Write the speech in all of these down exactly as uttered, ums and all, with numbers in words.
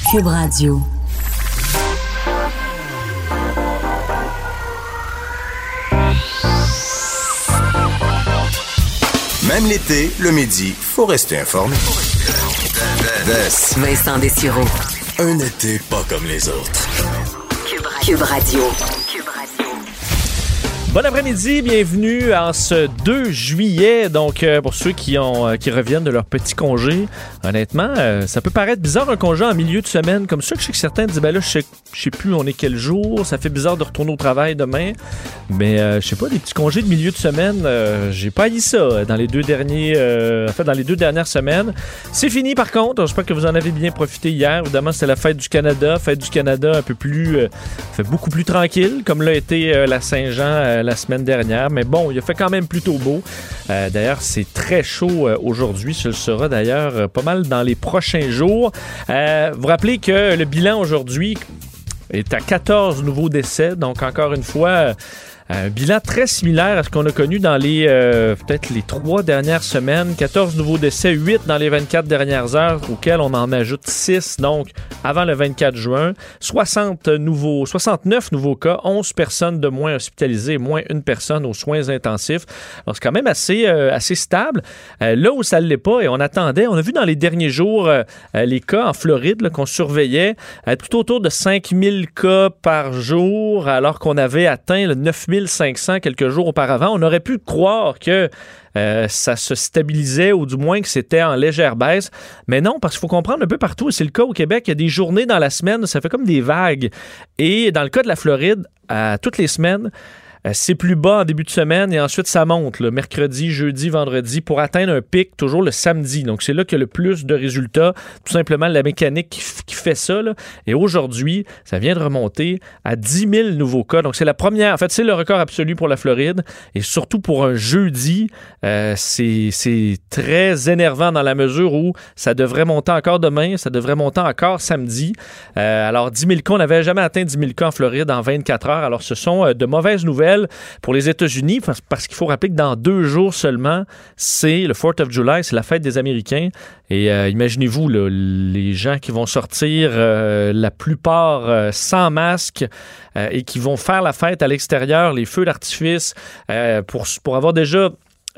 Cube Radio. Même l'été, le midi, faut rester informé. Vincent Dessureau. Un été pas comme les autres. Cube Radio. Bon après-midi, bienvenue en ce deux juillet. Donc, euh, pour ceux qui ont euh, qui reviennent de leur petit congé, honnêtement, euh, ça peut paraître bizarre un congé en milieu de semaine comme ça. Je sais que certains disent, ben là, je sais, je sais plus on est quel jour. Ça fait bizarre de retourner au travail demain. Mais, euh, je sais pas, des petits congés de milieu de semaine, euh, j'ai pas haï ça dans les deux derniers, euh, en fait, dans les deux dernières semaines. C'est fini par contre. J'espère que vous en avez bien profité hier. Évidemment, c'était la fête du Canada. Fête du Canada un peu plus, euh, fait beaucoup plus tranquille, comme l'a été euh, la Saint-Jean euh, la semaine dernière, mais bon, il a fait quand même plutôt beau. Euh, d'ailleurs, c'est très chaud euh, aujourd'hui. Ce sera d'ailleurs euh, pas mal dans les prochains jours. Euh, vous rappelez que le bilan aujourd'hui est à quatorze nouveaux décès, donc encore une fois... Euh, Un bilan très similaire à ce qu'on a connu dans les euh, peut-être les trois dernières semaines. quatorze nouveaux décès, huit dans les vingt-quatre dernières heures, auxquels on en ajoute six, donc avant le vingt-quatre juin. soixante nouveaux, soixante-neuf nouveaux cas, onze personnes de moins hospitalisées, moins une personne aux soins intensifs. Alors, c'est quand même assez, euh, assez stable. Euh, là où ça ne l'est pas, et on attendait, on a vu dans les derniers jours euh, les cas en Floride là, qu'on surveillait, euh, plutôt autour de cinq mille cas par jour, alors qu'on avait atteint le neuf mille cinq cents quelques jours auparavant. On aurait pu croire que euh, ça se stabilisait ou du moins que c'était en légère baisse. Mais non, parce qu'il faut comprendre un peu partout, et c'est le cas au Québec, il y a des journées dans la semaine, ça fait comme des vagues. Et dans le cas de la Floride, à toutes les semaines, c'est plus bas en début de semaine et ensuite ça monte, le mercredi, jeudi, vendredi, pour atteindre un pic toujours le samedi. Donc c'est là qu'il y a le plus de résultats. Tout simplement la mécanique qui, f- qui fait ça. Là. Et aujourd'hui, ça vient de remonter à dix mille nouveaux cas. Donc c'est la première, en fait c'est le record absolu pour la Floride. Et surtout pour un jeudi, euh, c'est, c'est très énervant dans la mesure où ça devrait monter encore demain, ça devrait monter encore samedi. Euh, alors dix mille cas, on n'avait jamais atteint dix mille cas en Floride en vingt-quatre heures. Alors ce sont euh, de mauvaises nouvelles pour les États-Unis, parce, parce qu'il faut rappeler que dans deux jours seulement, c'est le fourth of July, c'est la fête des Américains. Et euh, imaginez-vous, là, les gens qui vont sortir, euh, la plupart euh, sans masque, euh, et qui vont faire la fête à l'extérieur, les feux d'artifice, euh, pour, pour avoir déjà...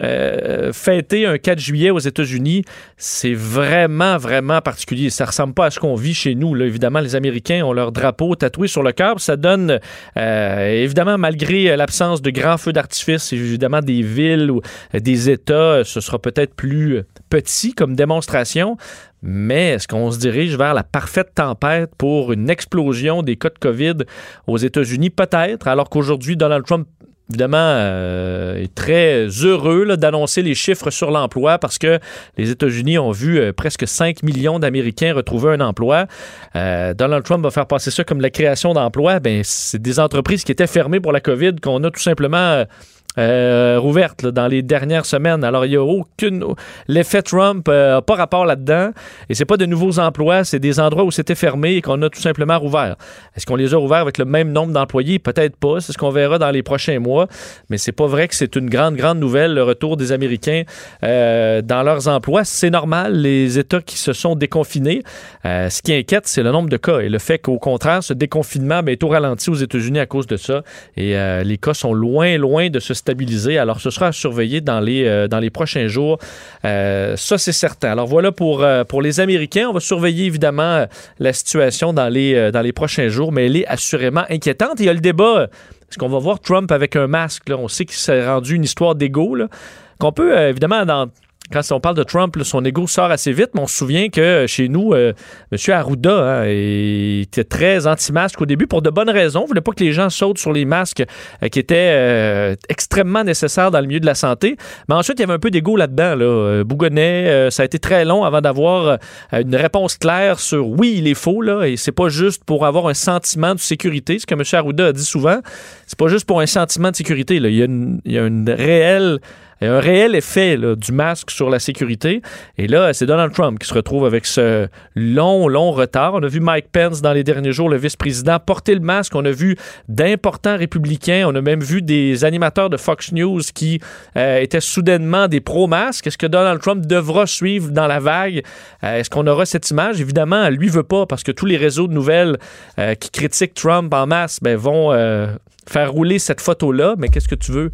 Euh, fêter un quatre juillet aux États-Unis, c'est vraiment, vraiment particulier. Ça ressemble pas à ce qu'on vit chez nous. Là. Évidemment, les Américains ont leur drapeau tatoué sur le cœur. Ça donne, euh, évidemment, malgré l'absence de grands feux d'artifice, évidemment, des villes ou des États, ce sera peut-être plus petit comme démonstration. Mais est-ce qu'on se dirige vers la parfaite tempête pour une explosion des cas de COVID aux États-Unis? Peut-être, alors qu'aujourd'hui, Donald Trump évidemment, euh, est très heureux là, d'annoncer les chiffres sur l'emploi parce que les États-Unis ont vu euh, presque cinq millions d'Américains retrouver un emploi. Euh, Donald Trump va faire passer ça comme la création d'emplois. Ben, c'est des entreprises qui étaient fermées pour la COVID qu'on a tout simplement... Euh, Euh, rouverte là, dans les dernières semaines. Alors, il n'y a aucune... L'effet Trump n'a euh, pas rapport là-dedans. Et c'est pas de nouveaux emplois, c'est des endroits où c'était fermé et qu'on a tout simplement rouvert. Est-ce qu'on les a rouverts avec le même nombre d'employés? Peut-être pas. C'est ce qu'on verra dans les prochains mois. Mais c'est pas vrai que c'est une grande, grande nouvelle, le retour des Américains euh, dans leurs emplois. C'est normal, les États qui se sont déconfinés. Euh, ce qui inquiète, c'est le nombre de cas. Et le fait qu'au contraire, ce déconfinement ben, est au ralenti aux États-Unis à cause de ça. Et euh, les cas sont loin, loin de se stabiliser. Alors, ce sera à surveiller dans les, euh, dans les prochains jours. Euh, ça, c'est certain. Alors, voilà pour, euh, pour les Américains. On va surveiller, évidemment, la situation dans les, euh, dans les prochains jours, mais elle est assurément inquiétante. Il y a le débat. Est-ce qu'on va voir Trump avec un masque? Là? On sait qu'il s'est rendu une histoire d'égo, là, qu'on peut, euh, évidemment, dans... Quand on parle de Trump, là, son ego sort assez vite, mais on se souvient que chez nous, euh, M. Arruda hein, était très anti-masque au début pour de bonnes raisons. Il ne voulait pas que les gens sautent sur les masques euh, qui étaient euh, extrêmement nécessaires dans le milieu de la santé. Mais ensuite, il y avait un peu d'ego là-dedans. Là. Euh, Bougonnet, euh, ça a été très long avant d'avoir euh, une réponse claire sur oui, il est faux, là, et c'est pas juste pour avoir un sentiment de sécurité. Ce que M. Arruda a dit souvent, c'est pas juste pour un sentiment de sécurité. Là. Il y a une, il y a une réelle... un réel effet là, du masque sur la sécurité. Et là, c'est Donald Trump qui se retrouve avec ce long, long retard. On a vu Mike Pence dans les derniers jours, le vice-président, porter le masque. On a vu d'importants républicains. On a même vu des animateurs de Fox News qui euh, étaient soudainement des pro-masques. Est-ce que Donald Trump devra suivre dans la vague? Euh, est-ce qu'on aura cette image? Évidemment, lui veut pas parce que tous les réseaux de nouvelles euh, qui critiquent Trump en masse ben, vont euh, faire rouler cette photo-là. Mais qu'est-ce que tu veux?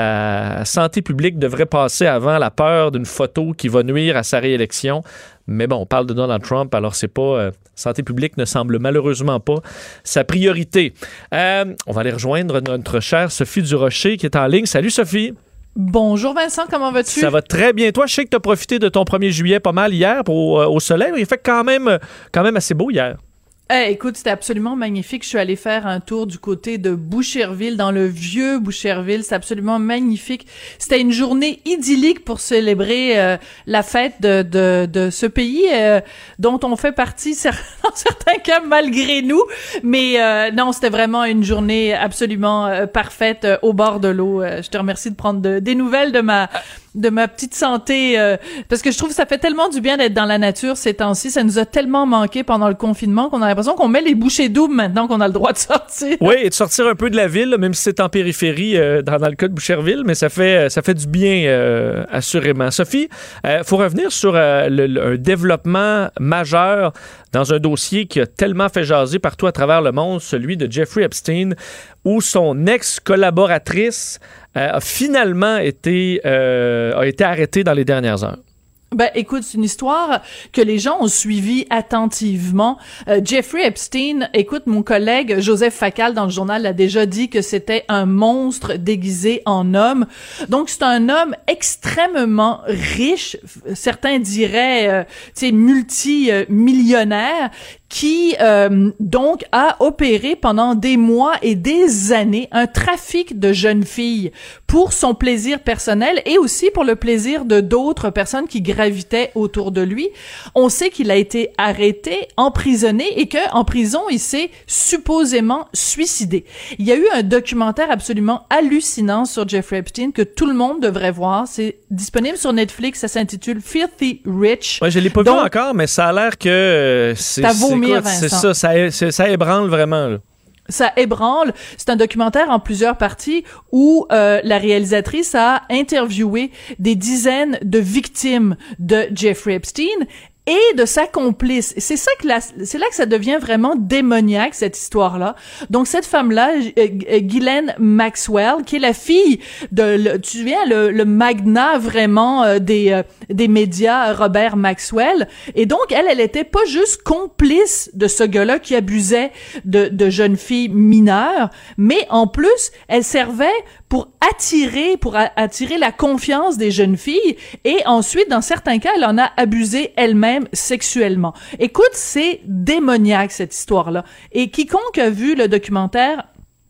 La santé publique devrait passer avant la peur d'une photo qui va nuire à sa réélection. Mais bon, on parle de Donald Trump, alors c'est pas... Euh, santé publique ne semble malheureusement pas sa priorité. Euh, on va aller rejoindre notre chère Sophie Durocher qui est en ligne. Salut Sophie! Bonjour Vincent, comment vas-tu? Ça va très bien. Toi, je sais que tu as profité de ton premier juillet pas mal hier pour, euh, au soleil, mais il fait quand même, quand même assez beau hier. Eh, écoute, c'était absolument magnifique. Je suis allée faire un tour du côté de Boucherville, dans le vieux Boucherville. C'est absolument magnifique. C'était une journée idyllique pour célébrer euh, la fête de, de, de ce pays euh, dont on fait partie, dans certains cas, malgré nous. Mais euh, non, c'était vraiment une journée absolument euh, parfaite euh, au bord de l'eau. Euh, je te remercie de prendre de, des nouvelles de ma... de ma petite santé, euh, parce que je trouve que ça fait tellement du bien d'être dans la nature ces temps-ci. Ça nous a tellement manqué pendant le confinement qu'on a l'impression qu'on met les bouchées doubles maintenant qu'on a le droit de sortir. Oui, et de sortir un peu de la ville, là, même si c'est en périphérie, euh, dans, dans le cas de Boucherville, mais ça fait, ça fait du bien, euh, assurément. Sophie, il euh, faut revenir sur euh, le, le, un développement majeur dans un dossier qui a tellement fait jaser partout à travers le monde, celui de Jeffrey Epstein, où son ex-collaboratrice euh, a finalement été, euh, a été arrêtée dans les dernières heures. Ben, écoute, c'est une histoire que les gens ont suivie attentivement. Euh, Jeffrey Epstein, écoute, mon collègue Joseph Facal dans le journal a déjà dit que c'était un monstre déguisé en homme. Donc, c'est un homme extrêmement riche, certains diraient, euh, tu sais, multimillionnaire, qui euh, donc a opéré pendant des mois et des années un trafic de jeunes filles pour son plaisir personnel et aussi pour le plaisir de d'autres personnes qui gravitaient autour de lui. On sait qu'il a été arrêté, emprisonné et que en prison, il s'est supposément suicidé. Il y a eu un documentaire absolument hallucinant sur Jeffrey Epstein que tout le monde devrait voir. C'est disponible sur Netflix, ça s'intitule Filthy Rich. Ouais, je l'ai pas donc, vu encore, mais ça a l'air que euh, c'est ça vaut Écoute, c'est ça, ça, ça, ça ébranle vraiment. Là. Ça ébranle. C'est un documentaire en plusieurs parties où euh, la réalisatrice a interviewé des dizaines de victimes de Jeffrey Epstein et de sa complice. C'est ça que la, c'est là que ça devient vraiment démoniaque, cette histoire-là. Donc, cette femme-là, euh, Ghislaine Maxwell, qui est la fille de, le, tu te souviens, le, le magnat vraiment euh, des, euh, des médias, Robert Maxwell. Et donc, elle, elle était pas juste complice de ce gars-là qui abusait de, de jeunes filles mineures, mais en plus, elle servait pour attirer, pour a- attirer la confiance des jeunes filles. Et ensuite, dans certains cas, elle en a abusé elle-même sexuellement. Écoute, c'est démoniaque, cette histoire-là. Et quiconque a vu le documentaire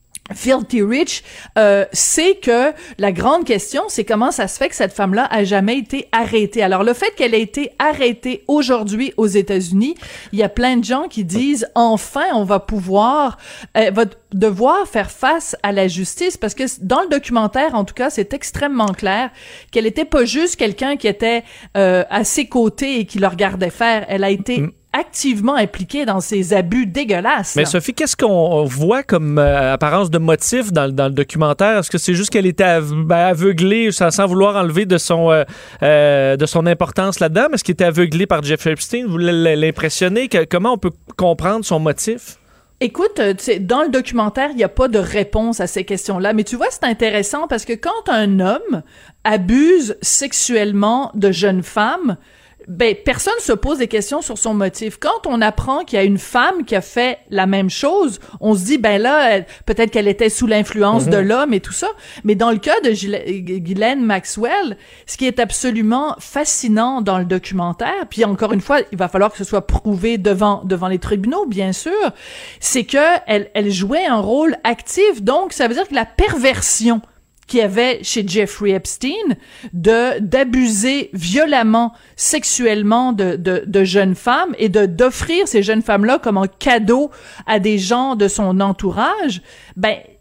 Filthy Rich euh, sait que la grande question, c'est comment ça se fait que cette femme-là a jamais été arrêtée. Alors, le fait qu'elle ait été arrêtée aujourd'hui aux États-Unis, il y a plein de gens qui disent « Enfin, on va pouvoir... Euh, va devoir faire face à la justice », parce que dans le documentaire, en tout cas, c'est extrêmement clair qu'elle était pas juste quelqu'un qui était euh, à ses côtés et qui le regardait faire. Elle a été... Mm. activement impliquée dans ces abus dégueulasses. Mais là. Sophie, qu'est-ce qu'on voit comme euh, apparence de motif dans, dans le documentaire? Est-ce que c'est juste qu'elle était ave- ben, aveuglée sans, sans vouloir enlever de son, euh, euh, de son importance là-dedans? Est-ce qu'elle était aveuglée par Jeffrey Epstein? Vous voulez l'impressionner? Que, comment on peut comprendre son motif? Écoute, tu sais, dans le documentaire, il n'y a pas de réponse à ces questions-là. Mais tu vois, c'est intéressant parce que quand un homme abuse sexuellement de jeunes femmes, ben, personne se pose des questions sur son motif. Quand on apprend qu'il y a une femme qui a fait la même chose, on se dit, ben là, elle, peut-être qu'elle était sous l'influence mm-hmm. de l'homme et tout ça. Mais dans le cas de Ghislaine Maxwell, ce qui est absolument fascinant dans le documentaire, puis encore une fois, il va falloir que ce soit prouvé devant, devant les tribunaux, bien sûr, c'est que elle, elle jouait un rôle actif. Donc, ça veut dire que la perversion qu'il y avait chez Jeffrey Epstein de d'abuser violemment sexuellement de, de de jeunes femmes et de d'offrir ces jeunes femmes-là comme un cadeau à des gens de son entourage, ben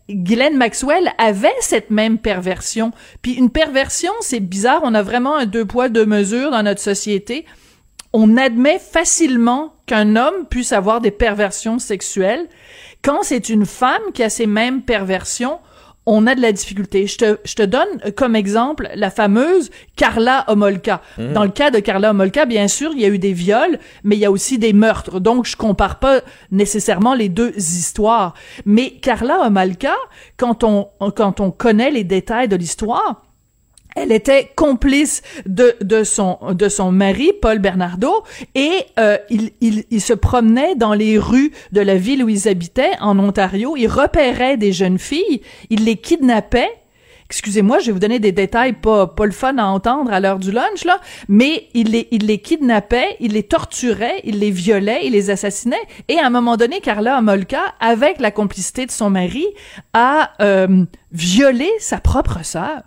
Ghislaine Maxwell avait cette même perversion. Puis une perversion, c'est bizarre, on a vraiment un deux poids, deux mesures dans notre société. On admet facilement qu'un homme puisse avoir des perversions sexuelles. Quand c'est une femme qui a ces mêmes perversions, on a de la difficulté. Je te, je te donne comme exemple la fameuse Karla Homolka. Mmh. Dans le cas de Karla Homolka, bien sûr, il y a eu des viols, mais il y a aussi des meurtres. Donc, je compare pas nécessairement les deux histoires. Mais Karla Homolka, quand on, quand on connaît les détails de l'histoire, elle était complice de de son de son mari Paul Bernardo et euh, il il il se promenait dans les rues de la ville où ils habitaient en Ontario, il repérait des jeunes filles, il les kidnappait. Excusez-moi, je vais vous donner des détails pas pas le fun à entendre à l'heure du lunch là, mais il les il les kidnappait, il les torturait, il les violait, il les assassinait et à un moment donné Karla Homolka, avec la complicité de son mari, a euh, violé sa propre sœur.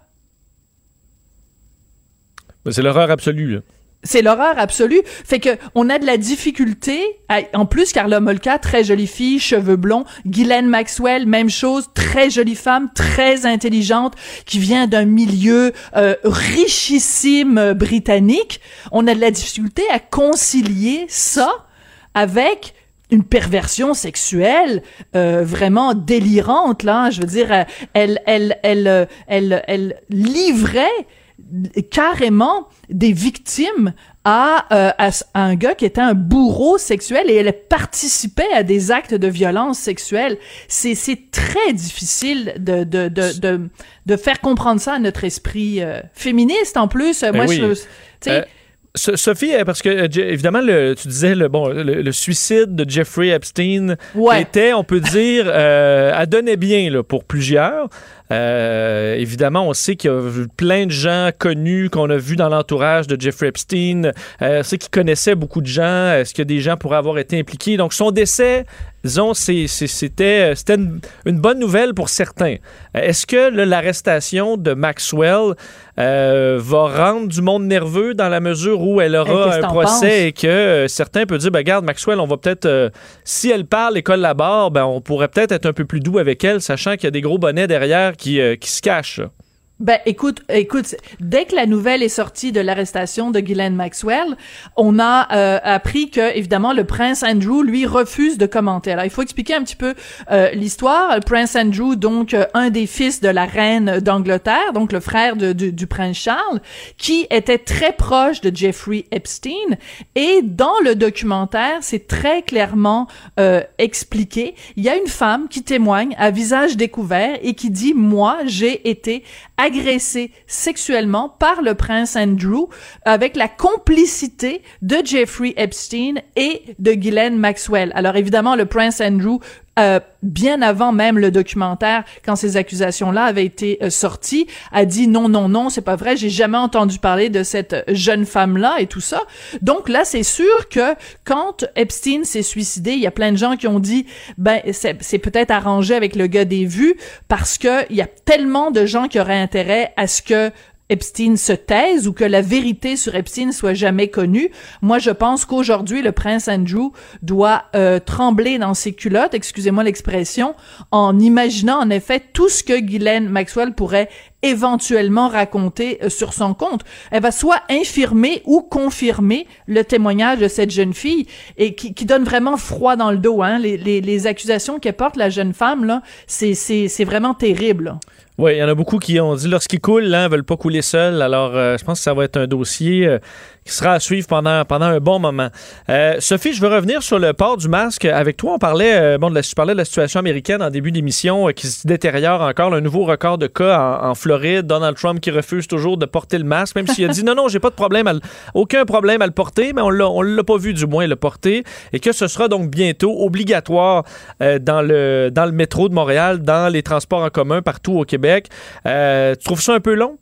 C'est l'horreur absolue, là. C'est l'horreur absolue. Fait que on a de la difficulté. À, en plus, Karla Homolka, très jolie fille, cheveux blonds. Ghislaine Maxwell, même chose, très jolie femme, très intelligente, qui vient d'un milieu euh, richissime euh, britannique. On a de la difficulté à concilier ça avec une perversion sexuelle euh, vraiment délirante. Là, je veux dire, elle, elle, elle, elle, elle, elle livrait carrément des victimes à, euh, à, à un gars qui était un bourreau sexuel et elle participait à des actes de violence sexuelle. C'est, c'est très difficile de, de, de, de, de faire comprendre ça à notre esprit euh, féministe en plus. Ben moi, oui. je, tu sais. Euh... Sophie, parce que évidemment, le, tu disais le bon, le, le suicide de Jeffrey Epstein ouais. était, on peut dire, euh, elle donnait bien là, pour plusieurs. Euh, évidemment, on sait qu'il y a plein de gens connus qu'on a vus dans l'entourage de Jeffrey Epstein. Euh, on sait qu'il connaissait beaucoup de gens. Est-ce que des gens pourraient avoir été impliqués? Donc, son décès, disons, c'est, c'est, c'était, c'était une, une bonne nouvelle pour certains. Est-ce que là, l'arrestation de Maxwell euh, va rendre du monde nerveux dans la mesure où elle aura hey, un procès penses? Et que euh, certains peuvent dire, ben, regarde, Maxwell, on va peut-être, euh, si elle parle et collabore, ben, on pourrait peut-être être un peu plus doux avec elle, sachant qu'il y a des gros bonnets derrière qui, euh, qui se cachent. Ben, écoute, écoute, dès que la nouvelle est sortie de l'arrestation de Ghislaine Maxwell, on a euh, appris que, évidemment, le prince Andrew, lui, refuse de commenter. Alors, il faut expliquer un petit peu euh, l'histoire. Le prince Andrew, donc, euh, un des fils de la reine d'Angleterre, donc le frère de, de, du prince Charles, qui était très proche de Jeffrey Epstein. Et dans le documentaire, c'est très clairement euh, expliqué. Il y a une femme qui témoigne à visage découvert et qui dit « Moi, j'ai été agressé sexuellement par le prince Andrew avec la complicité de Jeffrey Epstein et de Ghislaine Maxwell. » Alors évidemment, le prince Andrew, euh, bien avant même le documentaire, quand ces accusations-là avaient été euh, sorties, a dit non, non, non, c'est pas vrai, j'ai jamais entendu parler de cette jeune femme-là et tout ça. Donc là, c'est sûr que quand Epstein s'est suicidé, il y a plein de gens qui ont dit, ben, c'est, c'est peut-être arrangé avec le gars des vues parce que il y a tellement de gens qui auraient intérêt à ce que Epstein se taise ou que la vérité sur Epstein soit jamais connue. Moi, je pense qu'aujourd'hui, le prince Andrew doit euh, trembler dans ses culottes, excusez-moi l'expression, en imaginant en effet tout ce que Ghislaine Maxwell pourrait éventuellement raconter euh, sur son compte. Elle va soit infirmer ou confirmer le témoignage de cette jeune fille et qui, qui donne vraiment froid dans le dos. Hein. Les, les, les accusations qu'elle porte, la jeune femme, là, c'est, c'est, c'est vraiment terrible. Là. Oui, il y en a beaucoup qui ont dit lorsqu'ils coulent, là, ils veulent pas couler seuls. Alors, euh, je pense que ça va être un dossier euh, qui sera à suivre pendant, pendant un bon moment. Euh, Sophie, je veux revenir sur le port du masque. Avec toi, on parlait, euh, bon, de la, je parlais de la situation américaine en début d'émission euh, qui se détériore encore. Un nouveau record de cas en, en Floride. Donald Trump qui refuse toujours de porter le masque, même s'il a dit non, non, j'ai pas de problème, à le, aucun problème à le porter, mais on l'a, on l'a pas vu du moins le porter. Et que ce sera donc bientôt obligatoire euh, dans, le, dans le métro de Montréal, dans les transports en commun partout au Québec. Euh, tu trouves ça un peu long?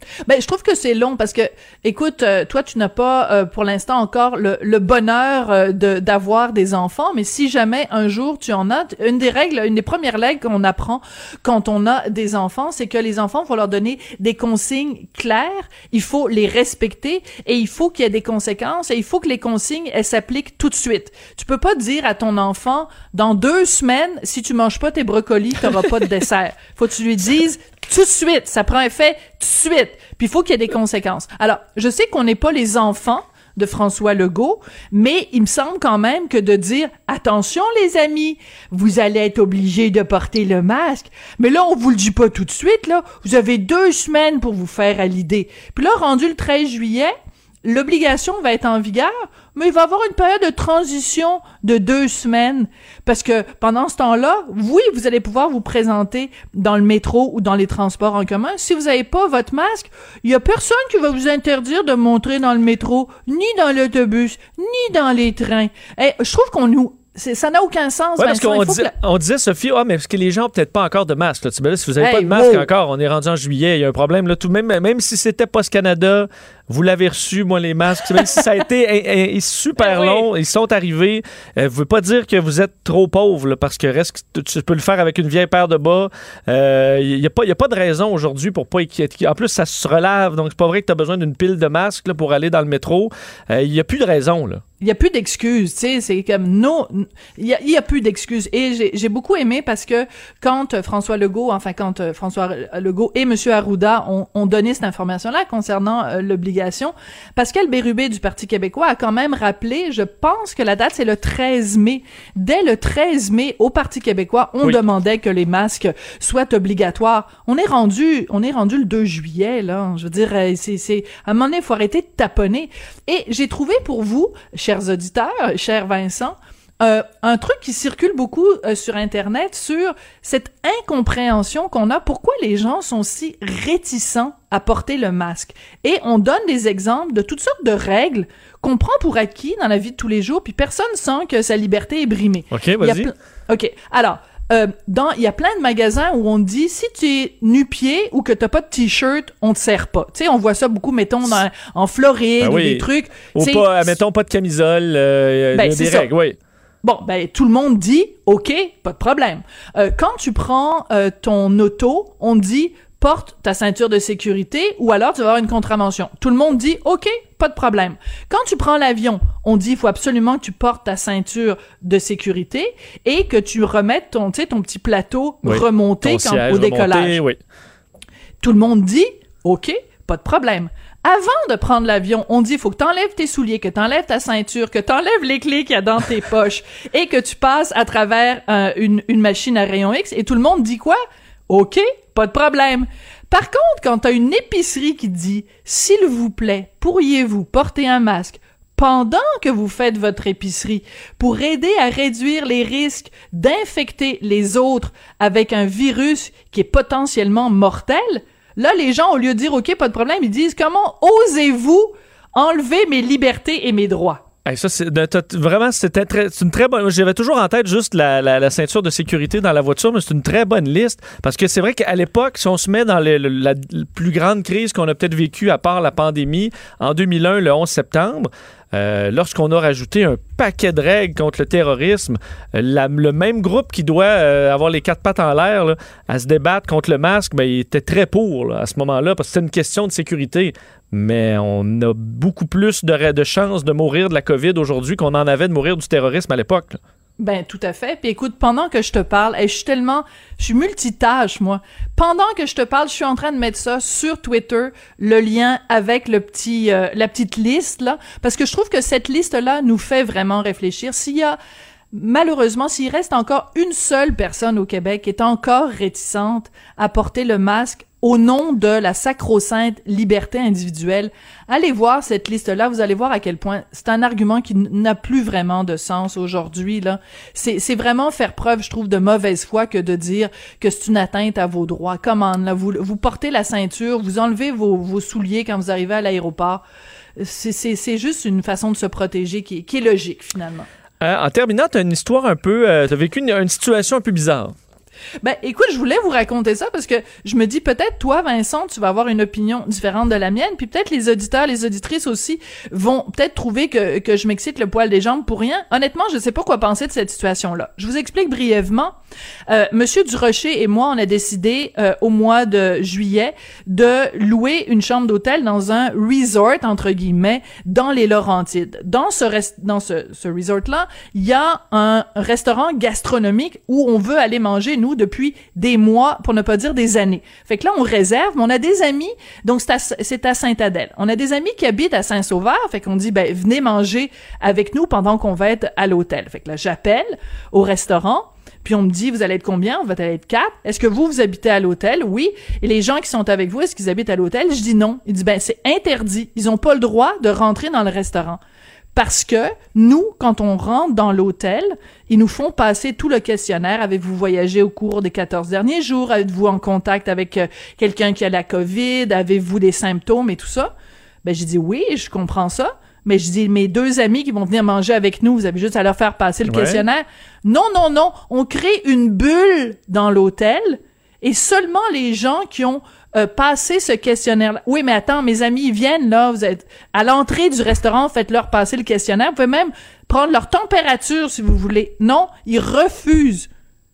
Ben, je trouve que c'est long parce que, écoute, euh, toi, tu n'as pas, euh, pour l'instant encore, le, le bonheur euh, de d'avoir des enfants, mais si jamais un jour tu en as, une des règles, une des premières règles qu'on apprend quand on a des enfants, c'est que les enfants, il faut leur donner des consignes claires, il faut les respecter et il faut qu'il y ait des conséquences et il faut que les consignes, elles s'appliquent tout de suite. Tu peux pas dire à ton enfant, dans deux semaines, si tu manges pas tes brocolis, t'auras pas de dessert. Faut que tu lui dises, tout de suite, ça prend effet tout de suite. Puis il faut qu'il y ait des conséquences. Alors, je sais qu'on n'est pas les enfants de François Legault, mais il me semble quand même que de dire « Attention les amis, vous allez être obligés de porter le masque, mais là, on vous le dit pas tout de suite, là. Vous avez deux semaines pour vous faire à l'idée. » Puis là, rendu le treize juillet, l'obligation va être en vigueur, mais il va y avoir une période de transition de deux semaines. Parce que pendant ce temps-là, oui, vous allez pouvoir vous présenter dans le métro ou dans les transports en commun. Si vous n'avez pas votre masque, il y a personne qui va vous interdire de montrer dans le métro, ni dans l'autobus, ni dans les trains. Et je trouve qu'on nous... C'est, ça n'a aucun sens. Oui, parce Vincent. qu'on dis, la... on disait, Sophie, ah, mais parce que les gens n'ont peut-être pas encore de masque. Là. Tu me dis, si vous n'avez hey, pas de masque wow. encore, on est rendu en juillet, il y a un problème. Là, tout, même, même si c'était Post Canada, vous l'avez reçu, moi, les masques. Même si ça a été un, un, super oui. long, ils sont arrivés. Euh, vous ne pouvez pas dire que vous êtes trop pauvre, là, parce que reste, tu peux le faire avec une vieille paire de bas. Il euh, n'y a, a pas de raison aujourd'hui pour pas inquiéter. En plus, ça se relave, donc c'est pas vrai que tu as besoin d'une pile de masques là, pour aller dans le métro. Il euh, n'y a plus de raison, là. Il y a plus d'excuses, tu sais, c'est comme non, il y a, il y a plus d'excuses. Et j'ai, j'ai beaucoup aimé parce que quand François Legault, enfin quand euh, François Legault et Monsieur Arruda ont, ont donné cette information-là concernant euh, l'obligation, Pascal Bérubé du Parti québécois a quand même rappelé, je pense que la date c'est le treize mai. Dès le treize mai, au Parti québécois, on oui. demandait que les masques soient obligatoires. On est rendu, on est rendu le deux juillet, là. Je veux dire, c'est, c'est, à un moment donné, il faut arrêter de taponner. Et j'ai trouvé pour vous, chers auditeurs, cher Vincent, euh, un truc qui circule beaucoup euh, sur Internet sur cette incompréhension qu'on a, pourquoi les gens sont si réticents à porter le masque. Et on donne des exemples de toutes sortes de règles qu'on prend pour acquis dans la vie de tous les jours, puis personne sent que sa liberté est brimée. OK, vas-y. Pl- OK, alors... Euh, dans, il y a plein de magasins où on dit si tu es nu-pied ou que t'as pas de t-shirt, on te sert pas. Tu sais, on voit ça beaucoup, mettons, dans, en Floride ben ou oui. des trucs. Ou pas, mettons, pas de camisole, euh, ben, des règles, oui. Bon, ben, tout le monde dit, OK, pas de problème. Euh, quand tu prends euh, ton auto, on dit, porte ta ceinture de sécurité ou alors tu vas avoir une contravention. Tout le monde dit, OK, pas de problème. Quand tu prends l'avion, on dit, il faut absolument que tu portes ta ceinture de sécurité et que tu remettes ton, tu sais, ton petit plateau oui, remonté quand, au décollage. Remonté, oui. Tout le monde dit, OK, pas de problème. Avant de prendre l'avion, on dit, il faut que t'enlèves tes souliers, que t'enlèves ta ceinture, que t'enlèves les clés qu'il y a dans tes poches et que tu passes à travers euh, une, une machine à rayon X et tout le monde dit quoi? OK, pas de problème. Par contre, quand t'as une épicerie qui dit « S'il vous plaît, pourriez-vous porter un masque pendant que vous faites votre épicerie pour aider à réduire les risques d'infecter les autres avec un virus qui est potentiellement mortel », là, les gens, au lieu de dire « OK, pas de problème », ils disent « Comment osez-vous enlever mes libertés et mes droits ?» Hey, ça, c'est, vraiment, c'était très, c'est une très bonne... J'avais toujours en tête juste la, la, la ceinture de sécurité dans la voiture, mais c'est une très bonne liste. Parce que c'est vrai qu'à l'époque, si on se met dans le, le, la, la plus grande crise qu'on a peut-être vécue à part la pandémie, en deux mille un, le onze septembre, Euh, lorsqu'on a rajouté un paquet de règles contre le terrorisme, la, le même groupe qui doit euh, avoir les quatre pattes en l'air là, à se débattre contre le masque, ben, il était très pour là, à ce moment-là, parce que c'était une question de sécurité. Mais on a beaucoup plus de, de chances de mourir de la COVID aujourd'hui qu'on en avait de mourir du terrorisme à l'époque, là. Ben, tout à fait. Puis écoute, pendant que je te parle, et je suis tellement, je suis multitâche, moi. Pendant que je te parle, je suis en train de mettre ça sur Twitter, le lien avec le petit, euh, la petite liste, là. Parce que je trouve que cette liste-là nous fait vraiment réfléchir. S'il y a, malheureusement, s'il reste encore une seule personne au Québec qui est encore réticente à porter le masque au nom de la sacro-sainte liberté individuelle, allez voir cette liste-là, vous allez voir à quel point c'est un argument qui n'a plus vraiment de sens aujourd'hui, là. C'est, c'est vraiment faire preuve, je trouve, de mauvaise foi que de dire que c'est une atteinte à vos droits. Comment, là, vous, vous portez la ceinture, vous enlevez vos, vos souliers quand vous arrivez à l'aéroport. C'est, c'est, c'est juste une façon de se protéger qui, qui est logique, finalement. Euh, en terminant, tu as une histoire un peu... Euh, tu as vécu une, une situation un peu bizarre. Ben, écoute, je voulais vous raconter ça parce que je me dis peut-être toi, Vincent, tu vas avoir une opinion différente de la mienne, puis peut-être les auditeurs, les auditrices aussi vont peut-être trouver que que je m'excite le poil des jambes pour rien. Honnêtement, je sais pas quoi penser de cette situation-là. Je vous explique brièvement. Euh, Monsieur Durocher et moi, on a décidé euh, au mois de juillet de louer une chambre d'hôtel dans un resort entre guillemets dans les Laurentides. Dans ce rest- dans ce, ce resort-là, il y a un restaurant gastronomique où on veut aller manger nous depuis des mois, pour ne pas dire des années. Fait que là, on réserve, mais on a des amis, donc c'est à, c'est à Sainte-Adèle. On a des amis qui habitent à Saint-Sauveur, fait qu'on dit, ben, venez manger avec nous pendant qu'on va être à l'hôtel. Fait que là, j'appelle au restaurant, puis on me dit, vous allez être combien? On va être quatre. Est-ce que vous, vous habitez à l'hôtel? Oui. Et les gens qui sont avec vous, est-ce qu'ils habitent à l'hôtel? Je dis non. Il dit, ben, c'est interdit. Ils ont pas le droit de rentrer dans le restaurant. Parce que nous, quand on rentre dans l'hôtel, ils nous font passer tout le questionnaire. Avez-vous voyagé au cours des quatorze derniers jours? Êtes-vous en contact avec euh, quelqu'un qui a la COVID? Avez-vous des symptômes et tout ça? Ben, j'ai dit oui, je comprends ça. Mais je dis, mes deux amis qui vont venir manger avec nous, vous avez juste à leur faire passer le ouais. questionnaire. Non, non, non. On crée une bulle dans l'hôtel et seulement les gens qui ont Euh, passer ce questionnaire-là. Oui, mais attends, mes amis, ils viennent, là, vous êtes à l'entrée du restaurant, faites-leur passer le questionnaire. Vous pouvez même prendre leur température, si vous voulez. Non, ils refusent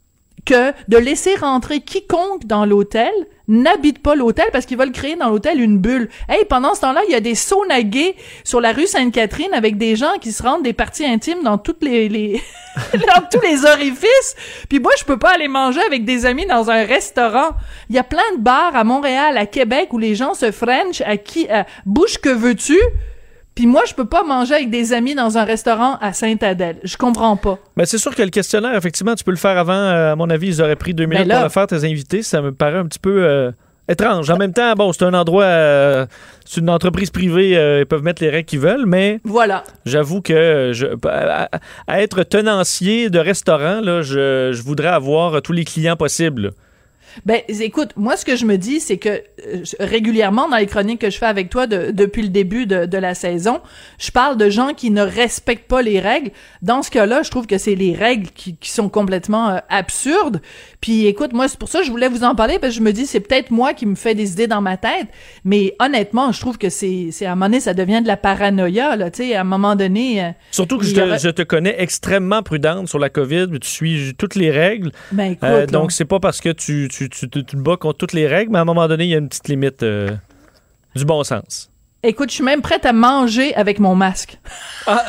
que de laisser rentrer quiconque dans l'hôtel n'habite pas l'hôtel parce qu'ils veulent créer dans l'hôtel une bulle. Hey, pendant ce temps-là, il y a des saunas gays sur la rue Sainte-Catherine avec des gens qui se rendent des parties intimes dans toutes les, les dans tous les orifices. Puis moi, je peux pas aller manger avec des amis dans un restaurant. Il y a plein de bars à Montréal, à Québec où les gens se french à qui à bouche que veux-tu. Puis moi, je peux pas manger avec des amis dans un restaurant à Sainte-Adèle. Je comprends pas. Ben c'est sûr que le questionnaire, effectivement, tu peux le faire avant. Euh, à mon avis, ils auraient pris deux minutes ben là, pour le faire, tes invités. Ça me paraît un petit peu euh, étrange. En même temps, bon, c'est un endroit... Euh, c'est une entreprise privée. Euh, ils peuvent mettre les règles qu'ils veulent, mais... Voilà. J'avoue que je, à, à être tenancier de restaurant, là, je, je voudrais avoir tous les clients possibles, là. Ben, écoute, moi, ce que je me dis, c'est que euh, régulièrement, dans les chroniques que je fais avec toi de, depuis le début de, de la saison, je parle de gens qui ne respectent pas les règles. Dans ce cas-là, je trouve que c'est les règles qui, qui sont complètement euh, absurdes. Puis, écoute, moi, c'est pour ça que je voulais vous en parler, parce que je me dis, c'est peut-être moi qui me fais des idées dans ma tête, mais honnêtement, je trouve que c'est, c'est à un moment donné, ça devient de la paranoïa, là, tu sais, à un moment donné... Euh, Surtout que je te, aurait... je te connais extrêmement prudente sur la COVID, tu suis toutes les règles. Ben, écoute, euh, donc, c'est pas parce que tu... tu Tu, tu, tu te bats contre toutes les règles, mais à un moment donné, il y a une petite limite euh, du bon sens. Écoute, je suis même prête à manger avec mon masque. Ah,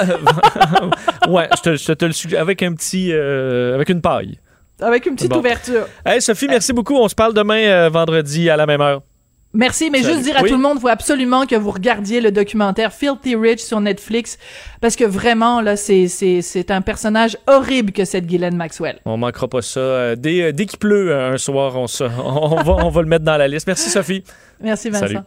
euh, ouais, je te, je te le suggère avec un petit... Euh, avec une paille. Avec une petite bon. ouverture. Hey, Sophie, merci beaucoup. On se parle demain, euh, vendredi, à la même heure. Merci, mais Salut. Juste dire à oui. tout le monde, il faut absolument que vous regardiez le documentaire Filthy Rich sur Netflix, parce que vraiment, là, c'est, c'est, c'est un personnage horrible que cette Ghislaine Maxwell. On manquera pas ça. Dès, euh, dès qu'il pleut un soir, on, se, on, va, on va le mettre dans la liste. Merci, Sophie. Merci, Vincent. Salut.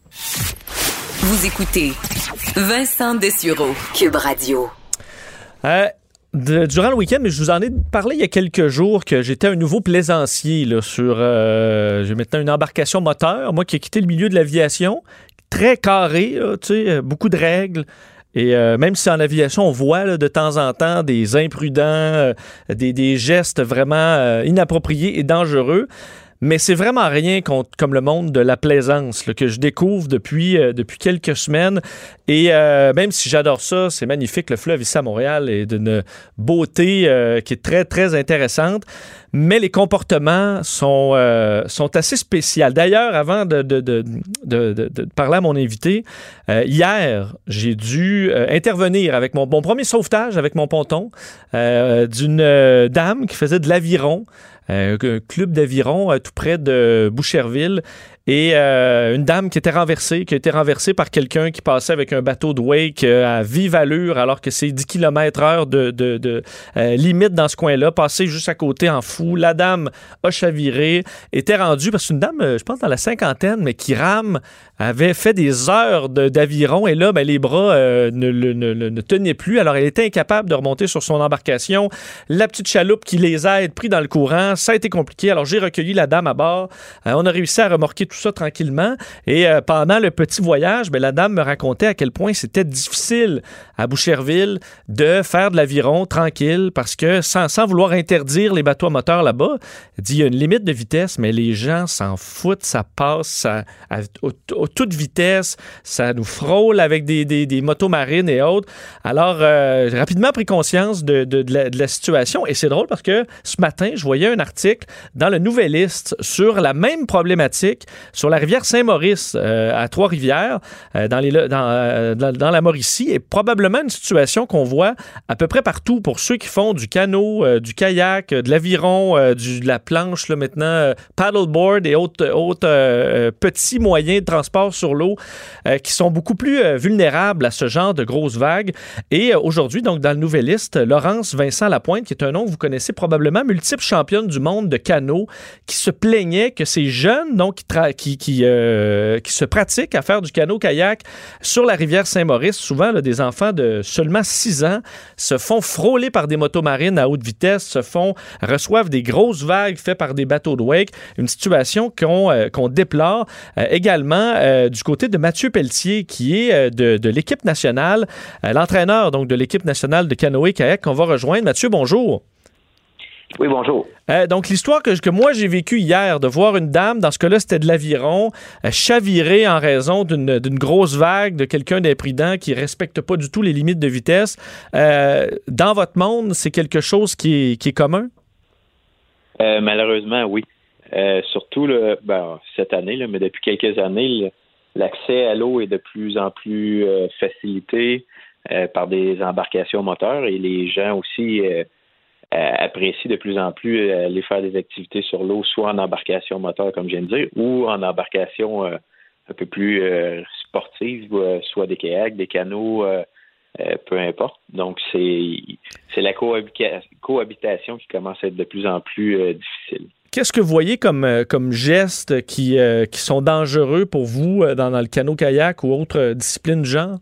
Vous écoutez Vincent Dessureau, Cube Radio. Euh, De, durant le week-end, mais je vous en ai parlé il y a quelques jours que j'étais un nouveau plaisancier là, sur... Euh, j'ai maintenant une embarcation moteur, moi qui ai quitté le milieu de l'aviation, très carré, là, tu sais, beaucoup de règles. Et euh, même si en aviation, on voit là, de temps en temps des imprudents, euh, des, des gestes vraiment euh, inappropriés et dangereux, mais c'est vraiment rien contre, comme le monde de la plaisance là, que je découvre depuis, euh, depuis quelques semaines. Et euh, même si j'adore ça, c'est magnifique. Le fleuve ici à Montréal est d'une beauté euh, qui est très, très intéressante. Mais les comportements sont, euh, sont assez spéciaux. D'ailleurs, avant de, de, de, de, de, de parler à mon invité, euh, hier, j'ai dû euh, intervenir avec mon, mon premier sauvetage avec mon ponton euh, d'une euh, dame qui faisait de l'aviron. Euh, un club d'aviron euh, tout près de Boucherville et euh, une dame qui était renversée, qui a été renversée par quelqu'un qui passait avec un bateau de wake euh, à vive allure alors que c'est dix kilomètres heure de, de, de euh, limite dans ce coin-là, passé juste à côté en fou. La dame a chaviré, était rendue, parce que c'est une dame, euh, je pense dans la cinquantaine, mais qui rame, avait fait des heures de, d'aviron et là, ben, les bras euh, ne, ne, ne, ne tenaient plus. Alors, elle était incapable de remonter sur son embarcation. La petite chaloupe qui les aide, pris dans le courant, ça a été compliqué. Alors, j'ai recueilli la dame à bord. Euh, on a réussi à remorquer tout tout ça tranquillement. Et euh, pendant le petit voyage, ben, la dame me racontait à quel point c'était difficile à Boucherville de faire de l'aviron tranquille parce que sans, sans vouloir interdire les bateaux à moteur là-bas, elle dit il y a une limite de vitesse, mais les gens s'en foutent, ça passe ça, à, à, à toute vitesse, ça nous frôle avec des, des, des motos marines et autres. Alors, euh, j'ai rapidement pris conscience de, de, de, la, de la situation et c'est drôle parce que ce matin, je voyais un article dans le Nouvelliste sur la même problématique sur la rivière Saint-Maurice euh, à Trois-Rivières, euh, dans, les, dans, euh, dans, dans la Mauricie, et probablement une situation qu'on voit à peu près partout pour ceux qui font du canot, euh, du kayak, euh, de l'aviron, euh, du, de la planche, là, maintenant, euh, paddleboard et autres, autres euh, petits moyens de transport sur l'eau euh, qui sont beaucoup plus euh, vulnérables à ce genre de grosses vagues. Et euh, aujourd'hui, donc, dans le Nouvelliste, Laurence Vincent Lapointe, qui est un nom que vous connaissez probablement, multiple championne du monde de canot, qui se plaignait que ces jeunes, donc, qui, tra- qui, qui, euh, qui se pratiquent à faire du canot-kayak sur la rivière Saint-Maurice, souvent là, des enfants de seulement six ans, se font frôler par des motos marines à haute vitesse, se font, reçoivent des grosses vagues faites par des bateaux de wake, une situation qu'on, euh, qu'on déplore. Euh, également, euh, du côté de Mathieu Pelletier, qui est euh, de, de l'équipe nationale, euh, l'entraîneur donc de l'équipe nationale de canoë-kayak qu'on va rejoindre. Mathieu, bonjour. Oui, bonjour. Euh, donc, l'histoire que, que moi, j'ai vécue hier, de voir une dame, dans ce cas-là, c'était de l'aviron, euh, chavirer en raison d'une, d'une grosse vague, de quelqu'un d'imprudent qui ne respecte pas du tout les limites de vitesse. Euh, dans votre monde, c'est quelque chose qui est, qui est commun? Euh, malheureusement, oui. Euh, surtout là, ben, cette année, là, mais depuis quelques années, là, l'accès à l'eau est de plus en plus euh, facilité euh, par des embarcations moteurs et les gens aussi euh, apprécient de plus en plus euh, aller faire des activités sur l'eau, soit en embarcation moteur, comme je viens de dire, ou en embarcation euh, un peu plus euh, sportive, euh, soit des kayaks, des canots, euh, euh, peu importe. Donc, c'est, c'est la cohabita- cohabitation qui commence à être de plus en plus euh, difficile. Qu'est-ce que vous voyez comme, euh, comme gestes qui, euh, qui sont dangereux pour vous euh, dans, dans le canot-kayak ou autre euh, discipline de genre?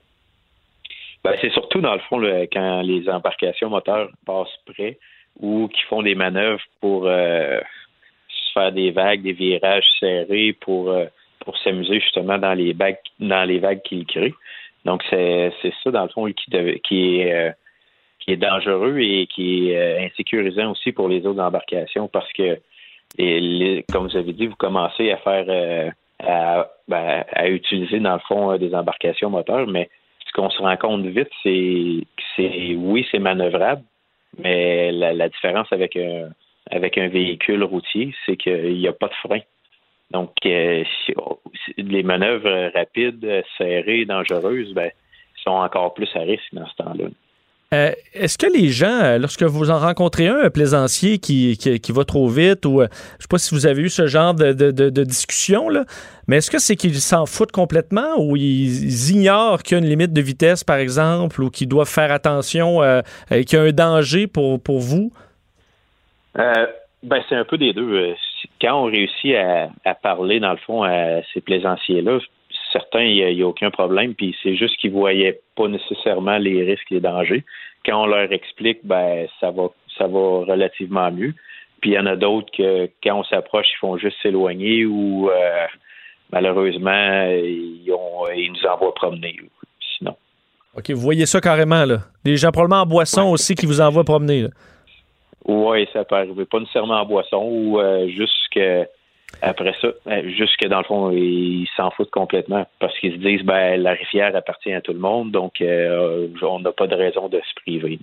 Ben, c'est surtout, dans le fond, là, quand les embarcations moteurs passent près ou qui font des manœuvres pour euh, se faire des vagues, des virages serrés pour, euh, pour s'amuser justement dans les vagues, dans les vagues qu'ils créent. Donc, c'est, c'est ça, dans le fond, qui, dev- qui, est, euh, qui est dangereux et qui est euh, insécurisant aussi pour les autres embarcations parce que, et les, comme vous avez dit, vous commencez à faire, euh, à, ben, à utiliser, dans le fond, des embarcations moteurs, mais ce qu'on se rend compte vite, c'est que c'est, oui, c'est manœuvrable, mais la, la différence avec un, avec un véhicule routier, c'est qu'il n'y a pas de frein. Donc, euh, si, les manœuvres rapides, serrées, dangereuses, ben, sont encore plus à risque dans ce temps-là. Euh, est-ce que les gens, lorsque vous en rencontrez un, un plaisancier qui, qui, qui va trop vite, ou euh, je ne sais pas si vous avez eu ce genre de, de, de, de discussion, là, mais est-ce que c'est qu'ils s'en foutent complètement ou ils, ils ignorent qu'il y a une limite de vitesse, par exemple, ou qu'ils doivent faire attention, euh, euh, qu'il y a un danger pour, pour vous? Euh, ben, c'est un peu des deux. Quand on réussit à, à parler, dans le fond, à ces plaisanciers-là, certains, il n'y a, a aucun problème, puis c'est juste qu'ils ne voyaient pas nécessairement les risques, les dangers. Quand on leur explique, ben ça va ça va relativement mieux. Puis il y en a d'autres que quand on s'approche, ils font juste s'éloigner ou euh, malheureusement, ils, ont, ils nous envoient promener. Sinon. OK, vous voyez ça carrément, là. Des gens probablement en boisson ouais. aussi qui vous envoient promener, là. Oui, ça peut arriver. Pas nécessairement en boisson ou euh, juste que après ça, juste que dans le fond, ils s'en foutent complètement parce qu'ils se disent ben la rivière appartient à tout le monde, donc euh, on n'a pas de raison de se priver.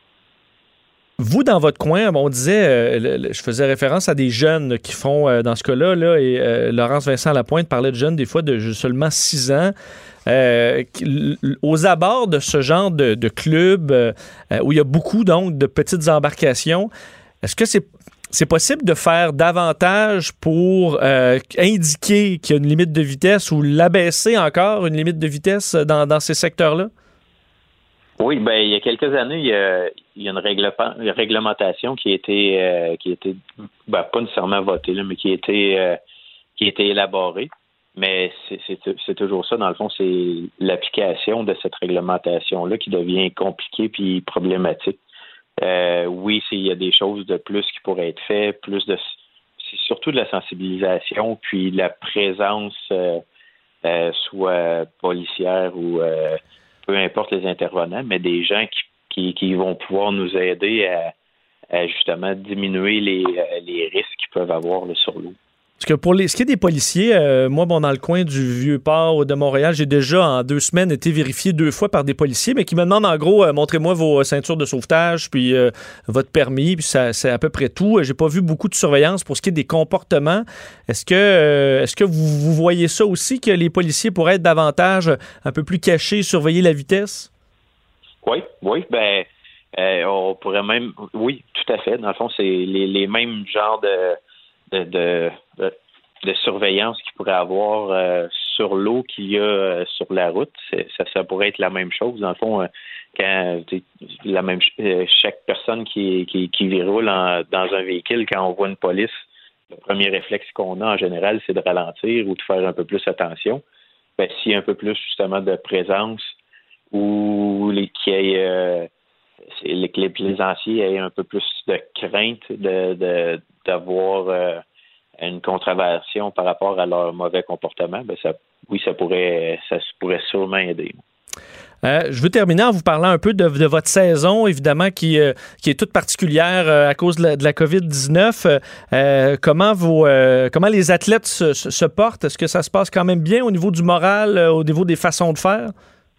Vous, dans votre coin, on disait, euh, le, le, je faisais référence à des jeunes là, qui font, euh, dans ce cas-là, là, et euh, Laurence Vincent Lapointe parlait de jeunes des fois de seulement six ans. Euh, aux abords de ce genre de, de club euh, où il y a beaucoup donc de petites embarcations, est-ce que c'est C'est possible de faire davantage pour euh, indiquer qu'il y a une limite de vitesse ou l'abaisser encore, une limite de vitesse dans, dans ces secteurs-là? Oui, ben il y a quelques années, il y a, il y a une, règle, une réglementation qui a été, euh, qui a été ben, pas nécessairement votée, là, mais qui a été, euh, qui a été élaborée. Mais c'est, c'est, c'est toujours ça, dans le fond, c'est l'application de cette réglementation-là qui devient compliquée puis problématique. Euh, oui, il y a des choses de plus qui pourraient être faites, plus de c'est surtout de la sensibilisation, puis de la présence, euh, euh, soit policière ou euh, peu importe les intervenants, mais des gens qui, qui, qui vont pouvoir nous aider à, à justement diminuer les, les risques qu'ils peuvent avoir là, sur l'eau. Parce que pour les, ce qui est des policiers, euh, moi, bon, dans le coin du Vieux-Port de Montréal, j'ai déjà en deux semaines été vérifié deux fois par des policiers, mais qui me demandent en gros, euh, montrez-moi vos ceintures de sauvetage, puis euh, votre permis, puis ça, c'est à peu près tout. J'ai pas vu beaucoup de surveillance pour ce qui est des comportements. Est-ce que, euh, est-ce que vous, vous voyez ça aussi, que les policiers pourraient être davantage un peu plus cachés, surveiller la vitesse? Oui, oui, ben, euh, on pourrait même, oui, tout à fait. Dans le fond, c'est les, les mêmes genres de De, de, de, de surveillance qu'il pourrait avoir euh, sur l'eau qu'il y a euh, sur la route. C'est, ça, ça pourrait être la même chose. Dans le fond, euh, quand la même euh, chaque personne qui, qui, qui roule en, dans un véhicule, quand on voit une police, le premier réflexe qu'on a en général, c'est de ralentir ou de faire un peu plus attention. Ben, s'il y a un peu plus justement de présence ou les, qu'il y ait, euh, les, que les plaisanciers aient un peu plus de crainte de, de d'avoir euh, une contravention par rapport à leur mauvais comportement, ben ça, oui, ça pourrait, ça pourrait sûrement aider. Euh, je veux terminer en vous parlant un peu de, de votre saison, évidemment, qui, euh, qui est toute particulière euh, à cause de la, de la covid dix-neuf. Euh, comment, vous, euh, comment les athlètes se, se, se portent? Est-ce que ça se passe quand même bien au niveau du moral, euh, au niveau des façons de faire?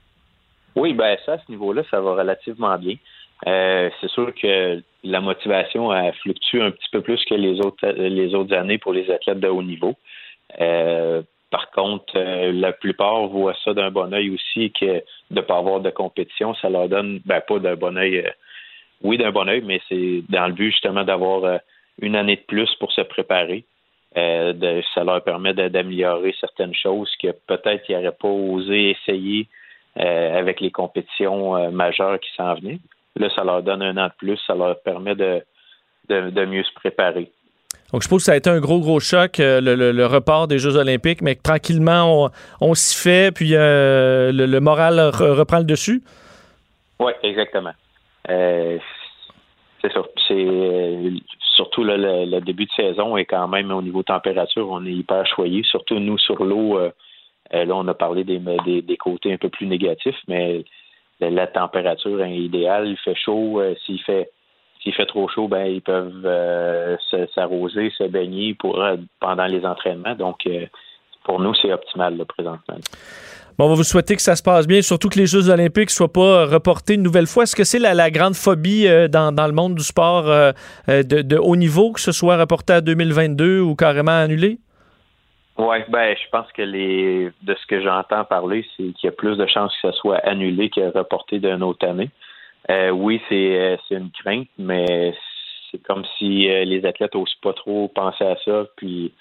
Oui, ben ça, à ce niveau-là, ça va relativement bien. Euh, c'est sûr que la motivation elle fluctue un petit peu plus que les autres les autres années pour les athlètes de haut niveau. Euh, par contre, euh, la plupart voient ça d'un bon œil aussi, que de ne pas avoir de compétition, ça leur donne, ben pas d'un bon œil, euh, oui d'un bon œil, mais c'est dans le but justement d'avoir euh, une année de plus pour se préparer. Euh, de, ça leur permet de, d'améliorer certaines choses que peut-être ils n'auraient pas osé essayer euh, avec les compétitions euh, majeures qui s'en venaient. Là, ça leur donne un an de plus, ça leur permet de, de, de mieux se préparer. Donc, je suppose que ça a été un gros, gros choc, euh, le, le, le report des Jeux olympiques, mais que tranquillement, on, on s'y fait, puis euh, le, le moral re, reprend le dessus? Oui, exactement. Euh, c'est ça. C'est, euh, surtout là, le, le début de saison est quand même, au niveau température, on est hyper choyé. Surtout, nous, sur l'eau, euh, là, on a parlé des, des, des côtés un peu plus négatifs, mais la température est idéale, il fait chaud, euh, s'il fait s'il fait trop chaud, ben ils peuvent euh, se, s'arroser, se baigner pour euh, pendant les entraînements. Donc euh, pour nous, c'est optimal là, présentement. Bon, on va vous souhaiter que ça se passe bien, surtout que les Jeux olympiques ne soient pas reportés une nouvelle fois. Est-ce que c'est la, la grande phobie euh, dans, dans le monde du sport euh, de, de haut niveau, que ce soit reporté à deux mille vingt-deux ou carrément annulé? Oui, ben je pense que les de ce que j'entends parler, c'est qu'il y a plus de chances que ça soit annulé que reporté d'une autre année. Euh, oui, c'est c'est une crainte, mais c'est comme si euh, les athlètes n'osent pas trop penser à ça, puis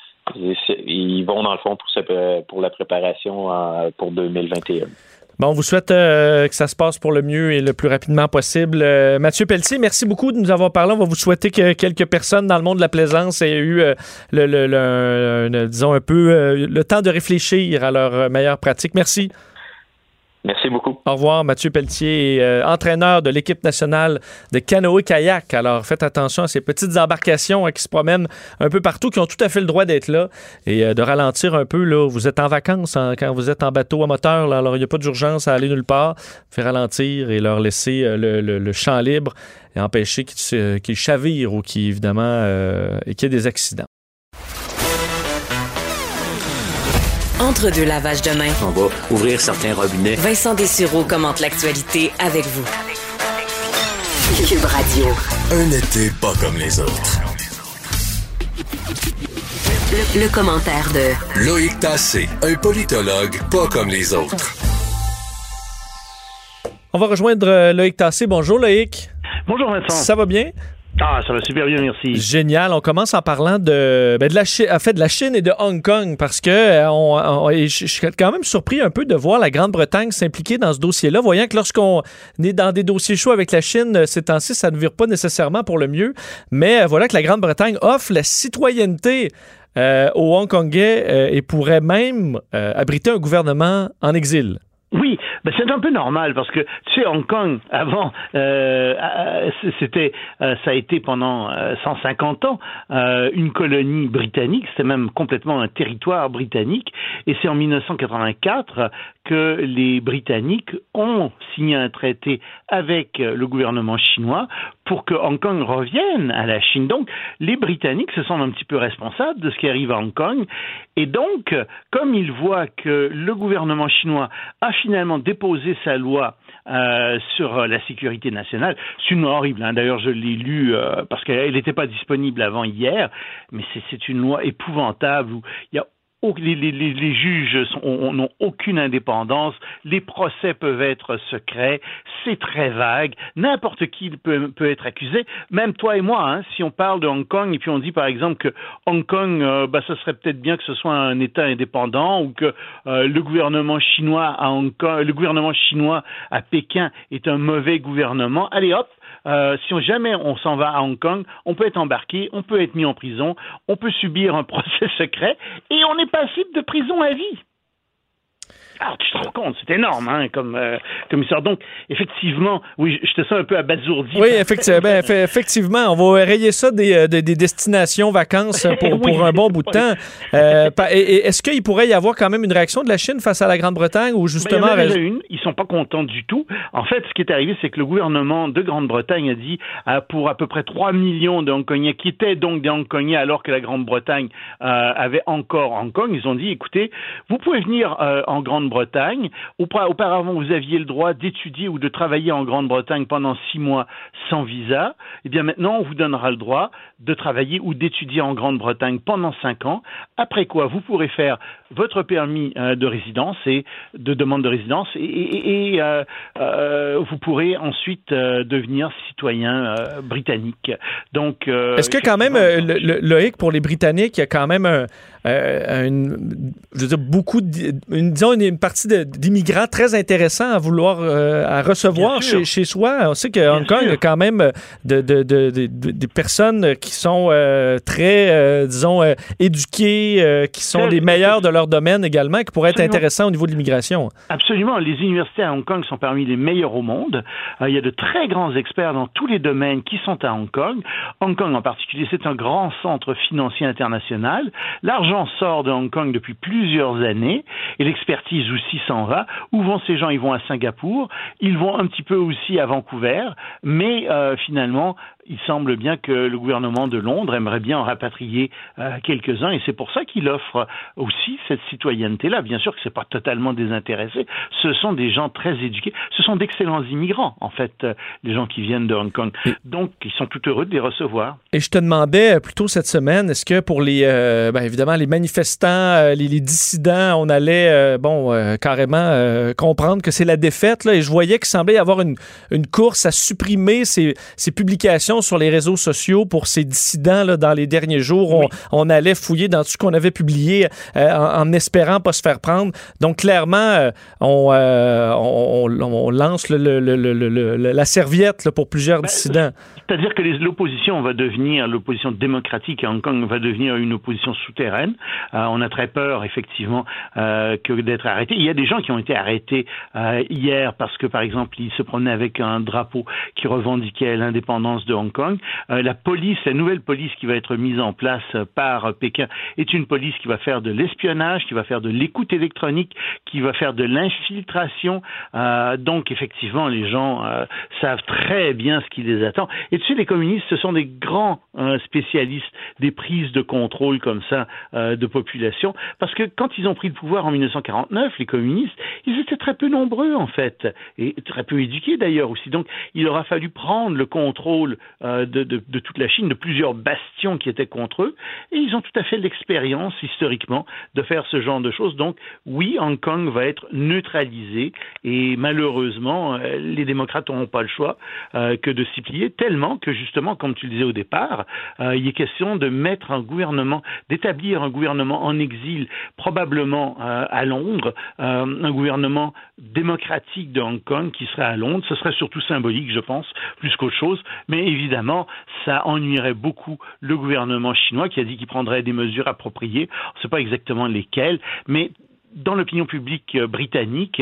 ils vont dans le fond pour, ce, pour la préparation en, pour deux mille vingt et un. Bon, on vous souhaite euh, que ça se passe pour le mieux et le plus rapidement possible. Euh, Mathieu Pelletier, merci beaucoup de nous avoir parlé. On va vous souhaiter que quelques personnes dans le monde de la plaisance aient eu euh, le, le, le, le, disons un peu euh, le temps de réfléchir à leurs meilleures pratiques. Merci. Merci beaucoup. Au revoir, Mathieu Pelletier, euh, entraîneur de l'équipe nationale de canoë-kayak. Alors, faites attention à ces petites embarcations hein, qui se promènent un peu partout, qui ont tout à fait le droit d'être là et euh, de ralentir un peu. Là, vous êtes en vacances hein, quand vous êtes en bateau à moteur, là, alors il n'y a pas d'urgence à aller nulle part. Faire ralentir et leur laisser euh, le, le, le champ libre et empêcher qu'ils, qu'ils chavirent ou qu'ils, évidemment, euh, et qu'il y ait des accidents. Entre deux lavages de main. On va ouvrir certains robinets. Vincent Dessureau commente l'actualité avec vous. Cube Radio. Un été pas comme les autres. Le, le commentaire de Loïc Tassé, un politologue pas comme les autres. On va rejoindre Loïc Tassé. Bonjour Loïc. Bonjour Vincent. Ça va bien? Ah, ça va super bien, merci. Génial. On commence en parlant de, ben de, la Chine, en fait, de la Chine et de Hong Kong parce que on, on, je suis quand même surpris un peu de voir la Grande-Bretagne s'impliquer dans ce dossier-là, voyant que lorsqu'on est dans des dossiers chauds avec la Chine, ces temps-ci, ça ne vire pas nécessairement pour le mieux. Mais voilà que la Grande-Bretagne offre la citoyenneté euh, aux Hongkongais euh, et pourrait même euh, abriter un gouvernement en exil. Oui, ben c'est un peu normal parce que tu sais Hong Kong avant euh, c'était euh, ça a été pendant euh, cent cinquante ans euh, une colonie britannique, c'était même complètement un territoire britannique et c'est en dix-neuf cent quatre-vingt-quatre que les Britanniques ont signé un traité avec le gouvernement chinois pour que Hong Kong revienne à la Chine. Donc les Britanniques se sentent un petit peu responsables de ce qui arrive à Hong Kong et donc comme ils voient que le gouvernement chinois a finalement déposé sa loi euh, sur la sécurité nationale. C'est une loi horrible, hein. D'ailleurs je l'ai lu euh, parce qu'elle n'était pas disponible avant hier, mais c'est, c'est une loi épouvantable où il y a Les, les, les juges sont, n'ont aucune indépendance, les procès peuvent être secrets, c'est très vague, n'importe qui peut, peut être accusé, même toi et moi, hein, si on parle de Hong Kong et puis on dit par exemple que Hong Kong, euh, bah, ce serait peut-être bien que ce soit un État indépendant ou que euh, le gouvernement chinois à Hong Kong, le gouvernement chinois à Pékin est un mauvais gouvernement, allez hop, Euh, si on, jamais on s'en va à Hong Kong, on peut être embarqué, on peut être mis en prison, on peut subir un procès secret et on est passible de prison à vie. Alors, tu te rends compte, c'est énorme, hein, comme, euh, comme histoire. Donc, effectivement, oui, je te sens un peu abasourdi. Oui, effectivement, ben, effectivement, on va rayer ça des, des, des destinations vacances pour, oui, pour un bon bout de temps. Euh, et, et est-ce qu'il pourrait y avoir quand même une réaction de la Chine face à la Grande-Bretagne ou justement... Ben, il y en a une, ils sont pas contents du tout. En fait, ce qui est arrivé, c'est que le gouvernement de Grande-Bretagne a dit euh, pour à peu près trois millions de Hongkongais qui étaient donc des Hongkongais alors que la Grande-Bretagne euh, avait encore Hong Kong, ils ont dit, écoutez, vous pouvez venir euh, en Grande-Bretagne. Auparavant, vous aviez le droit d'étudier ou de travailler en Grande-Bretagne pendant six mois sans visa. Eh bien, maintenant, on vous donnera le droit de travailler ou d'étudier en Grande-Bretagne pendant cinq ans. Après quoi, vous pourrez faire votre permis euh, de résidence et de demande de résidence et, et, et euh, euh, vous pourrez ensuite euh, devenir citoyen euh, britannique. Donc, euh, est-ce que quand même, euh, le, le, Loïc, pour les Britanniques, il y a quand même un, euh, une, je veux dire, beaucoup, de, une, disons, une, une partie de, d'immigrants très intéressants à vouloir, euh, à recevoir chez, chez soi. On sait qu'à Hong Kong, il y a quand même de, de, de, de, de, des personnes qui sont euh, très, euh, disons, euh, éduquées, euh, qui sont les meilleures de leur domaine également, qui pourraient Absolument. être intéressants au niveau de l'immigration. Absolument. Les universités à Hong Kong sont parmi les meilleures au monde. Euh, il y a de très grands experts dans tous les domaines qui sont à Hong Kong. Hong Kong en particulier, c'est un grand centre financier international. L'argent sort de Hong Kong depuis plusieurs années et l'expertise aussi s'en va. Où vont ces gens? Ils vont à Singapour, ils vont un petit peu aussi à Vancouver, mais euh, finalement, il semble bien que le gouvernement de Londres aimerait bien en rapatrier euh, quelques-uns et c'est pour ça qu'il offre aussi cette citoyenneté-là. Bien sûr que c'est pas totalement désintéressé. Ce sont des gens très éduqués. Ce sont d'excellents immigrants, en fait, euh, les gens qui viennent de Hong Kong. Donc, ils sont tout heureux de les recevoir. Et je te demandais plus tôt cette semaine, est-ce que pour les, euh, ben évidemment, les manifestants, euh, les, les dissidents, on allait, euh, bon, euh, carrément euh, comprendre que c'est la défaite, là, et je voyais qu'il semblait y avoir une, une course à supprimer ces, ces publications sur les réseaux sociaux pour ces dissidents là, dans les derniers jours. Oui. On, on allait fouiller dans tout ce qu'on avait publié euh, en, en espérant pas se faire prendre. Donc, clairement, euh, on, euh, on, on, on lance le, le, le, le, le, la serviette là, pour plusieurs ben, dissidents. C'est-à-dire que les, l'opposition va devenir, l'opposition démocratique à Hong Kong va devenir une opposition souterraine. Euh, on a très peur, effectivement, euh, que d'être arrêté. Il y a des gens qui ont été arrêtés euh, hier parce que, par exemple, ils se promenaient avec un drapeau qui revendiquait l'indépendance de Hong Kong. Euh, la police, la nouvelle police qui va être mise en place par Pékin est une police qui va faire de l'espionnage, qui va faire de l'écoute électronique, qui va faire de l'infiltration. Euh, donc, effectivement, les gens euh, savent très bien ce qui les attend. Et tu sais, les communistes, ce sont des grands euh, spécialistes des prises de contrôle comme ça euh, de population. Parce que quand ils ont pris le pouvoir en dix-neuf cent quarante-neuf, les communistes, ils étaient très peu nombreux, en fait, et très peu éduqués d'ailleurs aussi. Donc, il aura fallu prendre le contrôle euh, de, de, de toute la Chine, de plusieurs bastions qui étaient contre eux, et ils ont tout à fait l'expérience, historiquement, de faire ce genre de choses. Donc, oui, Hong Kong va être neutralisé, et malheureusement, euh, les démocrates n'auront pas le choix euh, que de s'y plier, tellement que, justement, comme tu le disais au départ, euh, il est question de mettre un gouvernement, d'établir un gouvernement en exil, probablement euh, à Londres, euh, un gouvernement démocratique de Hong Kong qui serait à Londres. Ce serait surtout symbolique, je pense, plus qu'autre chose, mais évidemment, ça ennuierait beaucoup le gouvernement chinois qui a dit qu'il prendrait des mesures appropriées. On ne sait pas exactement lesquelles, mais dans l'opinion publique britannique,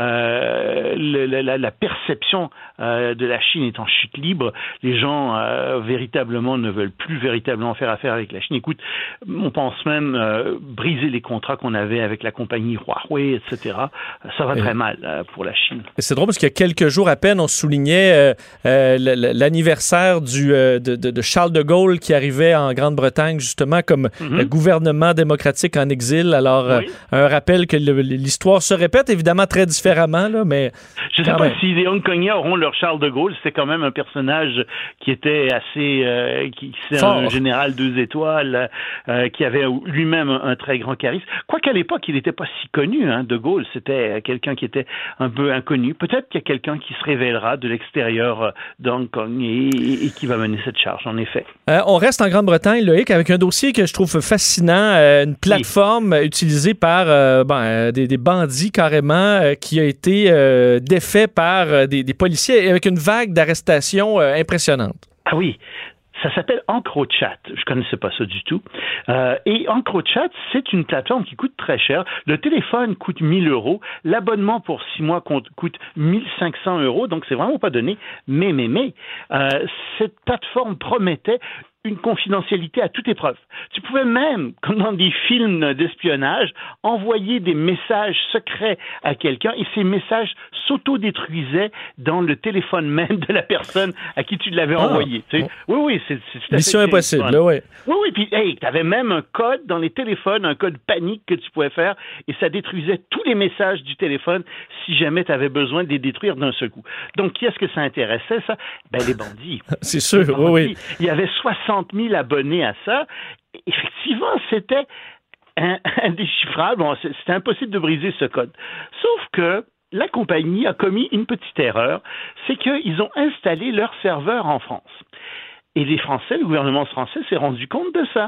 euh, le, la, la perception euh, de la Chine est en chute libre. Les gens euh, véritablement ne veulent plus véritablement faire affaire avec la Chine. Écoute, on pense même euh, briser les contrats qu'on avait avec la compagnie Huawei, et cetera. Ça va très mal euh, pour la Chine. C'est drôle parce qu'il y a quelques jours à peine, on soulignait euh, euh, l'anniversaire du, euh, de, de, de Charles de Gaulle qui arrivait en Grande-Bretagne justement comme mm-hmm. gouvernement démocratique en exil. Alors, oui. euh, un rappel que le, l'histoire se répète, évidemment très différemment, là, mais... Je ne sais pas même. si les Hongkongais auront leur Charles de Gaulle. C'est quand même un personnage qui était assez... Euh, qui, c'est Fort. un général deux étoiles, euh, qui avait lui-même un, un très grand charisme. Quoiqu'à l'époque, il n'était pas si connu, hein, de Gaulle. C'était quelqu'un qui était un peu inconnu. Peut-être qu'il y a quelqu'un qui se révélera de l'extérieur de Hong Kong et, et, et qui va mener cette charge, en effet. Euh, on reste en Grande-Bretagne, Loïc, avec un dossier que je trouve fascinant, euh, une plateforme oui. utilisée par euh, ben, euh, des, des bandits carrément, euh, qui a été euh, défait par euh, des, des policiers avec une vague d'arrestations euh, impressionnante. Ah oui. Ça s'appelle EncroChat. Je connaissais pas ça du tout. Euh, et EncroChat, c'est une plateforme qui coûte très cher. Le téléphone coûte mille euros. L'abonnement pour six mois coûte mille cinq cents euros. Donc, c'est vraiment pas donné. Mais, mais, mais, euh, cette plateforme promettait une confidentialité à toute épreuve. Tu pouvais même, comme dans des films d'espionnage, envoyer des messages secrets à quelqu'un et ces messages s'auto-détruisaient dans le téléphone même de la personne à qui tu l'avais ah, envoyé. Tu sais. bon. Oui, oui, c'est... c'est Mission impossible, là, oui. Oui, oui, puis hey, tu avais même un code dans les téléphones, un code panique que tu pouvais faire et ça détruisait tous les messages du téléphone si jamais tu avais besoin de les détruire d'un seul coup. Donc, qui est-ce que ça intéressait, ça? Ben, les bandits. C'est sûr, les bandits. oui, oui. Il y avait soixante mille abonnés à ça. Effectivement, c'était un, indéchiffrable. Bon, c'était impossible de briser ce code. Sauf que la compagnie a commis une petite erreur, c'est qu'ils ont installé leur serveur en France. Et les Français, le gouvernement français s'est rendu compte de ça.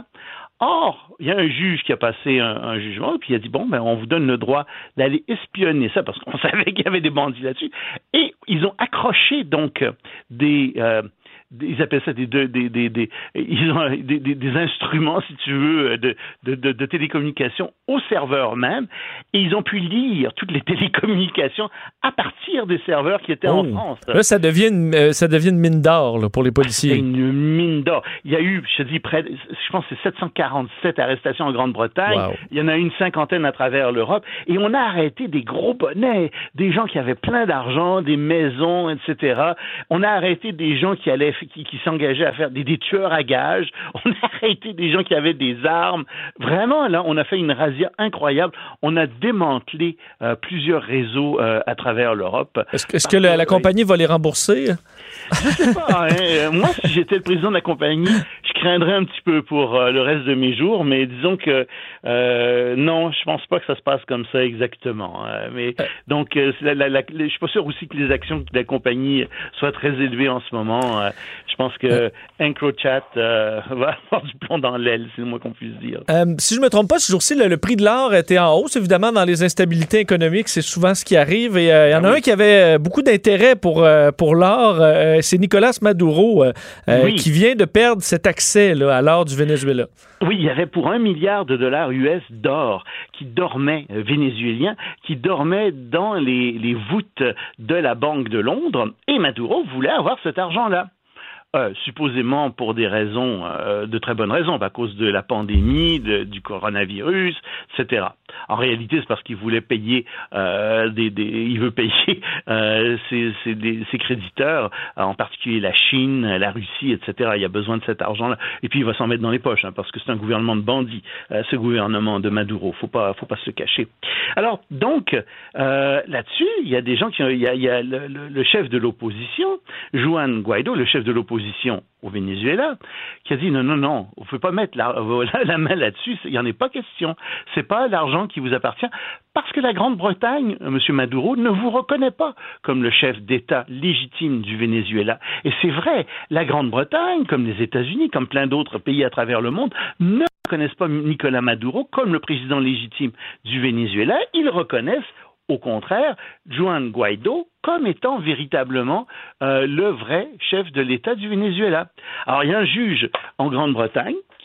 Or, il y a un juge qui a passé un, un jugement et puis il a dit, bon, ben, on vous donne le droit d'aller espionner ça parce qu'on savait qu'il y avait des bandits là-dessus. Et ils ont accroché donc des... Euh, ils appellent ça des, des, des, des, des ils ont des, des, des instruments, si tu veux, de, de, de, de télécommunication au serveur même, et ils ont pu lire toutes les télécommunications à partir des serveurs qui étaient oh. en France. Là, ça devient une, euh, ça devient une mine d'or là, pour les policiers. C'est une mine d'or. Il y a eu, je te dis, près, je pense que c'est sept cent quarante-sept arrestations en Grande-Bretagne. Wow. Il y en a une cinquantaine à travers l'Europe, et on a arrêté des gros bonnets, des gens qui avaient plein d'argent, des maisons, et cetera. On a arrêté des gens qui allaient Qui, qui s'engageaient à faire des, des tueurs à gages. On a arrêté des gens qui avaient des armes. Vraiment, là, on a fait une razzia incroyable. On a démantelé euh, plusieurs réseaux euh, à travers l'Europe. Est-ce, est-ce que la, la compagnie va les rembourser? Je sais pas. Hein. Moi, si j'étais le président de la compagnie, je craindrais un petit peu pour euh, le reste de mes jours, mais disons que euh, non, je pense pas que ça se passe comme ça exactement. Hein. Mais donc, euh, la, la, la, je suis pas sûr aussi que les actions de la compagnie soient très élevées en ce moment. Euh, Je pense que EncroChat euh, va avoir du plomb dans l'aile, c'est le moins qu'on puisse dire. Euh, si je ne me trompe pas, ce jour-ci, le, le prix de l'or était en hausse. Évidemment, dans les instabilités économiques, c'est souvent ce qui arrive. Et il euh, y en a ah oui. un qui avait beaucoup d'intérêt pour, euh, pour l'or. Euh, c'est Nicolas Maduro, euh, oui. qui vient de perdre cet accès là, à l'or du Venezuela. Oui, il y avait pour un milliard de dollars U S d'or qui dormait, euh, vénézuélien, qui dormait dans les, les voûtes de la Banque de Londres. Et Maduro voulait avoir cet argent-là. Euh, supposément pour des raisons, euh, de très bonnes raisons, à cause de la pandémie, de, du coronavirus, et cetera. En réalité, c'est parce qu'il voulait payer, euh, des, des, il veut payer euh, ses, ses, des, ses créditeurs, en particulier la Chine, la Russie, et cetera. Il a besoin de cet argent-là. Et puis il va s'en mettre dans les poches, hein, parce que c'est un gouvernement de bandits, euh, ce gouvernement de Maduro. Faut pas, faut pas se cacher. Alors donc euh, là-dessus, il y a des gens qui, ont, il y a, il y a le, le, le chef de l'opposition, Juan Guaido, le chef de l'opposition au Venezuela, qui a dit non, non, non, vous ne pouvez pas mettre la, la, la main là-dessus, il n'y en est pas question. Ce n'est pas l'argent qui vous appartient, parce que la Grande-Bretagne, M. Maduro, ne vous reconnaît pas comme le chef d'État légitime du Venezuela. Et c'est vrai, la Grande-Bretagne, comme les États-Unis, comme plein d'autres pays à travers le monde, ne reconnaissent pas Nicolas Maduro comme le président légitime du Venezuela. Ils reconnaissent au contraire, Juan Guaido comme étant véritablement euh, le vrai chef de l'État du Venezuela. Alors, il y a un juge en Grande-Bretagne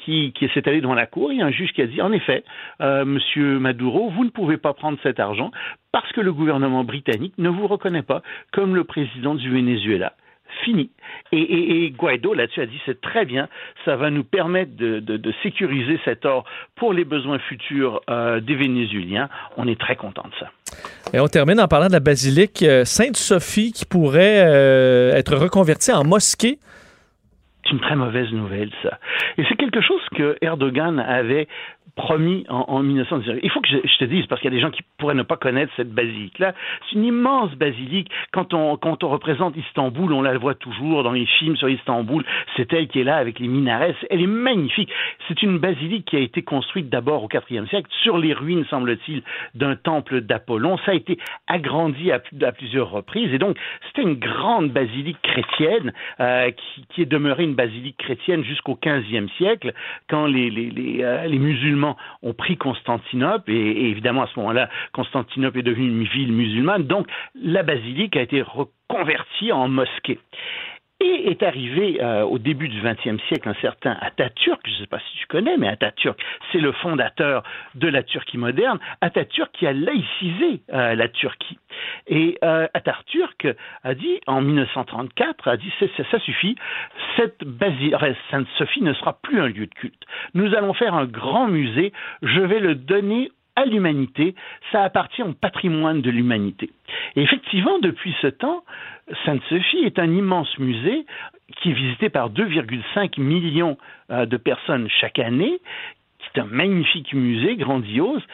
qui, qui s'est allé devant la cour. Il y a un juge qui a dit, en effet, euh, Monsieur Maduro, vous ne pouvez pas prendre cet argent parce que le gouvernement britannique ne vous reconnaît pas comme le président du Venezuela. Fini. Et, et, et Guaido, là-dessus, a dit, c'est très bien, ça va nous permettre de, de, de sécuriser cet or pour les besoins futurs euh, des Vénézuéliens. On est très content de ça. Et on termine en parlant de la basilique Sainte-Sophie qui pourrait euh, être reconvertie en mosquée. C'est une très mauvaise nouvelle, ça. Et c'est quelque chose que Erdogan avait promis en, en mille neuf cent dix-neuf. Il faut que je, je te dise, parce qu'il y a des gens qui pourraient ne pas connaître cette basilique-là. C'est une immense basilique. Quand on, quand on représente Istanbul, on la voit toujours dans les films sur Istanbul. C'est elle qui est là avec les minarets. Elle est magnifique. C'est une basilique qui a été construite d'abord au quatrième siècle sur les ruines, semble-t-il, d'un temple d'Apollon. Ça a été agrandi à, à plusieurs reprises. Et donc, c'était une grande basilique chrétienne euh, qui, qui est demeurée une basilique chrétienne jusqu'au quinzième siècle, quand les, les, les, euh, les musulmans ont pris Constantinople, et, et évidemment à ce moment-là, Constantinople est devenue une ville musulmane, donc la basilique a été reconvertie en mosquée. Et est arrivé euh, au début du vingtième siècle un certain Atatürk, je ne sais pas si tu connais, mais Atatürk, c'est le fondateur de la Turquie moderne, Atatürk qui a laïcisé euh, la Turquie. Et euh, Atatürk a dit, en mille neuf cent trente-quatre, a dit, c'est, c'est, ça suffit, cette basilique, enfin, Sainte-Sophie ne sera plus un lieu de culte. Nous allons faire un grand musée, je vais le donner à l'humanité, ça appartient au patrimoine de l'humanité. Et effectivement, depuis ce temps, Sainte-Sophie est un immense musée qui est visité par deux virgule cinq millions euh, de personnes chaque année. C'est un magnifique musée, grandiose.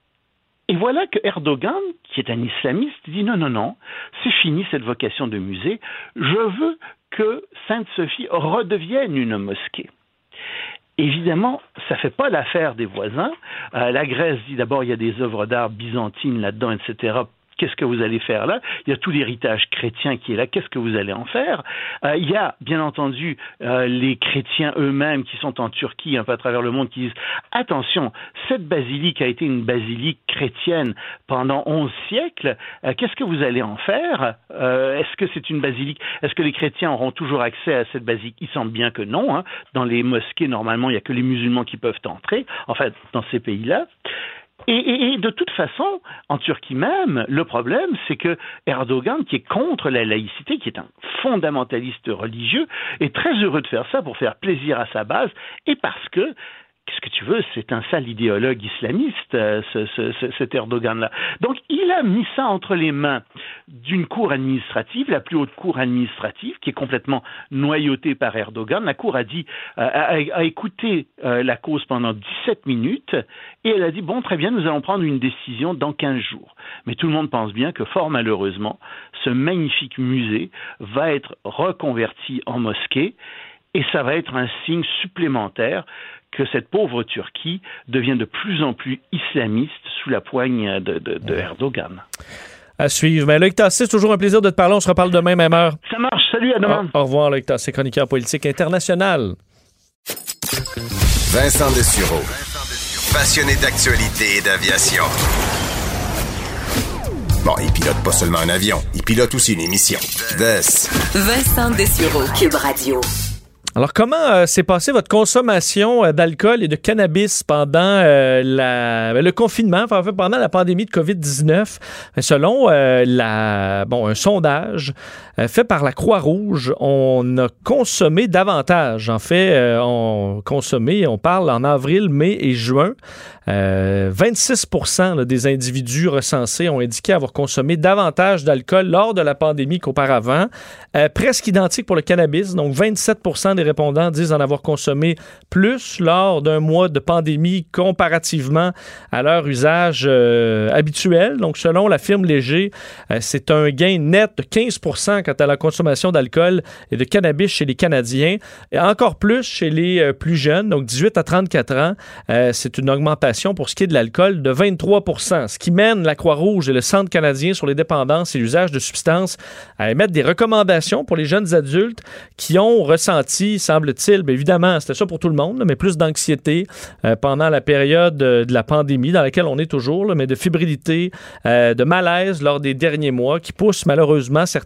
Et voilà que Erdogan, qui est un islamiste, dit non, non, non, c'est fini cette vocation de musée. Je veux que Sainte-Sophie redevienne une mosquée. Évidemment, ça ne fait pas l'affaire des voisins. Euh, la Grèce dit d'abord, il y a des œuvres d'art byzantines là-dedans, et cetera. Qu'est-ce que vous allez faire là? Il y a tout l'héritage chrétien qui est là. Qu'est-ce que vous allez en faire? euh, Il y a, bien entendu, euh, les chrétiens eux-mêmes qui sont en Turquie, un peu à travers le monde, qui disent « Attention, cette basilique a été une basilique chrétienne pendant onze siècles. Euh, qu'est-ce que vous allez en faire? euh, Est-ce que c'est une basilique? Est-ce que les chrétiens auront toujours accès à cette basilique? Il semble bien que non. Hein. Dans les mosquées, normalement, il n'y a que les musulmans qui peuvent entrer, enfin, dans ces pays-là. Et, et, et de toute façon, en Turquie même, le problème, c'est que Erdogan, qui est contre la laïcité, qui est un fondamentaliste religieux, est très heureux de faire ça pour faire plaisir à sa base, et parce que, qu'est-ce que tu veux, c'est un sale idéologue islamiste, euh, ce, ce, ce, cet Erdogan-là. Donc, il a mis ça entre les mains d'une cour administrative, la plus haute cour administrative, qui est complètement noyautée par Erdogan. La cour a dit, euh, a, a écouté euh, la cause pendant dix-sept minutes, et elle a dit, bon, très bien, nous allons prendre une décision dans quinze jours. Mais tout le monde pense bien que, fort malheureusement, ce magnifique musée va être reconverti en mosquée, et ça va être un signe supplémentaire que cette pauvre Turquie devient de plus en plus islamiste sous la poigne de, de, de Erdogan. À suivre. Mais Loïc Tassé, c'est toujours un plaisir de te parler. On se reparle demain, même heure. Ça marche. Salut, à demain. Au, au revoir, Loïc Tassé, chroniqueur politique international. Vincent Dessureau. Passionné d'actualité et d'aviation. Bon, il pilote pas seulement un avion, il pilote aussi une émission. Des. Vincent Dessureau, Cube Radio. Alors, comment euh, s'est passée votre consommation euh, d'alcool et de cannabis pendant euh, la, ben, le confinement, enfin, en fait, pendant la pandémie de covid dix-neuf? Selon euh, la, bon, un sondage euh, fait par la Croix-Rouge, on a consommé davantage. En fait, euh, on consommé, on parle en avril, mai et juin. Euh, vingt-six pour cent là, des individus recensés ont indiqué avoir consommé davantage d'alcool lors de la pandémie qu'auparavant. Euh, presque identique pour le cannabis, donc vingt-sept pour cent des répondants disent en avoir consommé plus lors d'un mois de pandémie comparativement à leur usage euh, habituel. Donc, selon la firme Léger, euh, c'est un gain net de quinze pour cent quant à la consommation d'alcool et de cannabis chez les Canadiens, et encore plus chez les euh, plus jeunes, donc dix-huit à trente-quatre ans. Euh, c'est une augmentation pour ce qui est de l'alcool de vingt-trois pour cent, ce qui mène la Croix-Rouge et le Centre canadien sur les dépendances et l'usage de substances à émettre des recommandations pour les jeunes adultes qui ont ressenti, semble-t-il, bien évidemment, c'était ça pour tout le monde, mais plus d'anxiété euh, pendant la période euh, de la pandémie dans laquelle on est toujours, là, mais de fébrilité, euh, de malaise lors des derniers mois qui poussent malheureusement certaines personnes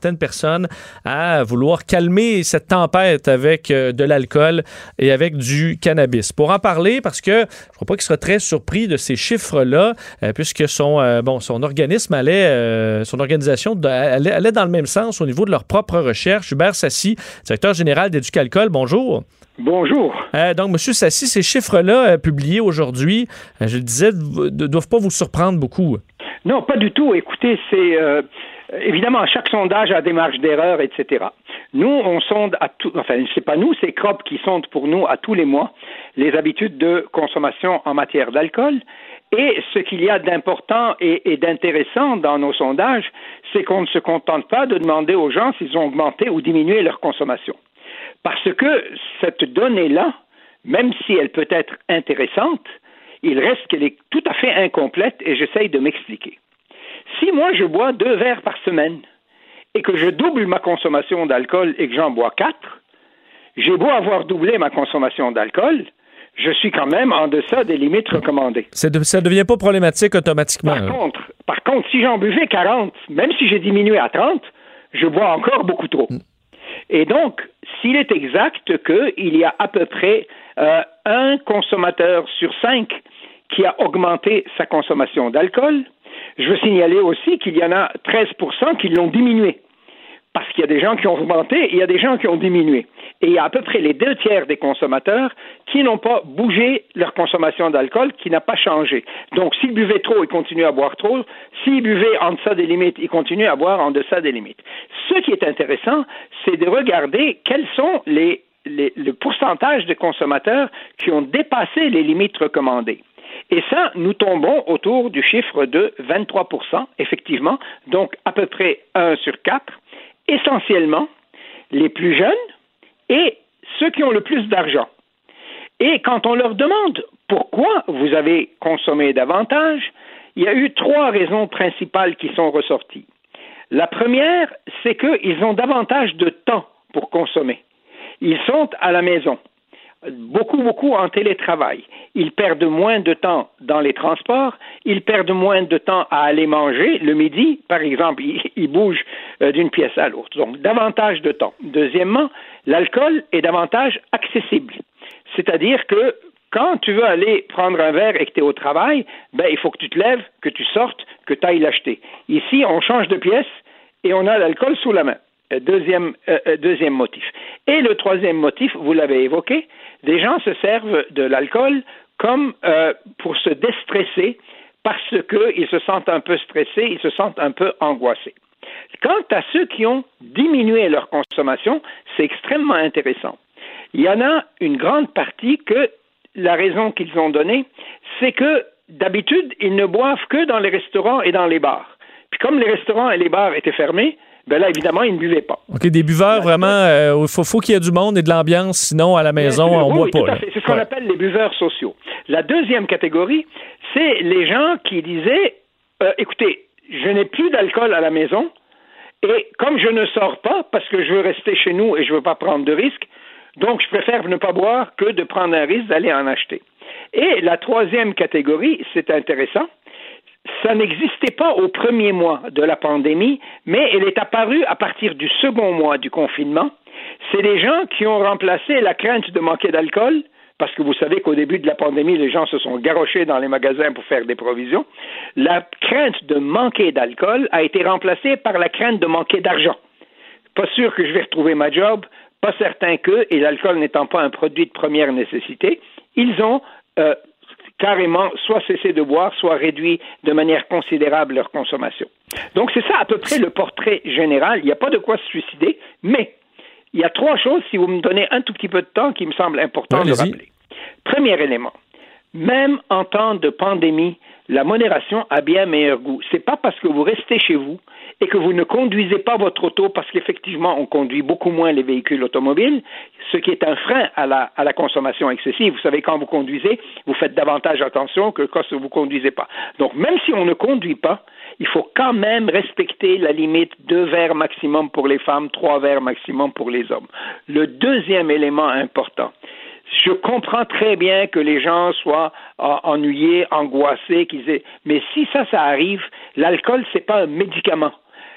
personnes à vouloir calmer cette tempête avec euh, de l'alcool et avec du cannabis. Pour en parler, parce que je ne crois pas qu'il sera très surpris de ces chiffres-là, euh, puisque son, euh, bon, son organisme allait, euh, son organisation de, allait, allait dans le même sens au niveau de leur propre recherche. Hubert Sassi, directeur général d'Éducalcool, bonjour. Bonjour. Euh, donc, M. Sassi, ces chiffres-là euh, publiés aujourd'hui, euh, je le disais, ne doivent pas vous surprendre beaucoup. Non, pas du tout. Écoutez, c'est euh, évidemment, chaque sondage a des marges d'erreur, et cetera. Nous, on sonde à tout, enfin, c'est pas nous, c'est Crop qui sonde pour nous à tous les mois les habitudes de consommation en matière d'alcool. Et ce qu'il y a d'important et, et d'intéressant dans nos sondages, c'est qu'on ne se contente pas de demander aux gens s'ils ont augmenté ou diminué leur consommation. Parce que cette donnée-là, même si elle peut être intéressante, il reste qu'elle est tout à fait incomplète et j'essaye de m'expliquer. Si moi je bois deux verres par semaine et que je double ma consommation d'alcool et que j'en bois quatre, j'ai beau avoir doublé ma consommation d'alcool, je suis quand même en deçà des limites recommandées. C'est de, ça ne devient pas problématique automatiquement. Par contre, par contre, si j'en buvais quarante, même si j'ai diminué à trente, je bois encore beaucoup trop. Mm. Et donc, s'il est exact qu'il y a à peu près euh, un consommateur sur cinq qui a augmenté sa consommation d'alcool, je veux signaler aussi qu'il y en a treize pour cent qui l'ont diminué. Parce qu'il y a des gens qui ont augmenté et il y a des gens qui ont diminué. Et il y a à peu près les deux tiers des consommateurs qui n'ont pas bougé leur consommation d'alcool, qui n'a pas changé. Donc, s'ils buvaient trop, ils continuent à boire trop. S'ils buvaient en deçà des limites, ils continuent à boire en deçà des limites. Ce qui est intéressant, c'est de regarder quels sont les, les, le pourcentage de consommateurs qui ont dépassé les limites recommandées. Et ça, nous tombons autour du chiffre de vingt-trois pour cent, effectivement, donc à peu près un sur quatre, essentiellement les plus jeunes et ceux qui ont le plus d'argent. Et quand on leur demande pourquoi vous avez consommé davantage, il y a eu trois raisons principales qui sont ressorties. La première, c'est qu'ils ont davantage de temps pour consommer. Ils sont à la maison, beaucoup, beaucoup en télétravail. Ils perdent moins de temps dans les transports, ils perdent moins de temps à aller manger. Le midi, par exemple, ils, ils bougent euh, d'une pièce à l'autre. Donc, davantage de temps. Deuxièmement, l'alcool est davantage accessible. C'est-à-dire que quand tu veux aller prendre un verre et que tu es au travail, ben, il faut que tu te lèves, que tu sortes, que tu ailles l'acheter. Ici, on change de pièce et on a l'alcool sous la main. Deuxième, euh, deuxième motif. Et le troisième motif, vous l'avez évoqué, des gens se servent de l'alcool comme euh, pour se déstresser parce qu'ils se sentent un peu stressés, ils se sentent un peu angoissés. Quant à ceux qui ont diminué leur consommation, c'est extrêmement intéressant. Il y en a une grande partie que la raison qu'ils ont donnée, c'est que d'habitude, ils ne boivent que dans les restaurants et dans les bars. Puis comme les restaurants et les bars étaient fermés, ben là, évidemment, ils ne buvaient pas. OK, des buveurs, vraiment, il euh, faut, faut qu'il y ait du monde et de l'ambiance, sinon, à la maison, on ne boit pas. Oui, tout à fait. C'est ce qu'on ouais. appelle les buveurs sociaux. La deuxième catégorie, c'est les gens qui disaient, euh, écoutez, je n'ai plus d'alcool à la maison, et comme je ne sors pas, parce que je veux rester chez nous et je ne veux pas prendre de risques, donc je préfère ne pas boire que de prendre un risque d'aller en acheter. Et la troisième catégorie, c'est intéressant, ça n'existait pas au premier mois de la pandémie, mais elle est apparue à partir du second mois du confinement. C'est les gens qui ont remplacé la crainte de manquer d'alcool, parce que vous savez qu'au début de la pandémie, les gens se sont garrochés dans les magasins pour faire des provisions. La crainte de manquer d'alcool a été remplacée par la crainte de manquer d'argent. Pas sûr que je vais retrouver ma job, pas certain que, et l'alcool n'étant pas un produit de première nécessité, ils ont euh, carrément soit cessé de boire, soit réduit de manière considérable leur consommation. Donc c'est ça à peu près le portrait général. Il n'y a pas de quoi se suicider, mais il y a trois choses, si vous me donnez un tout petit peu de temps, qui me semblent importantes de rappeler. Premier élément, même en temps de pandémie, la modération a bien meilleur goût. C'est pas parce que vous restez chez vous et que vous ne conduisez pas votre auto, parce qu'effectivement, on conduit beaucoup moins les véhicules automobiles, ce qui est un frein à la, à la consommation excessive. Vous savez, quand vous conduisez, vous faites davantage attention que quand vous ne conduisez pas. Donc, même si on ne conduit pas, il faut quand même respecter la limite deux verres maximum pour les femmes, trois verres maximum pour les hommes. Le deuxième élément important, je comprends très bien que les gens soient euh, ennuyés, angoissés, qu'ils aient... mais si ça, ça arrive, l'alcool, c'est pas un médicament.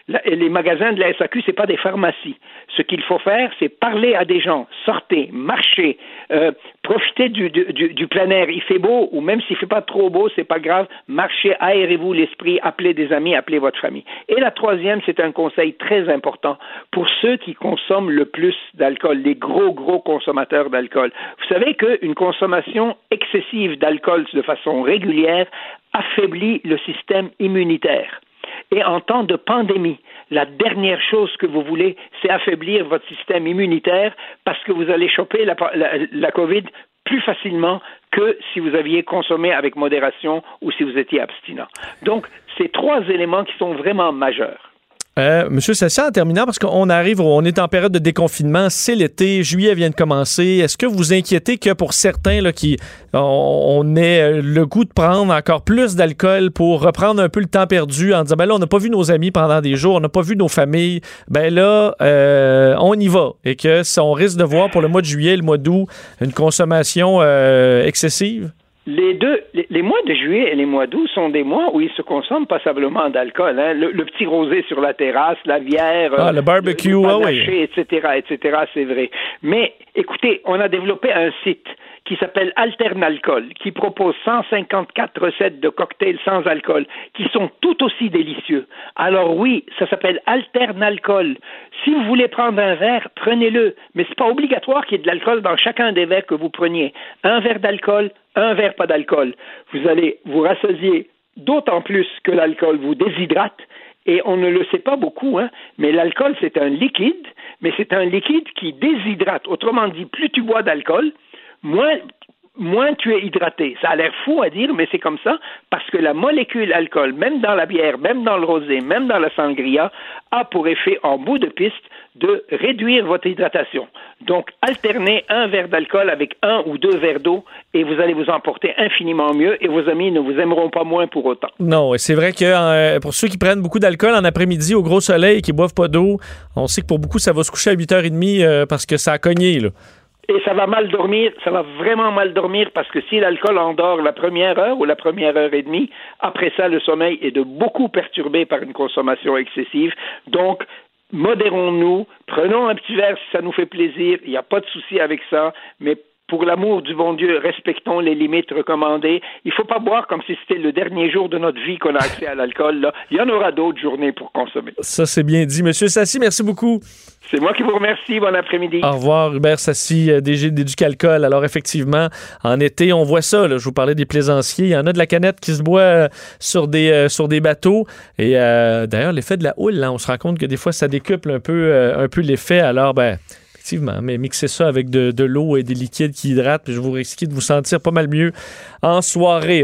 La, les magasins de la S A Q, c'est pas des pharmacies. Ce qu'il faut faire, c'est parler à des gens, sortez, marchez, euh, profitez du, du, du, du plein air. Il fait beau, ou même s'il fait pas trop beau, c'est pas grave. Marchez, aérez-vous l'esprit, appelez des amis, appelez votre famille. Et la troisième, c'est un conseil très important pour ceux qui consomment le plus d'alcool, les gros, gros consommateurs d'alcool. Vous savez qu'une consommation excessive d'alcool de façon régulière affaiblit le système immunitaire. Et en temps de pandémie, la dernière chose que vous voulez, c'est affaiblir votre système immunitaire parce que vous allez choper la, la, la COVID plus facilement que si vous aviez consommé avec modération ou si vous étiez abstinent. Donc, c'est trois éléments qui sont vraiment majeurs. Euh, Monsieur Sassia, en terminant, parce qu'on arrive, on est en période de déconfinement, c'est l'été, juillet vient de commencer. Est-ce que vous vous inquiétez que pour certains là, qui on, on ait le goût de prendre encore plus d'alcool pour reprendre un peu le temps perdu en disant ben là, on n'a pas vu nos amis pendant des jours, on n'a pas vu nos familles, ben là, euh, on y va. Et que ça, on risque de voir pour le mois de juillet, le mois d'août, une consommation euh, excessive? Les deux, les, les mois de juillet et les mois d'août sont des mois où il se consomme passablement d'alcool. Hein. Le, le petit rosé sur la terrasse, la bière, ah, le barbecue, le, le panaché, ah oui. et cetera, et cetera, c'est vrai. Mais écoutez, on a développé un site qui s'appelle Alternalcool, qui propose cent cinquante-quatre recettes de cocktails sans alcool, qui sont tout aussi délicieux. Alors oui, ça s'appelle Alternalcool. Si vous voulez prendre un verre, prenez-le. Mais c'est pas obligatoire qu'il y ait de l'alcool dans chacun des verres que vous preniez. Un verre d'alcool, un verre pas d'alcool. Vous allez vous rassasier d'autant plus que l'alcool vous déshydrate. Et on ne le sait pas beaucoup, hein, mais l'alcool, c'est un liquide, mais c'est un liquide qui déshydrate. Autrement dit, plus tu bois d'alcool, moins, moins tu es hydraté. Ça a l'air fou à dire, mais c'est comme ça, parce que la molécule alcool, même dans la bière, même dans le rosé, même dans la sangria, a pour effet, en bout de piste, de réduire votre hydratation. Donc, alternez un verre d'alcool avec un ou deux verres d'eau et vous allez vous emporter infiniment mieux et vos amis ne vous aimeront pas moins pour autant. Non, et c'est vrai que euh, pour ceux qui prennent beaucoup d'alcool en après-midi au gros soleil et qui boivent pas d'eau, on sait que pour beaucoup, ça va se coucher à huit heures trente euh, parce que ça a cogné, là. Et ça va mal dormir, ça va vraiment mal dormir parce que si l'alcool endort la première heure ou la première heure et demie, après ça, le sommeil est de beaucoup perturbé par une consommation excessive. Donc, modérons-nous, prenons un petit verre si ça nous fait plaisir, il n'y a pas de souci avec ça, mais pour l'amour du bon Dieu, respectons les limites recommandées. Il ne faut pas boire comme si c'était le dernier jour de notre vie qu'on a accès à l'alcool. Là. Il y en aura d'autres journées pour consommer. Ça, c'est bien dit. Monsieur Sassi, merci beaucoup. C'est moi qui vous remercie. Bon après-midi. Au revoir, Hubert Sassi, D G d'Éducalcool. Alors, effectivement, en été, on voit ça. Là. Je vous parlais des plaisanciers. Il y en a de la canette qui se boit euh, sur, des, euh, sur des bateaux. Et euh, d'ailleurs, l'effet de la houle, là, on se rend compte que des fois, ça décuple un peu, euh, un peu l'effet. Alors, ben... effectivement, mais mixez ça avec de, de l'eau et des liquides qui hydratent, puis je vous risque de vous sentir pas mal mieux en soirée.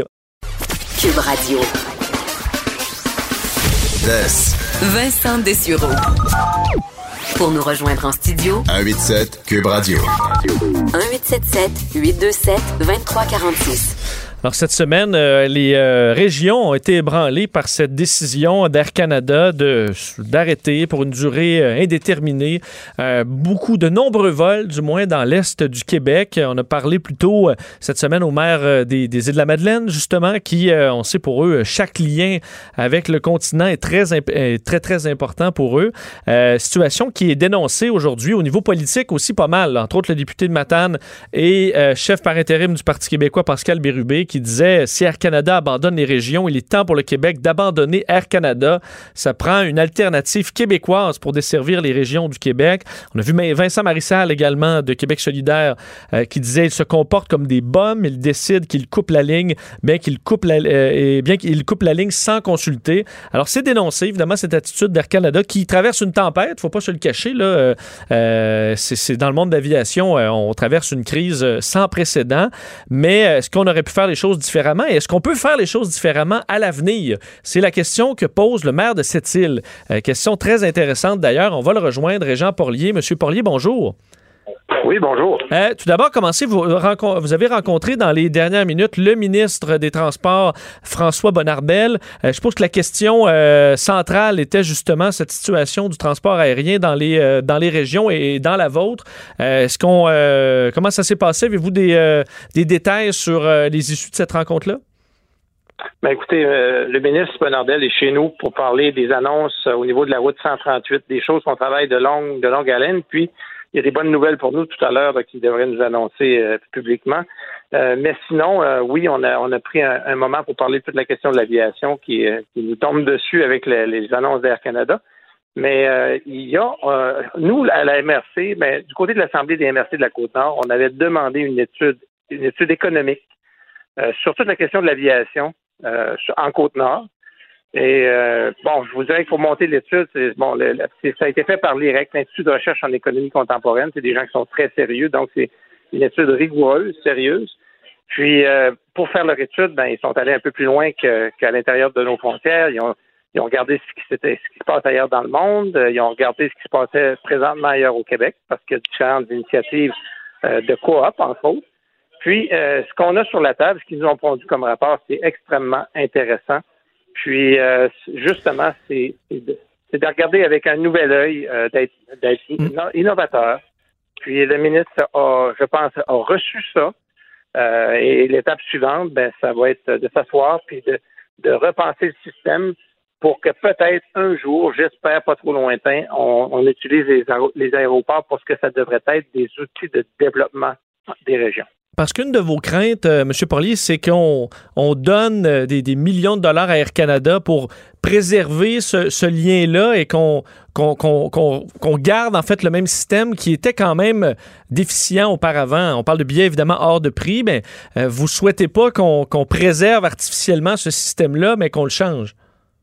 Cube Radio. Vincent Dessureau. Pour nous rejoindre en studio, un huit sept Cube Radio. un huit sept sept huit deux sept deux trois quatre six. Alors, cette semaine, euh, les euh, régions ont été ébranlées par cette décision d'Air Canada de, d'arrêter pour une durée euh, indéterminée euh, beaucoup de nombreux vols, du moins dans l'est du Québec. On a parlé plus tôt euh, cette semaine aux maires euh, des, des Îles-de-la-Madeleine, justement, qui, euh, on sait pour eux, chaque lien avec le continent est très, imp- est très, très important pour eux. Euh, situation qui est dénoncée aujourd'hui au niveau politique aussi pas mal. Entre autres, le député de Matane et euh, chef par intérim du Parti québécois, Pascal Bérubé, qui disait si Air Canada abandonne les régions, il est temps pour le Québec d'abandonner Air Canada. Ça prend une alternative québécoise pour desservir les régions du Québec. On a vu Vincent Marissal également de Québec solidaire euh, qui disait il se comporte comme des bums, il décide qu'il coupe la ligne, bien qu'il coupe la, euh, et bien qu'il coupe la ligne sans consulter. Alors c'est dénoncé évidemment cette attitude d'Air Canada qui traverse une tempête, faut pas se le cacher là. Euh, euh, c'est, c'est dans le monde de l'aviation, euh, on traverse une crise sans précédent. Mais est-ce qu'on aurait pu faire les choses différemment? Et est-ce qu'on peut faire les choses différemment à l'avenir? C'est la question que pose le maire de Sept-Îles. Euh, question très intéressante d'ailleurs. On va le rejoindre, Régent Porlier. Monsieur Porlier, bonjour. Oui, bonjour. Euh, tout d'abord, commencez, vous, rencon- vous avez rencontré dans les dernières minutes le ministre des Transports, François Bonnardel. Euh, je pense que la question euh, centrale était justement cette situation du transport aérien dans les, euh, dans les régions et dans la vôtre. Euh, est-ce qu'on, euh, comment ça s'est passé? Avez-vous des, euh, des détails sur euh, les issues de cette rencontre-là? Ben écoutez, euh, le ministre Bonnardel est chez nous pour parler des annonces euh, au niveau de la route cent trente-huit, des choses qu'on travaille de longue, de longue haleine. Puis, il y a des bonnes nouvelles pour nous tout à l'heure là, qu'il devrait nous annoncer euh, publiquement. Euh, mais sinon, euh, oui, on a on a pris un, un moment pour parler de toute la question de l'aviation qui, euh, qui nous tombe dessus avec les, les annonces d'Air Canada. Mais euh, il y a, euh, nous, à la M R C, ben, du côté de l'Assemblée des M R C de la Côte-Nord, on avait demandé une étude, une étude économique euh, sur toute la question de l'aviation euh, en Côte-Nord. Et euh, bon, je vous dirais qu'il faut monter l'étude. C'est, bon, le, c'est, ça a été fait par l'I R E C, l'Institut de recherche en économie contemporaine. C'est des gens qui sont très sérieux, donc c'est une étude rigoureuse, sérieuse. Puis, euh, pour faire leur étude, ben, ils sont allés un peu plus loin que, qu'à l'intérieur de nos frontières. Ils ont Ils ont regardé ce qui, s'était, ce qui se passe ailleurs dans le monde. Ils ont regardé ce qui se passait présentement ailleurs au Québec, parce qu'il y a différentes initiatives euh, de coop, entre autres. Puis, euh, ce qu'on a sur la table, ce qu'ils nous ont produit comme rapport, c'est extrêmement intéressant. Puis, euh, justement, c'est, c'est, de, c'est de regarder avec un nouvel œil, euh, d'être, d'être innovateur. Puis, le ministre a, je pense, a reçu ça. Euh, et l'étape suivante, ben, ça va être de s'asseoir puis de, de repenser le système pour que peut-être un jour, j'espère pas trop lointain, on, on utilise les, aéro- les aéroports pour ce que ça devrait être des outils de développement des régions. Parce qu'une de vos craintes, euh, M. Porlier, c'est qu'on on donne euh, des, des millions de dollars à Air Canada pour préserver ce, ce lien-là et qu'on, qu'on, qu'on, qu'on, qu'on garde en fait le même système qui était quand même déficient auparavant. On parle de billets évidemment hors de prix, mais euh, vous souhaitez pas qu'on, qu'on préserve artificiellement ce système-là, mais qu'on le change?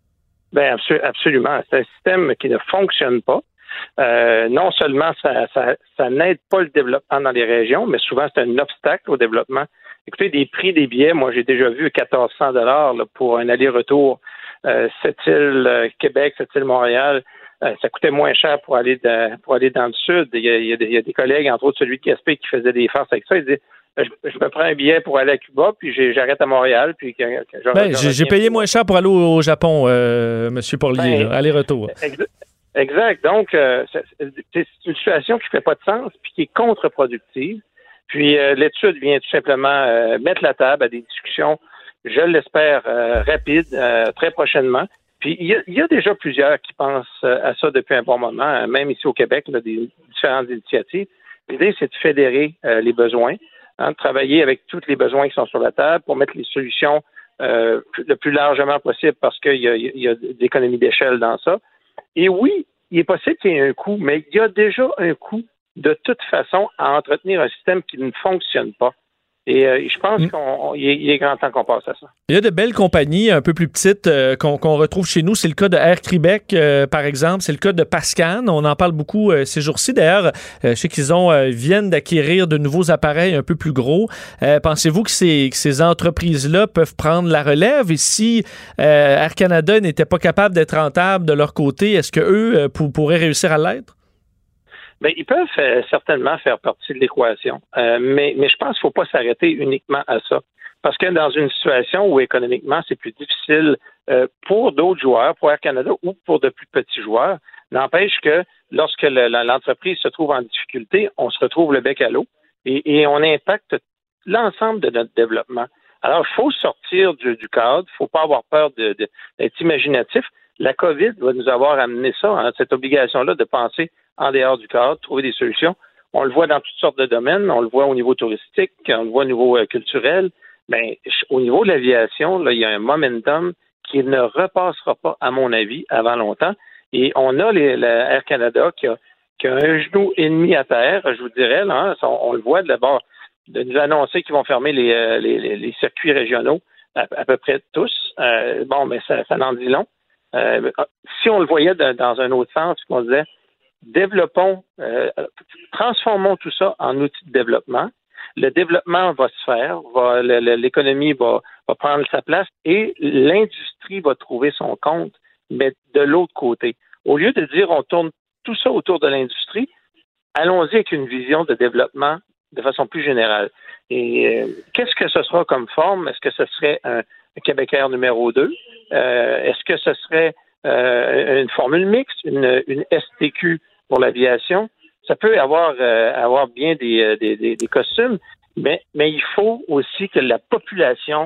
Bien, absolument. C'est un système qui ne fonctionne pas. Euh, non seulement ça, ça, ça n'aide pas le développement dans les régions, mais souvent c'est un obstacle au développement. Écoutez, des prix des billets, moi j'ai déjà vu quatorze cents dollars là, pour un aller-retour euh, Sept-Îles, euh, Québec, Sept-Îles, Montréal. Euh, ça coûtait moins cher pour aller de, pour aller dans le sud. Il y, a, il, y a des, il y a des collègues, entre autres celui de Gaspé, qui faisait des farces avec ça. Ils disaient Je, je me prends un billet pour aller à Cuba, puis j'ai, j'arrête à Montréal, puis que, que je, ben, je j'ai, j'ai payé moins cher pour aller au, au Japon, euh, M. Porlier, ben, aller-retour. Ex- exact. Donc, euh, c'est, c'est une situation qui fait pas de sens, puis qui est contre-productive. Puis euh, l'étude vient tout simplement euh, mettre la table à des discussions, je l'espère, euh, rapides, euh, très prochainement. Puis il y, a, il y a déjà plusieurs qui pensent à ça depuis un bon moment, même ici au Québec, là, des différentes initiatives. L'idée, c'est de fédérer euh, les besoins. Hein, de travailler avec tous les besoins qui sont sur la table pour mettre les solutions euh, le plus largement possible parce qu'il y a, il y a d'économies d'échelle dans ça. Et oui, il est possible qu'il y ait un coût, mais il y a déjà un coût de toute façon à entretenir un système qui ne fonctionne pas. Et euh, je pense qu'il est, est grand temps qu'on passe à ça. Il y a de belles compagnies un peu plus petites euh, qu'on, qu'on retrouve chez nous. C'est le cas de Air Québec, euh, par exemple. C'est le cas de Pascan. On en parle beaucoup euh, ces jours-ci. D'ailleurs, euh, je sais qu'ils ont, euh, viennent d'acquérir de nouveaux appareils un peu plus gros. Euh, pensez-vous que ces, que ces entreprises-là peuvent prendre la relève? Et si euh, Air Canada n'était pas capable d'être rentable de leur côté, est-ce qu'eux euh, pour, pourraient réussir à l'être? Bien, ils peuvent euh, certainement faire partie de l'équation, euh, mais, mais je pense qu'il ne faut pas s'arrêter uniquement à ça. Parce que dans une situation où économiquement c'est plus difficile euh, pour d'autres joueurs, pour Air Canada ou pour de plus petits joueurs, n'empêche que lorsque le, la, l'entreprise se trouve en difficulté, on se retrouve le bec à l'eau et, et on impacte l'ensemble de notre développement. Alors, il faut sortir du, du cadre, il ne faut pas avoir peur de, de, d'être imaginatif. La COVID va nous avoir amené ça, hein, cette obligation-là de penser en dehors du cadre, trouver des solutions. On le voit dans toutes sortes de domaines, on le voit au niveau touristique, on le voit au niveau euh, culturel, mais au niveau de l'aviation, là, il y a un momentum qui ne repassera pas, à mon avis, avant longtemps. Et on a les, la Air Canada qui a, qui a un genou et demi à terre, je vous dirais, là, hein, on, on le voit d'abord de nous annoncer qu'ils vont fermer les, euh, les, les, les circuits régionaux, à, à peu près tous. Euh, bon, mais ça, ça en dit long. Euh, si on le voyait de, dans un autre sens, qu'on disait développons, euh, transformons tout ça en outils de développement. Le développement va se faire, va, le, le, l'économie va, va prendre sa place et l'industrie va trouver son compte, mais de l'autre côté. Au lieu de dire on tourne tout ça autour de l'industrie, allons-y avec une vision de développement de façon plus générale. Et euh, qu'est-ce que ce sera comme forme? Est-ce que ce serait un, un Québec Air numéro deux? Euh, est-ce que ce serait euh, une formule mixte, une, une S T Q pour l'aviation? Ça peut avoir, euh, avoir bien des, des, des, des costumes, mais, mais il faut aussi que la population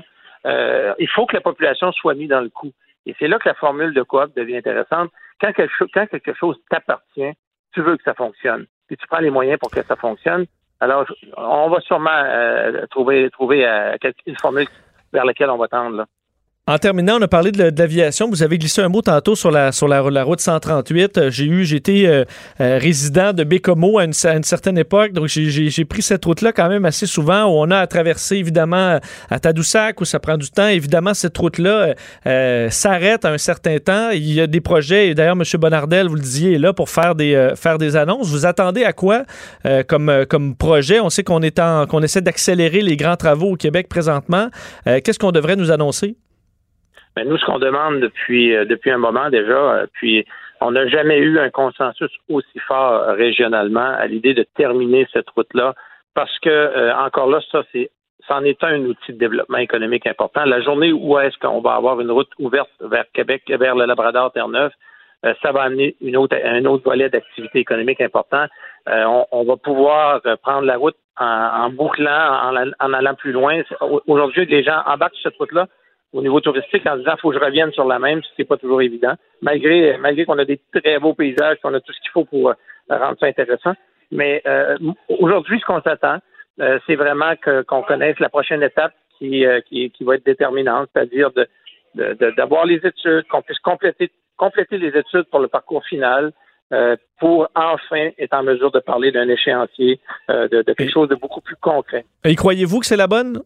euh, il faut que la population soit mise dans le coup. Et c'est là que la formule de coop devient intéressante. Quand quelque chose, quand quelque chose t'appartient, tu veux que ça fonctionne. Puis tu prends les moyens pour que ça fonctionne. Alors, on va sûrement euh, trouver, trouver euh, une formule vers laquelle on va tendre, là. En terminant, on a parlé de, de l'aviation. Vous avez glissé un mot tantôt sur la sur la, la route cent trente-huit. J'ai eu, j'ai été euh, euh, résident de Bécomo à une, à une certaine époque, donc j'ai, j'ai, j'ai pris cette route-là quand même assez souvent, où on a à traverser évidemment à Tadoussac, où ça prend du temps. Évidemment, cette route-là euh, s'arrête à un certain temps. Il y a des projets, et d'ailleurs, M. Bonnardel, vous le disiez, est là pour faire des euh, faire des annonces. Vous attendez à quoi euh, comme euh, comme projet? On sait qu'on est en qu'on essaie d'accélérer les grands travaux au Québec présentement. Euh, qu'est-ce qu'on devrait nous annoncer? Ben nous, ce qu'on demande depuis euh, depuis un moment déjà, euh, puis on n'a jamais eu un consensus aussi fort euh, régionalement à l'idée de terminer cette route-là, parce que euh, encore là, ça c'est c'en est un outil de développement économique important. La journée où est-ce qu'on va avoir une route ouverte vers Québec, vers le Labrador, Terre-Neuve, euh, ça va amener une autre un autre volet d'activité économique important. Euh, on, on va pouvoir euh, prendre la route en, en bouclant, en, en allant plus loin. Aujourd'hui, les gens embarquent sur cette route-là au niveau touristique en disant il faut que je revienne sur la même, c'est pas toujours évident, malgré malgré qu'on a des très beaux paysages, qu'on a tout ce qu'il faut pour euh, rendre ça intéressant. Mais euh, aujourd'hui, ce qu'on s'attend, euh, c'est vraiment que, qu'on connaisse la prochaine étape qui, euh, qui, qui va être déterminante, c'est-à-dire de, de, de, d'avoir les études, qu'on puisse compléter, compléter les études pour le parcours final, euh, pour enfin être en mesure de parler d'un échéancier, euh, de, de quelque chose de beaucoup plus concret. Et croyez-vous que c'est la bonne?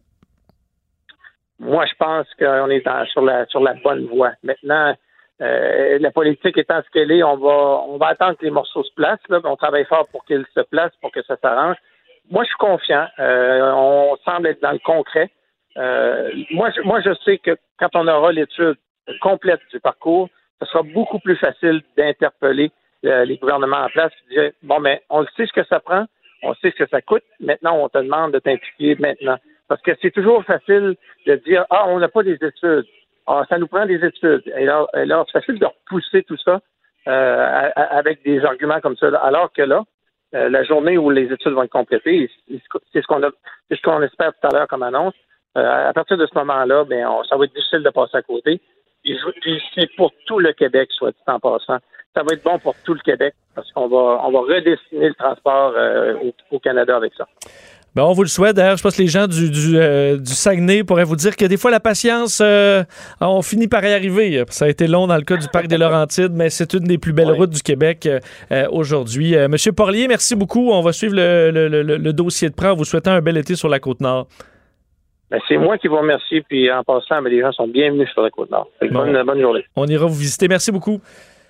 Moi, je pense qu'on est dans, sur la sur la bonne voie. Maintenant, euh, la politique étant ce qu'elle est, on va on va attendre que les morceaux se placent. Là, on travaille fort pour qu'ils se placent, pour que ça s'arrange. Moi, je suis confiant. Euh, on semble être dans le concret. Euh, moi, je, moi, je sais que quand on aura l'étude complète du parcours, ce sera beaucoup plus facile d'interpeller euh, les gouvernements en place et de dire bon, mais on sait ce que ça prend, on sait ce que ça coûte. Maintenant, on te demande de t'impliquer maintenant. Parce que c'est toujours facile de dire « Ah, on n'a pas des études. Ah, ça nous prend des études. » Et là, et là, c'est facile de repousser tout ça euh, avec des arguments comme ça. Alors que là, euh, la journée où les études vont être complétées, c'est ce qu'on a, c'est ce qu'on espère tout à l'heure comme annonce. Euh, à partir de ce moment-là, ben, on, ça va être difficile de passer à côté. Puis, puis c'est pour tout le Québec, soit dit en passant. Ça va être bon pour tout le Québec parce qu'on va, on va redessiner le transport euh, au, au Canada avec ça. Ben, on vous le souhaite. D'ailleurs, je pense que les gens du, du, euh, du Saguenay pourraient vous dire que des fois, la patience, euh, on finit par y arriver. Ça a été long dans le cas du Parc des Laurentides, mais c'est une des plus belles oui. routes du Québec euh, aujourd'hui. Euh, Monsieur Porlier, merci beaucoup. On va suivre le, le, le, le dossier de près en vous souhaitant un bel été sur la Côte-Nord. Ben, c'est moi qui vous remercie. Puis en passant, ben, les gens sont bienvenus sur la Côte-Nord. Bon. Bonne, bonne journée. On ira vous visiter. Merci beaucoup.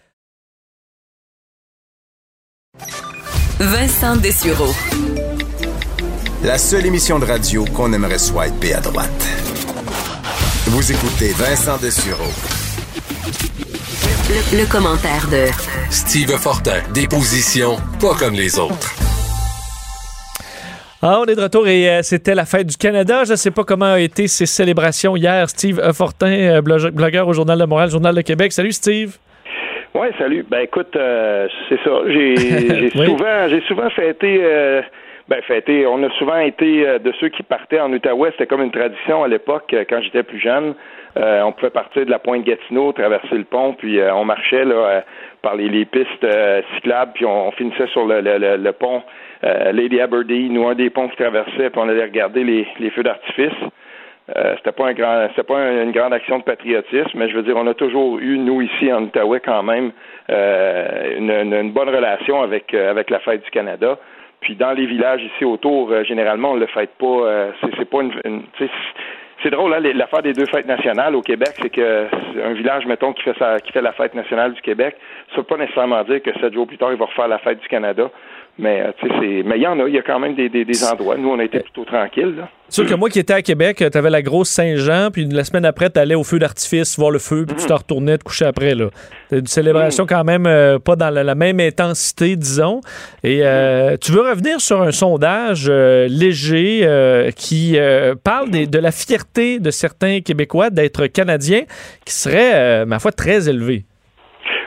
Vincent Dessureau. La seule émission de radio qu'on aimerait swiper à droite. Vous écoutez Vincent Dessureau. Le, le commentaire de Steve Fortin. Des positions pas comme les autres. Ah, on est de retour et euh, c'était la fête du Canada. Je ne sais pas comment ont été ces célébrations hier. Steve Fortin, euh, blogueur au Journal de Montréal, Journal de Québec. Salut Steve. Oui, salut. Ben écoute, euh, c'est ça. J'ai, j'ai oui. souvent j'ai souvent fêté... Euh, Ben, fêté, on a souvent été euh, de ceux qui partaient en Outaouais. C'était comme une tradition à l'époque, euh, quand j'étais plus jeune. Euh, on pouvait partir de la pointe Gatineau, traverser le pont, puis euh, on marchait là euh, par les, les pistes euh, cyclables, puis on, on finissait sur le, le, le, le pont euh, Lady Aberdeen, ou un des ponts qui traversait, puis on allait regarder les, les feux d'artifice. Euh, c'était pas un grand, c'était pas un, une grande action de patriotisme, mais je veux dire, on a toujours eu, nous ici en Outaouais, quand même, euh, une, une, une bonne relation avec euh, avec la fête du Canada. Puis dans les villages ici autour, euh, généralement, on le fête pas. Euh, c'est, c'est pas une, une c'est, c'est drôle, hein, l'affaire des deux fêtes nationales au Québec, c'est que c'est un village, mettons, qui fait sa, qui fait la fête nationale du Québec, ça veut pas nécessairement dire que sept jours plus tard, il va refaire la fête du Canada. Mais tu sais, c'est, mais il y en a, il y a quand même des, des, des endroits. Nous, on a été plutôt tranquilles, là. C'est sûr que moi qui étais à Québec, t'avais la grosse Saint-Jean, puis la semaine après, t'allais au feu d'artifice voir le feu, puis mm-hmm. tu te retournais te coucher après, là. C'était une célébration mm-hmm. quand même euh, pas dans la, la même intensité, disons. Et euh, mm-hmm. tu veux revenir sur un sondage euh, léger euh, qui euh, parle des, de la fierté de certains Québécois d'être Canadiens, qui serait, euh, ma foi, très élevé.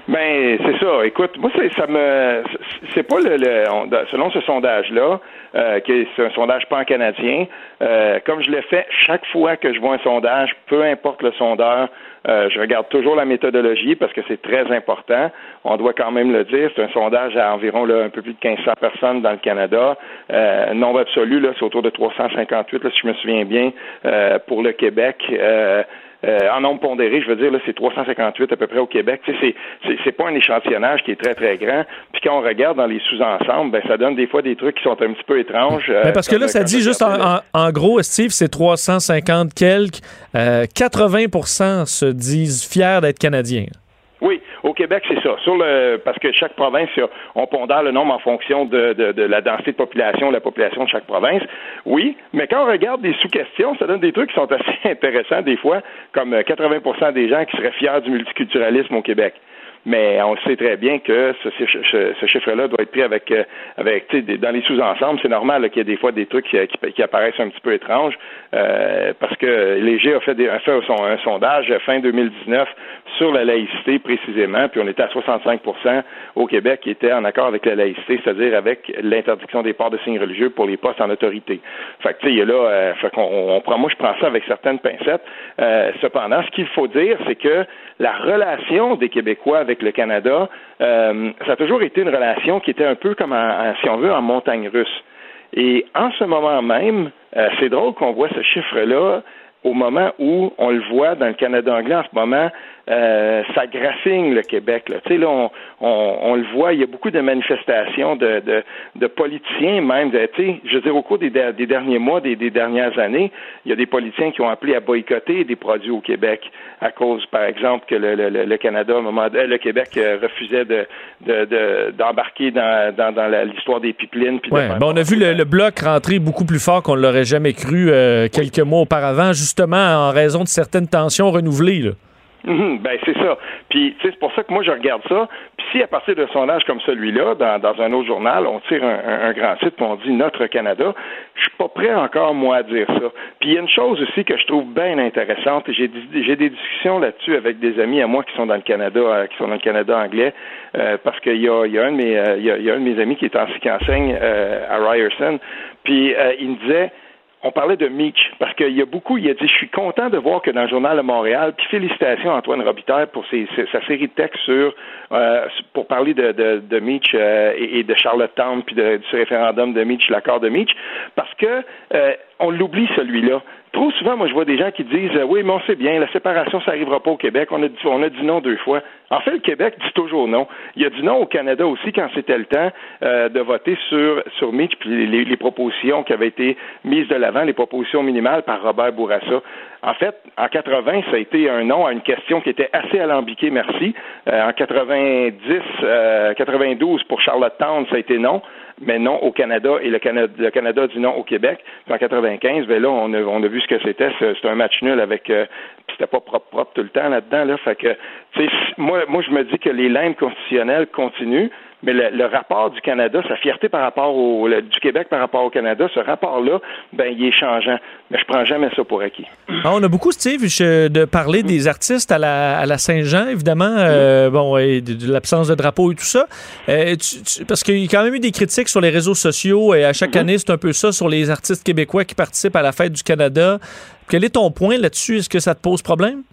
Ben c'est ça. Écoute, moi c'est ça me c'est pas le, le on, selon ce sondage-là, euh, qui c'est un sondage pan-canadien. Euh, comme je l'ai fait chaque fois que je vois un sondage, peu importe le sondeur, euh, je regarde toujours la méthodologie parce que c'est très important. On doit quand même le dire. C'est un sondage à environ là, un peu plus de quinze cents personnes dans le Canada. Euh, nombre absolu là, c'est autour de trois cent cinquante-huit là, si je me souviens bien, euh, pour le Québec. Euh, Euh, en nombre pondéré, je veux dire, là, c'est trois cent cinquante-huit à peu près au Québec. Tu sais, c'est, c'est, c'est pas un échantillonnage qui est très, très grand. Puis quand on regarde dans les sous-ensembles, ben, ça donne des fois des trucs qui sont un petit peu étranges. Euh, ben parce que là, ça dit juste en, en, en gros, Steve, c'est trois cent cinquante quelques. Euh, quatre-vingts pour cent se disent fiers d'être Canadiens. Oui, au Québec, c'est ça. Sur le, parce que chaque province, on pondère le nombre en fonction de, de, de la densité de population, la population de chaque province. Oui, mais quand on regarde des sous-questions, ça donne des trucs qui sont assez intéressants des fois, comme quatre-vingts pour cent des gens qui seraient fiers du multiculturalisme au Québec. Mais on sait très bien que ce, ce, ce chiffre-là doit être pris avec, avec tu sais, dans les sous-ensembles. C'est normal là, qu'il y ait des fois des trucs qui, qui, qui apparaissent un petit peu étranges, euh, parce que Léger a fait, des, a fait un, un sondage fin deux mille dix-neuf sur la laïcité précisément, puis on était à soixante-cinq pour cent au Québec qui étaient en accord avec la laïcité, c'est-à-dire avec l'interdiction des ports de signes religieux pour les postes en autorité. Fait que tu sais, il y a là, euh, fait qu'on on prend, moi je prends ça avec certaines pincettes. Euh, cependant, ce qu'il faut dire, c'est que la relation des Québécois avec le Canada, euh, ça a toujours été une relation qui était un peu comme, en, en, si on veut, en montagne russe. Et en ce moment même, euh, c'est drôle qu'on voit ce chiffre-là au moment où on le voit dans le Canada anglais en ce moment, euh, ça grassigne le Québec. Là. Tu sais, là, on, on, on le voit, il y a beaucoup de manifestations de, de, de politiciens même. De, tu sais, je veux dire, au cours des, des derniers mois, des, des dernières années, il y a des politiciens qui ont appelé à boycotter des produits au Québec à cause, par exemple, que le, le, le Canada, au moment de, le Québec euh, refusait de, de, de, d'embarquer dans, dans, dans la, l'histoire des pipelines. Puis ouais, de ben on a vu le, le bloc rentrer beaucoup plus fort qu'on ne l'aurait jamais cru euh, quelques mois auparavant, justement en raison de certaines tensions renouvelées, là. Mmh, ben c'est ça. Puis tu sais, c'est pour ça que moi je regarde ça. Puis si à partir d'un sondage comme celui-là, dans, dans un autre journal, on tire un, un, un grand titre et on dit Notre Canada, je suis pas prêt encore moi à dire ça. Puis il y a une chose aussi que je trouve bien intéressante, et j'ai j'ai des discussions là-dessus avec des amis à moi qui sont dans le Canada, euh, qui sont dans le Canada anglais, euh, parce qu'il y a, il y a un de mes euh, il y a, il y a un de mes amis qui est en qui enseigne euh, à Ryerson, puis euh, il me disait. On parlait de Meach, parce qu'il y a beaucoup, il a dit, je suis content de voir que dans le Journal de Montréal, puis félicitations à Antoine Robitaille pour ses, ses, sa série de textes sur, euh, pour parler de, de, de Meach euh, et, et de Charlottetown, puis de, du référendum de Meach, l'accord de Meach, parce que euh, on l'oublie celui-là. Trop souvent, moi, je vois des gens qui disent euh, « Oui, mais on sait bien, la séparation, ça n'arrivera pas au Québec. On a, dit, on a dit non deux fois. » En fait, le Québec dit toujours non. Il a dit non au Canada aussi quand c'était le temps euh, de voter sur, sur Meach puis les, les propositions qui avaient été mises de l'avant, les propositions minimales par Robert Bourassa. En fait, en quatre-vingts, ça a été un non à une question qui était assez alambiquée, merci. Euh, en quatre-vingt-dix, euh, quatre-vingt-douze, pour Charlottetown, ça a été non. Mais non au Canada, et le Canada, le Canada dit non au Québec. Puis en quatre-vingt-quinze, ben là, on a, on a vu ce que c'était. C'était un match nul avec... Euh, puis c'était pas propre, propre tout le temps là-dedans. Là. Fait que, tu sais, moi, moi, je me dis que les limbes constitutionnelles continuent, mais le, le rapport du Canada, sa fierté par rapport au... Le, du Québec par rapport au Canada, ce rapport-là, ben il est changeant. Mais je prends jamais ça pour acquis. Ah, on a beaucoup, Steve, de parler des artistes à la, à la Saint-Jean, évidemment, euh, bon, et de, de l'absence de drapeau et tout ça. Euh, tu, tu, parce qu'il y a quand même eu des critiques sur les réseaux sociaux, et à chaque mm-hmm. année, c'est un peu ça, sur les artistes québécois qui participent à la fête du Canada. Quel est ton point là-dessus? Est-ce que ça te pose problème?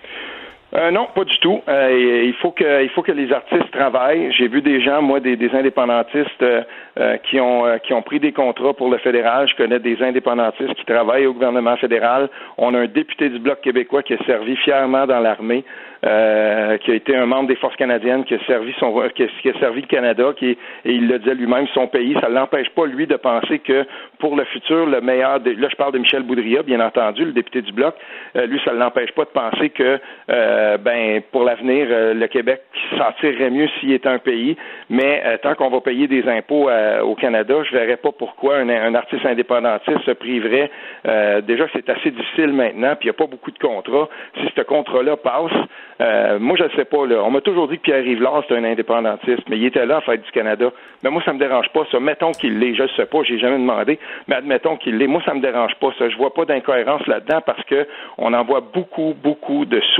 Euh, non, pas du tout. Euh, il faut que, il faut que les artistes travaillent. J'ai vu des gens, moi, des, des indépendantistes euh, euh, qui ont, euh, qui ont pris des contrats pour le fédéral. Je connais des indépendantistes qui travaillent au gouvernement fédéral. On a un député du Bloc québécois qui a servi fièrement dans l'armée, euh, qui a été un membre des Forces canadiennes, qui a servi son, qui a, qui a servi le Canada, qui, et il le disait lui-même, son pays. Ça ne l'empêche pas, lui, de penser que pour le futur, le meilleur, de, là, je parle de Michel Boudria, bien entendu, le député du Bloc. Euh, lui, ça ne l'empêche pas de penser que, euh, Euh, ben pour l'avenir, euh, le Québec s'en tirerait mieux s'il était un pays, mais euh, tant qu'on va payer des impôts euh, au Canada, je verrais pas pourquoi un, un artiste indépendantiste se priverait. Euh, déjà, c'est assez difficile maintenant, puis il n'y a pas beaucoup de contrats. Si ce contrat-là passe, euh, moi, je ne sais pas. Là, on m'a toujours dit que Pierre Rivard, c'est un indépendantiste, mais il était là à Fête du Canada. Mais moi, ça me dérange pas, ça. Mettons qu'il l'est. Je ne sais pas, j'ai jamais demandé, mais admettons qu'il l'est. Moi, ça me dérange pas, ça. Je vois pas d'incohérence là-dedans parce que on envoie beaucoup, beaucoup de sous à Ottawa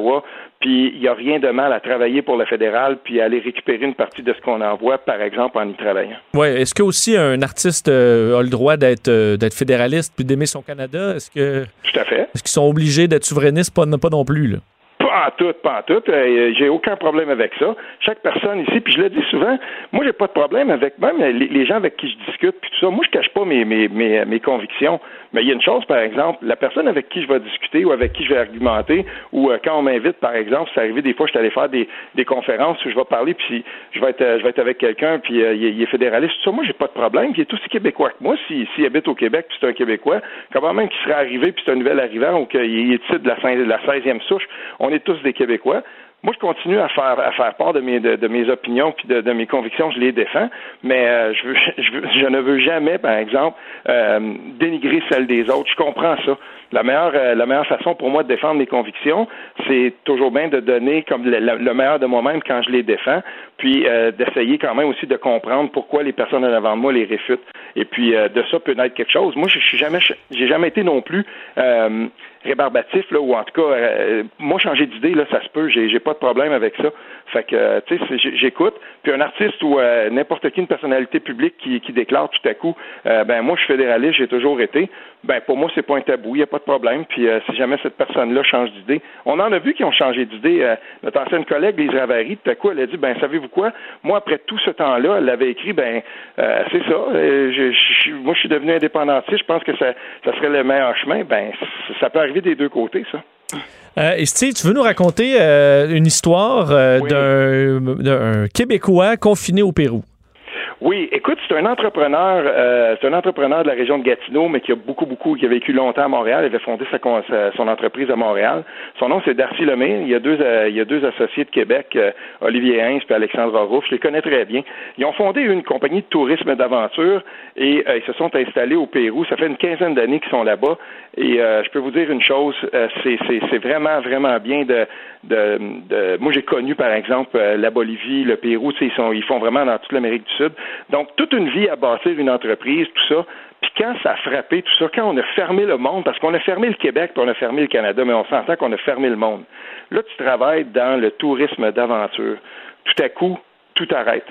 Ottawa, puis il n'y a rien de mal à travailler pour le fédéral, puis à aller récupérer une partie de ce qu'on envoie, par exemple, en y travaillant. Oui, est-ce que aussi un artiste euh, a le droit d'être, euh, d'être fédéraliste puis d'aimer son Canada? Est-ce que Tout à fait. Est-ce qu'ils sont obligés d'être souverainistes? Pas, pas non plus, là. Pas en tout, pas en tout. Euh, j'ai aucun problème avec ça. Chaque personne ici, puis je le dis souvent, moi j'ai pas de problème avec même les, les gens avec qui je discute, puis tout ça. Moi je cache pas mes, mes, mes, mes convictions. Mais il y a une chose, par exemple, la personne avec qui je vais discuter ou avec qui je vais argumenter, ou euh, quand on m'invite, par exemple, c'est arrivé des fois, je suis allé faire des, des conférences où je vais parler, puis je vais être, euh, je vais être avec quelqu'un, puis euh, il, est, il est fédéraliste, tout ça. Moi j'ai pas de problème. Puis il est aussi québécois que moi. S'il si, si habite au Québec, puis c'est un Québécois, comment même qu'il serait arrivé, puis c'est un nouvel arrivant, ou qu'il est issu de la, de la seizième souche, on est tous des Québécois. Moi, je continue à faire à faire part de mes de, de mes opinions puis de, de mes convictions, je les défends, mais euh, je, veux, je, veux, je ne veux jamais, par exemple, euh, dénigrer celles des autres. Je comprends ça. La meilleure euh, la meilleure façon pour moi de défendre mes convictions, c'est toujours bien de donner comme le, le meilleur de moi-même quand je les défends, puis euh, d'essayer quand même aussi de comprendre pourquoi les personnes en avant de moi les réfutent. Et puis euh, de ça peut naître quelque chose. Moi, je suis jamais j'ai jamais été non plus euh, rébarbatif, là, ou en tout cas, euh, moi, changer d'idée, là, ça se peut, j'ai, j'ai pas de problème avec ça. Fait que, euh, tu sais, j'écoute, puis un artiste ou euh, n'importe qui, une personnalité publique qui, qui déclare tout à coup, euh, ben moi, je suis fédéraliste, j'ai toujours été, ben pour moi, c'est pas un tabou, il n'y a pas de problème, puis euh, si jamais cette personne-là change d'idée, on en a vu qui ont changé d'idée, euh, notre ancienne collègue, Lise Ravary, tout à coup, elle a dit, ben savez-vous quoi, moi, après tout ce temps-là, elle l'avait écrit, ben, euh, c'est ça, euh, je, je, moi, je suis devenu indépendantiste, je pense que ça, ça serait le meilleur chemin, ben, ça peut arriver des deux côtés, ça. Euh, et Steve, tu veux nous raconter euh, une histoire euh, oui. d'un, d'un Québécois confiné au Pérou? Oui, écoute, c'est un entrepreneur, euh, c'est un entrepreneur de la région de Gatineau, mais qui a beaucoup, beaucoup, qui a vécu longtemps à Montréal. Il avait fondé sa, sa, son entreprise à Montréal. Son nom, c'est Darcy Lemire. Il y a deux, euh, il y a deux associés de Québec, euh, Olivier Heinz et Alexandre Rouf. Je les connais très bien. Ils ont fondé une compagnie de tourisme d'aventure et euh, ils se sont installés au Pérou. Ça fait une quinzaine d'années qu'ils sont là-bas. Et euh, je peux vous dire une chose, euh, c'est, c'est, c'est vraiment, vraiment bien de, de, de... Moi, j'ai connu, par exemple, euh, la Bolivie, le Pérou. Tu sais, ils sont, ils font vraiment dans toute l'Amérique du Sud. Donc, toute une vie à bâtir une entreprise, tout ça. Puis quand ça a frappé, tout ça, quand on a fermé le monde, parce qu'on a fermé le Québec, puis on a fermé le Canada, mais on s'entend qu'on a fermé le monde. Là, tu travailles dans le tourisme d'aventure. Tout à coup, tout arrête.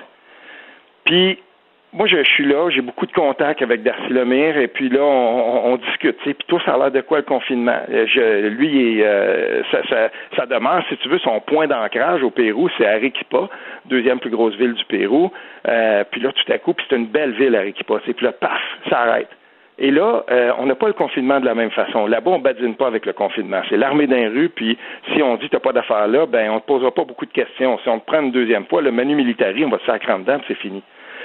Puis, moi, je, je suis là, j'ai beaucoup de contacts avec Darcy Lemire, et puis là, on, on, on discute. Puis toi, ça a l'air de quoi le confinement? Je, lui, il est, euh, ça, ça, ça demeure, si tu veux, son point d'ancrage au Pérou, c'est Arequipa, deuxième plus grosse ville du Pérou. Euh, puis là, tout à coup, puis c'est une belle ville, Arequipa. Puis là, paf, ça arrête. Et là, euh, on n'a pas le confinement de la même façon. Là-bas, on ne badine pas avec le confinement. C'est l'armée d'un rue, puis si on dit que tu n'as pas d'affaires là, ben on ne te posera pas beaucoup de questions. Si on te prend une deuxième fois, le manu militari, on va te sacrer en dedans, puis c'est fini.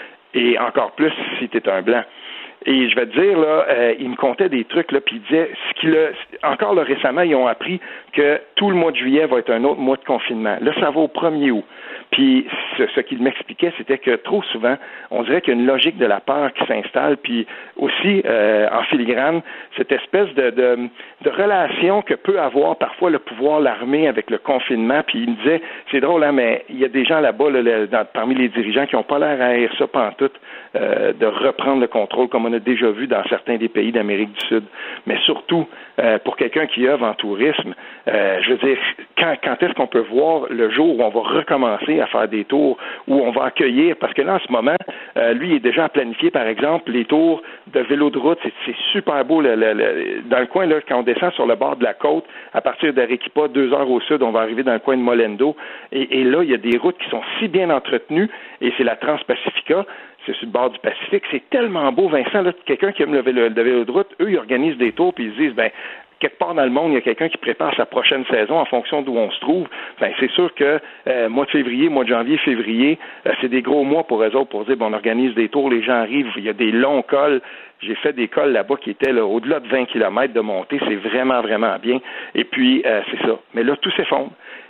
Et encore plus si tu es un blanc. Et je vais te dire, là, euh, il me contait des trucs, là, puis il disait, ce qu'il a, encore là, récemment, ils ont appris que tout le mois de juillet va être un autre mois de confinement. Là, ça va au premier août. Puis ce, ce qu'il m'expliquait, c'était que trop souvent, on dirait qu'il y a une logique de la peur qui s'installe, puis aussi, euh, en filigrane, cette espèce de, de, de relation que peut avoir parfois le pouvoir, l'armée avec le confinement. Puis il me disait, c'est drôle, hein, mais il y a des gens là-bas, là, là, dans, parmi les dirigeants, qui n'ont pas l'air à haïr ça pantoute, euh, de reprendre le contrôle, comme on a déjà vu dans certains des pays d'Amérique du Sud. Mais surtout, euh, pour quelqu'un qui œuvre en tourisme, euh, je veux dire, quand, quand est-ce qu'on peut voir le jour où on va recommencer à faire des tours, où on va accueillir, parce que là, en ce moment, euh, lui, il est déjà planifié, par exemple, les tours de vélo de route, c'est, c'est super beau, le, le, le, dans le coin, là, quand on descend sur le bord de la côte, à partir d'Arequipa, deux heures au sud, on va arriver dans le coin de Molendo, et, et là, il y a des routes qui sont si bien entretenues, et c'est la Transpacifica, c'est sur le bord du Pacifique, c'est tellement beau, Vincent, là, quelqu'un qui aime le vélo, le vélo de route, eux, ils organisent des tours, puis ils se disent, ben, quelque part dans le monde, il y a quelqu'un qui prépare sa prochaine saison en fonction d'où on se trouve. Ben, c'est sûr que euh, mois de février, mois de janvier, février, euh, c'est des gros mois pour eux autres pour dire, ben, on organise des tours, les gens arrivent, il y a des longs cols. J'ai fait des cols là-bas qui étaient là, au-delà de vingt kilomètres de montée. C'est vraiment, vraiment bien. Et puis, euh, c'est ça. Mais là, tout s'effondre.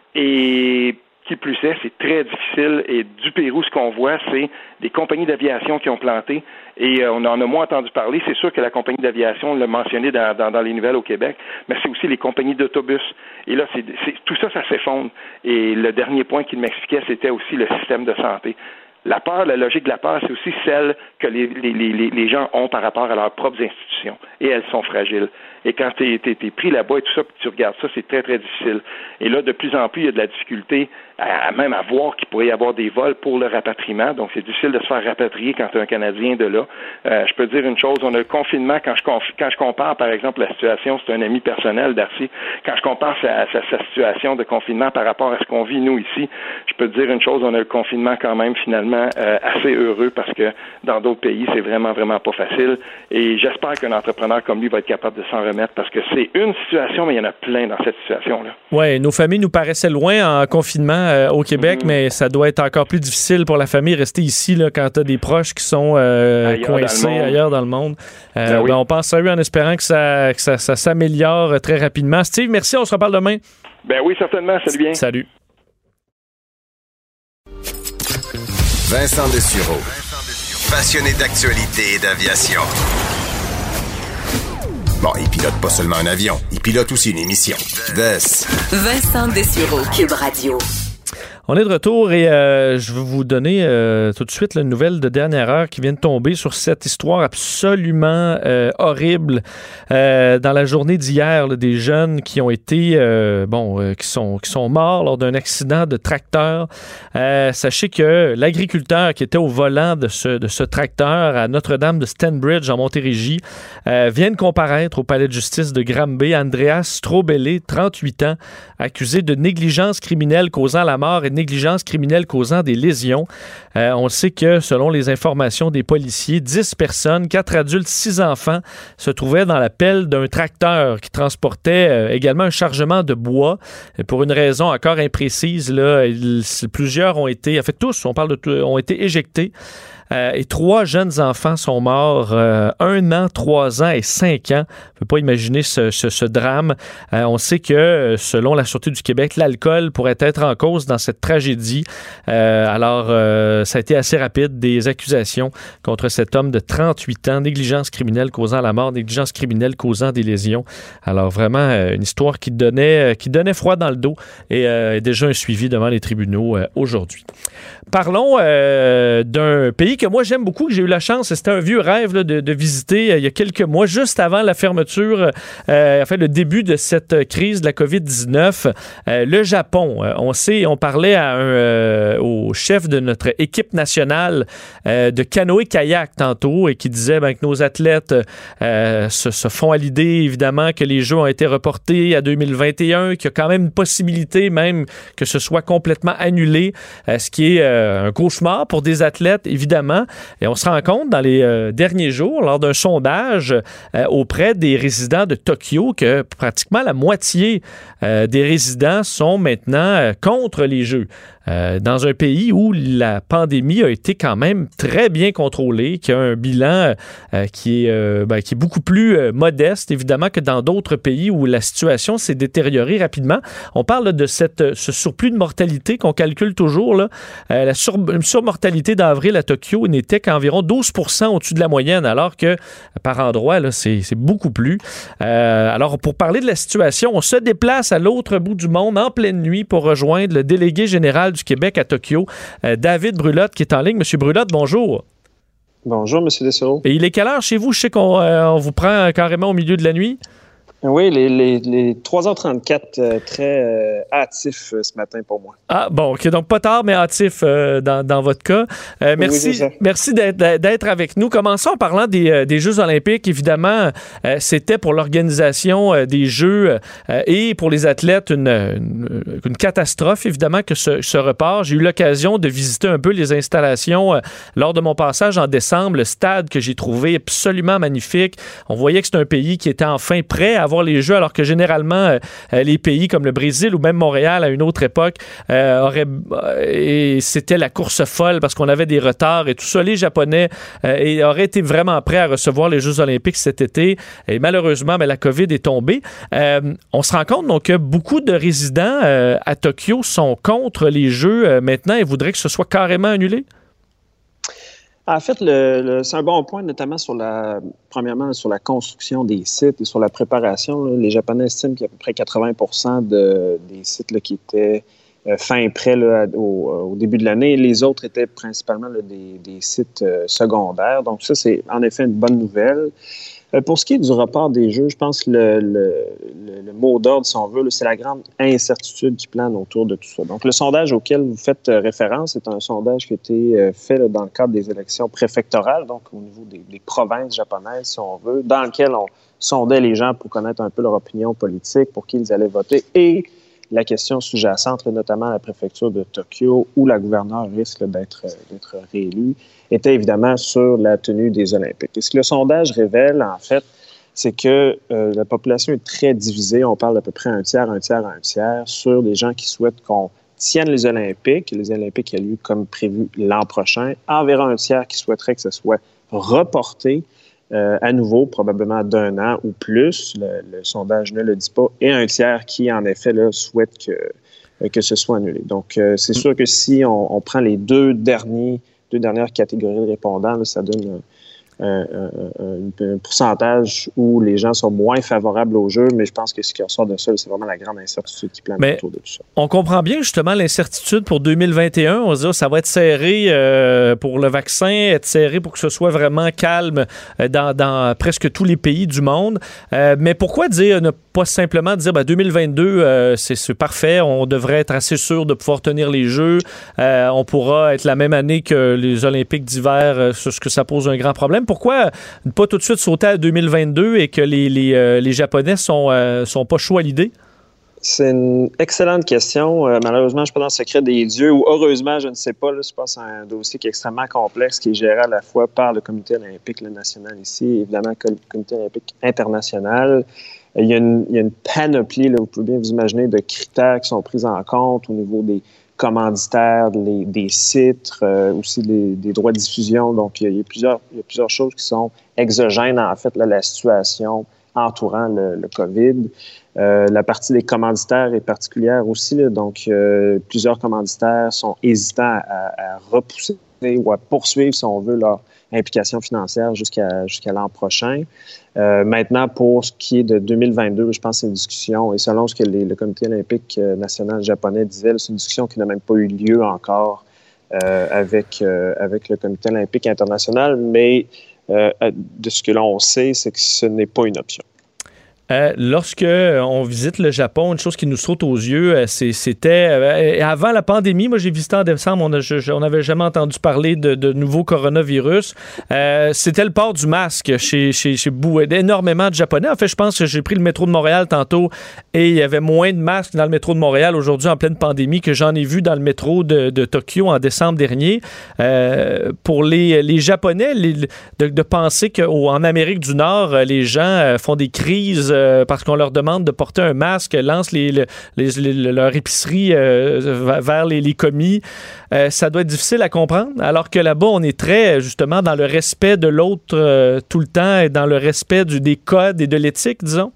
Et qui plus est, c'est très difficile. Et du Pérou, ce qu'on voit, c'est des compagnies d'aviation qui ont planté. Et euh, on en a moins entendu parler. C'est sûr que la compagnie d'aviation, on l'a mentionné dans, dans, dans les nouvelles au Québec, mais c'est aussi les compagnies d'autobus. Et là, c'est, c'est, tout ça, ça s'effondre. Et le dernier point qu'il m'expliquait, c'était aussi le système de santé. La peur, la logique de la peur, c'est aussi celle que les, les, les, les gens ont par rapport à leurs propres institutions. Et elles sont fragiles. Et quand tu es pris là-bas et tout ça, puis tu regardes ça, c'est très, très difficile. Et là, de plus en plus, il y a de la difficulté à, à même à voir qu'il pourrait y avoir des vols pour le rapatriement. Donc, c'est difficile de se faire rapatrier quand tu es un Canadien de là. Euh, je peux te dire une chose, on a le confinement, quand je, conf, quand je compare, par exemple, la situation, c'est un ami personnel, Darcy, quand je compare sa, sa, sa situation de confinement par rapport à ce qu'on vit, nous, ici, je peux te dire une chose, on a le confinement quand même, finalement, euh, assez heureux parce que dans d'autres pays, c'est vraiment, vraiment pas facile. Et j'espère qu'un entrepreneur comme lui va être capable de s'en remettre parce que c'est une situation, mais il y en a plein dans cette situation-là. Oui, nos familles nous paraissaient loin en confinement euh, au Québec, mm-hmm. mais ça doit être encore plus difficile pour la famille rester ici là, quand tu as des proches qui sont euh, coincés dans ailleurs dans le monde. Euh, ben oui. ben, on pense à eux en espérant que ça, que ça, ça s'améliore très rapidement. Steve, merci, on se reparle demain. Ben oui, certainement. Salut bien. Salut. Vincent Dessureau, passionné d'actualité et d'aviation. Bon, il pilote pas seulement un avion, il pilote aussi une émission. Des. Vincent Dessureau, Cube Radio. On est de retour et euh, je vais vous donner euh, tout de suite la nouvelle de dernière heure qui vient de tomber sur cette histoire absolument euh, horrible euh, dans la journée d'hier, là, des jeunes qui ont été euh, bon, euh, qui sont qui sont morts lors d'un accident de tracteur. Euh, sachez que l'agriculteur qui était au volant de ce de ce tracteur à Notre-Dame de Stanbridge en Montérégie euh, vient de comparaître au palais de justice de Granby. Andreas Strobele, trente-huit ans, accusé de négligence criminelle causant la mort et de négligence criminelle causant des lésions. Euh, on sait que, selon les informations des policiers, dix personnes, quatre adultes, six enfants, se trouvaient dans la pelle d'un tracteur qui transportait euh, également un chargement de bois. Et pour une raison encore imprécise, là, il, plusieurs ont été, en fait tous, on parle de, ont été éjectés. Euh, et trois jeunes enfants sont morts, euh, un an, trois ans et cinq ans. On ne peut pas imaginer ce, ce, ce drame. Euh, on sait que, selon la Sûreté du Québec, l'alcool pourrait être en cause dans cette tragédie. Euh, alors, euh, ça a été assez rapide, des accusations contre cet homme de trente-huit ans, négligence criminelle causant la mort, négligence criminelle causant des lésions. Alors, vraiment, euh, une histoire qui donnait, euh, qui donnait froid dans le dos et euh, déjà un suivi devant les tribunaux euh, aujourd'hui. Parlons euh, d'un pays que moi j'aime beaucoup, que j'ai eu la chance, c'était un vieux rêve là, de, de visiter euh, il y a quelques mois, juste avant la fermeture, euh, enfin le début de cette crise de la covid dix-neuf, euh, le Japon. Euh, on sait, on parlait à un, euh, au chef de notre équipe nationale euh, de canoë-kayak tantôt et qui disait ben, que nos athlètes euh, se, se font à l'idée évidemment que les Jeux ont été reportés à deux mille vingt et un, qu'il y a quand même une possibilité même que ce soit complètement annulé, euh, ce qui est euh, un cauchemar pour des athlètes évidemment. Et on se rend compte dans les euh, derniers jours, lors d'un sondage euh, auprès des résidents de Tokyo, que pratiquement la moitié euh, des résidents sont maintenant euh, contre les Jeux. Euh, dans un pays où la pandémie a été quand même très bien contrôlée, qui a un bilan euh, qui, est, euh, ben, qui est beaucoup plus euh, modeste, évidemment, que dans d'autres pays où la situation s'est détériorée rapidement. On parle de cette, ce surplus de mortalité qu'on calcule toujours. Là. Euh, la sur, surmortalité d'avril à Tokyo n'était qu'environ douze pour cent au-dessus de la moyenne, alors que par endroit, là, c'est, c'est beaucoup plus. Euh, alors, pour parler de la situation, on se déplace à l'autre bout du monde en pleine nuit pour rejoindre le délégué général du Québec à Tokyo, euh, David Brulotte, qui est en ligne. Monsieur Brulotte, bonjour. Bonjour, Monsieur Dessureau. Et il est quelle heure chez vous? Je sais qu'on euh, on vous prend carrément au milieu de la nuit. Oui, les, les, les trois heures trente-quatre, euh, très euh, hâtifs euh, ce matin pour moi. Ah, bon, OK, donc pas tard, mais hâtif euh, dans, dans votre cas. Euh, merci oui, merci d'être, d'être avec nous. Commençons en parlant des, des Jeux olympiques. Évidemment, euh, c'était pour l'organisation euh, des Jeux euh, et pour les athlètes une, une, une catastrophe, évidemment, que ce, ce report. J'ai eu l'occasion de visiter un peu les installations euh, lors de mon passage en décembre, le stade que j'ai trouvé absolument magnifique. On voyait que c'était un pays qui était enfin prêt à avoir les Jeux, alors que généralement, euh, les pays comme le Brésil ou même Montréal, à une autre époque, euh, auraient, euh, et c'était la course folle parce qu'on avait des retards et tout ça. Les Japonais euh, et auraient été vraiment prêts à recevoir les Jeux olympiques cet été. Et malheureusement, ben, la COVID est tombée. Euh, on se rend compte donc que beaucoup de résidents euh, à Tokyo sont contre les Jeux euh, maintenant et voudraient que ce soit carrément annulé? En fait, le, le, c'est un bon point, notamment sur la, premièrement, sur la construction des sites et sur la préparation. Là. Les Japonais estiment qu'il y a à peu près quatre-vingts pour cent de, des sites là, qui étaient euh, fin prêt là, au, au début de l'année. Les autres étaient principalement là, des, des sites euh, secondaires. Donc ça, c'est en effet une bonne nouvelle. Euh, pour ce qui est du report des Jeux, je pense que le, le, le, le mot d'ordre, si on veut, là, c'est la grande incertitude qui plane autour de tout ça. Donc, le sondage auquel vous faites euh, référence, c'est un sondage qui a été euh, fait là, dans le cadre des élections préfectorales, donc au niveau des, des provinces japonaises, si on veut, dans lequel on sondait les gens pour connaître un peu leur opinion politique, pour qui ils allaient voter, et la question sous-jacente, là, notamment à la préfecture de Tokyo, où la gouverneure risque là, d'être, d'être réélue, était évidemment sur la tenue des Olympiques. Et ce que le sondage révèle, en fait, c'est que euh, la population est très divisée. On parle d'à peu près un tiers, un tiers, un tiers sur les gens qui souhaitent qu'on tienne les Olympiques. Les Olympiques aient lieu comme prévu l'an prochain. Environ un tiers qui souhaiterait que ce soit reporté euh, à nouveau, probablement d'un an ou plus. Le, le sondage ne le dit pas. Et un tiers qui, en effet, là, souhaite que, que ce soit annulé. Donc, euh, c'est sûr que si on, on prend les deux derniers deux dernières catégories de répondants, là, ça donne un, un, un, un pourcentage où les gens sont moins favorables au jeu, mais je pense que ce qui ressort de ça, c'est vraiment la grande incertitude qui plane mais autour de tout ça. On comprend bien justement l'incertitude pour deux mille vingt et un. On se dit que ça va être serré euh, pour le vaccin, être serré pour que ce soit vraiment calme euh, dans, dans presque tous les pays du monde. Euh, mais pourquoi dire, ne pas simplement dire ben, deux mille vingt-deux, euh, c'est, c'est parfait, on devrait être assez sûr de pouvoir tenir les Jeux, euh, on pourra être la même année que les Olympiques d'hiver, euh, ce que ça pose un grand problème. Pourquoi ne pas tout de suite sauter à deux mille vingt-deux et que les, les, euh, les Japonais sont, euh, sont pas chauds à l'idée? C'est une excellente question. Euh, malheureusement, je ne suis pas dans le secret des dieux, ou heureusement, je ne sais pas. Là, je pense à un dossier qui est extrêmement complexe, qui est géré à la fois par le Comité olympique le national ici, et évidemment le Comité olympique international. Il y a une, il y a une panoplie, là, vous pouvez bien vous imaginer, de critères qui sont pris en compte au niveau des commanditaires, les, des sites, euh, aussi les, des droits de diffusion. Donc, il y, a, il, y a plusieurs, il y a plusieurs choses qui sont exogènes, en fait, là, la situation entourant le, le COVID. Euh, la partie des commanditaires est particulière aussi. Là, donc, euh, plusieurs commanditaires sont hésitants à, à repousser ou à poursuivre, si on veut, leur implication financière jusqu'à, jusqu'à l'an prochain. Euh, maintenant, pour ce qui est de deux mille vingt-deux, je pense que c'est une discussion, et selon ce que les, le Comité olympique national japonais disait, c'est une discussion qui n'a même pas eu lieu encore euh, avec, euh, avec le Comité olympique international, mais euh, de ce que l'on sait, c'est que ce n'est pas une option. Euh, lorsque on visite le Japon, une chose qui nous saute aux yeux, euh, c'est, c'était euh, avant la pandémie. Moi, j'ai visité en décembre, on n'avait jamais entendu parler de, de nouveau coronavirus. Euh, c'était le port du masque chez, chez, chez énormément de Japonais. En fait, je pense que j'ai pris le métro de Montréal tantôt et il y avait moins de masques dans le métro de Montréal aujourd'hui en pleine pandémie que j'en ai vu dans le métro de, de Tokyo en décembre dernier. Euh, pour les, les Japonais, les, de, de penser qu'en Amérique du Nord, les gens font des crises parce qu'on leur demande de porter un masque, lancent les, les, les, les, leur épicerie euh, vers les, les commis. Euh, ça doit être difficile à comprendre, alors que là-bas, on est très, justement, dans le respect de l'autre euh, tout le temps et dans le respect du, des codes et de l'éthique, disons.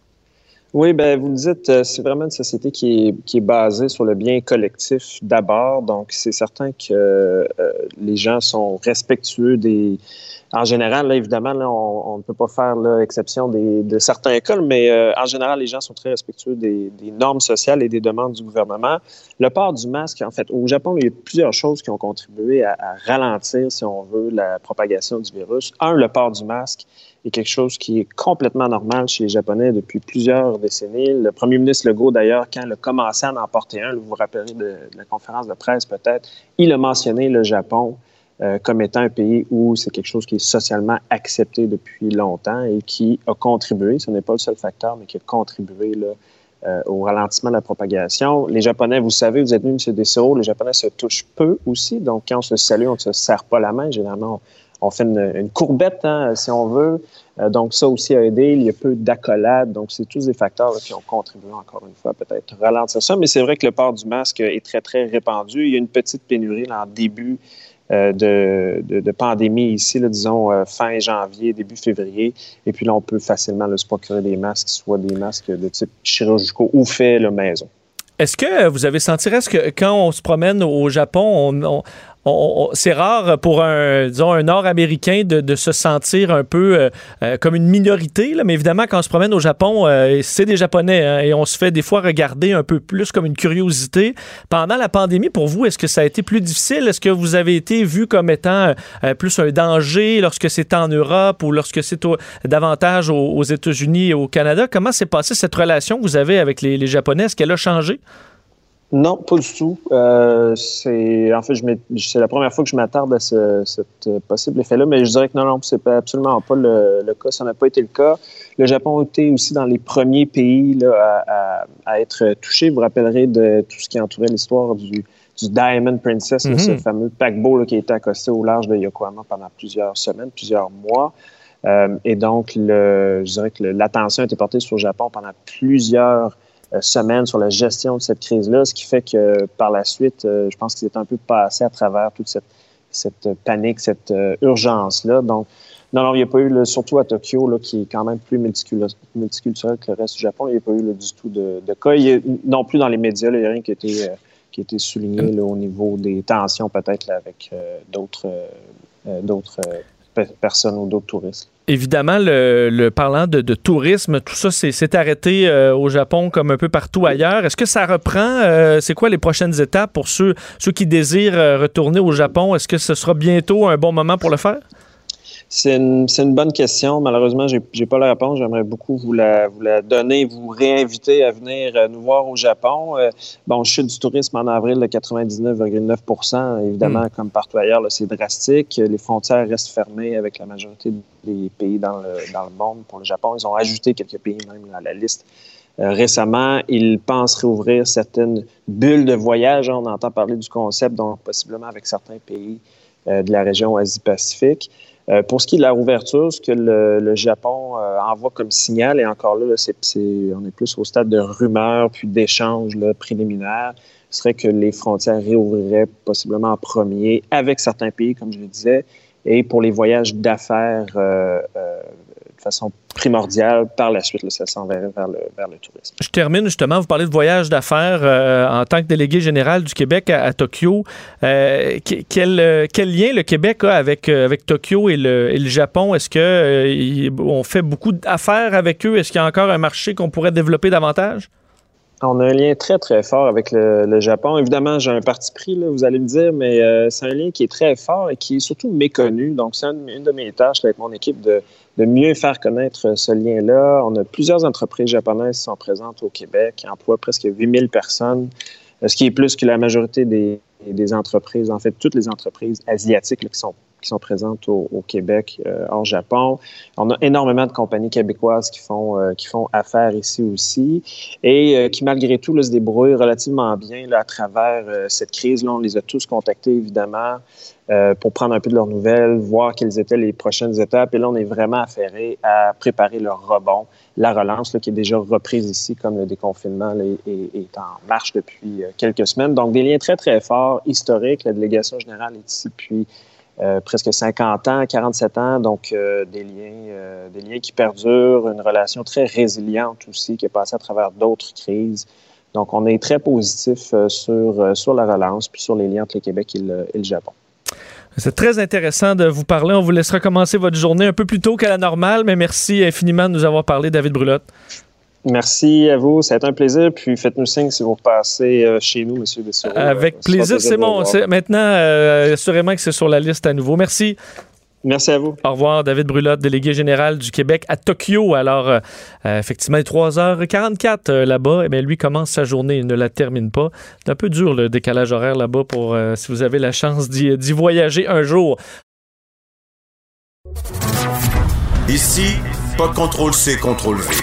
Oui, ben vous le dites, c'est vraiment une société qui est, qui est basée sur le bien collectif d'abord. Donc, c'est certain que euh, les gens sont respectueux des... En général, là, évidemment, là, on, on ne peut pas faire là, exception des, de certains cas, mais euh, en général, les gens sont très respectueux des, des normes sociales et des demandes du gouvernement. Le port du masque, en fait, au Japon, il y a plusieurs choses qui ont contribué à, à ralentir, si on veut, la propagation du virus. Un, le port du masque est quelque chose qui est complètement normal chez les Japonais depuis plusieurs décennies. Le premier ministre Legault, d'ailleurs, quand il a commencé à en porter un, vous vous rappellerez de, de la conférence de presse peut-être, il a mentionné le Japon Euh, comme étant un pays où c'est quelque chose qui est socialement accepté depuis longtemps et qui a contribué, ce n'est pas le seul facteur, mais qui a contribué là, euh, au ralentissement de la propagation. Les Japonais, vous savez, vous êtes venus M. Dessereau, les Japonais se touchent peu aussi, donc quand on se salue, on ne se serre pas la main. Généralement, on, on fait une, une courbette, hein, si on veut. Euh, donc ça aussi a aidé. Il y a peu d'accolades, donc c'est tous des facteurs là, qui ont contribué, encore une fois, peut-être ralentir ça. Mais c'est vrai que le port du masque est très, très répandu. Il y a une petite pénurie là, en début Euh, de, de, de pandémie ici, là, disons euh, fin janvier, début février. Et puis là, on peut facilement là, se procurer des masques, soit des masques de type chirurgicaux ou faits là, maison. Est-ce que vous avez senti, est-ce que quand on se promène au Japon, on, on, on, on, c'est rare pour un, disons, un Nord-Américain de, de se sentir un peu euh, euh, comme une minorité, là, mais évidemment, quand on se promène au Japon, euh, c'est des Japonais, hein, et on se fait des fois regarder un peu plus comme une curiosité. Pendant la pandémie, pour vous, est-ce que ça a été plus difficile? Est-ce que vous avez été vu comme étant euh, plus un danger lorsque c'est en Europe ou lorsque c'est au, davantage aux, aux États-Unis et au Canada? Comment s'est passée cette relation que vous avez avec les, les Japonais? Est-ce qu'elle a changé? Non, pas du tout. Euh, c'est en fait, je c'est la première fois que je m'attarde à ce cet possible effet-là, mais je dirais que non, non, c'est pas, absolument pas le, le cas. Ça n'a pas été le cas. Le Japon a été aussi dans les premiers pays là, à, à, à être touché. Vous vous rappellerez de tout ce qui entourait l'histoire du, du Diamond Princess, mm-hmm. là, ce fameux paquebot là, qui a été accosté au large de Yokohama pendant plusieurs semaines, plusieurs mois. Euh, et donc, le, je dirais que le, l'attention a été portée sur le Japon pendant plusieurs semaines sur la gestion de cette crise-là, ce qui fait que par la suite, euh, je pense qu'ils étaient un peu passés à travers toute cette, cette panique, cette euh, urgence-là. Donc, non, non, il n'y a pas eu, là, surtout à Tokyo, là, qui est quand même plus multiculturel que le reste du Japon, il n'y a pas eu là, du tout de, de cas. Il y a, non plus dans les médias, là, il n'y a rien qui a été, euh, qui a été souligné là, au niveau des tensions peut-être là, avec euh, d'autres, euh, d'autres euh, personnes ou d'autres touristes. Évidemment, le, le parlant de, de tourisme, tout ça c'est, c'est arrêté euh, au Japon comme un peu partout ailleurs. Est-ce que ça reprend? Euh, c'est quoi les prochaines étapes pour ceux, ceux qui désirent euh, retourner au Japon? Est-ce que ce sera bientôt un bon moment pour le faire? C'est une, c'est une bonne question. Malheureusement, j'ai, j'ai pas la réponse. J'aimerais beaucoup vous la, vous la donner, vous réinviter à venir nous voir au Japon. Euh, bon, chute du tourisme en avril de quatre-vingt-dix-neuf virgule neuf pour cent. Évidemment, mm. comme partout ailleurs, là, c'est drastique. Les frontières restent fermées avec la majorité des pays dans le, dans le monde. Pour le Japon, ils ont ajouté quelques pays même à la liste. Euh, récemment, ils pensent réouvrir certaines bulles de voyage. On entend parler du concept, donc possiblement avec certains pays euh, de la région Asie-Pacifique. Euh, pour ce qui est de la rouverture, ce que le, le Japon euh, envoie comme signal, et encore là, là c'est, c'est, on est plus au stade de rumeurs puis d'échanges là, préliminaires, serait que les frontières réouvriraient possiblement en premier avec certains pays, comme je le disais, et pour les voyages d'affaires euh, euh, de façon primordiale, par la suite, là, ça s'enverrait vers le, vers le tourisme. Je termine justement, vous parlez de voyage d'affaires euh, en tant que délégué général du Québec à, à Tokyo. Euh, quel, quel lien le Québec a avec, avec Tokyo et le, et le Japon? Est-ce qu'on euh, fait beaucoup d'affaires avec eux? Est-ce qu'il y a encore un marché qu'on pourrait développer davantage? On a un lien très, très fort avec le, le Japon. Évidemment, j'ai un parti pris, là, vous allez me dire, mais euh, c'est un lien qui est très fort et qui est surtout méconnu. Donc, c'est une, une de mes tâches là, avec mon équipe de, de mieux faire connaître ce lien-là. On a plusieurs entreprises japonaises qui sont présentes au Québec, qui emploient presque huit mille personnes, ce qui est plus que la majorité des, des entreprises, en fait, toutes les entreprises asiatiques là, qui sont qui sont présentes au, au Québec, euh, hors Japon. On a énormément de compagnies québécoises qui font euh, qui font affaire ici aussi et euh, qui, malgré tout, là, se débrouillent relativement bien là, à travers euh, cette crise. Là, on les a tous contactés, évidemment, euh, pour prendre un peu de leurs nouvelles, voir quelles étaient les prochaines étapes. Et là, on est vraiment affairé à préparer leur rebond, la relance là, qui est déjà reprise ici, comme le déconfinement là, est, est en marche depuis euh, quelques semaines. Donc, des liens très, très forts, historiques. La délégation générale est ici depuis Euh, presque cinquante ans, quarante-sept ans, donc euh, des liens euh, des liens qui perdurent, une relation très résiliente aussi, qui est passée à travers d'autres crises. Donc, on est très positif euh, sur, euh, sur la relance, puis sur les liens entre le Québec et le, et le Japon. C'est très intéressant de vous parler. On vous laissera commencer votre journée un peu plus tôt qu'à la normale, mais merci infiniment de nous avoir parlé, David Brulotte. Merci à vous, ça a été un plaisir. Puis faites-nous signe si vous repassez euh, chez nous, M. Dessureau. Avec euh, plaisir, c'est bon. C'est, maintenant, euh, assurément que c'est sur la liste à nouveau. Merci. Merci à vous. Au revoir, David Brulotte, délégué général du Québec à Tokyo. Alors, euh, effectivement, il est trois heures quarante-quatre euh, là-bas. Eh bien, lui commence sa journée, il ne la termine pas. C'est un peu dur, le décalage horaire là-bas, pour euh, si vous avez la chance d'y, d'y voyager un jour. Ici, pas de contrôle C, contrôle V.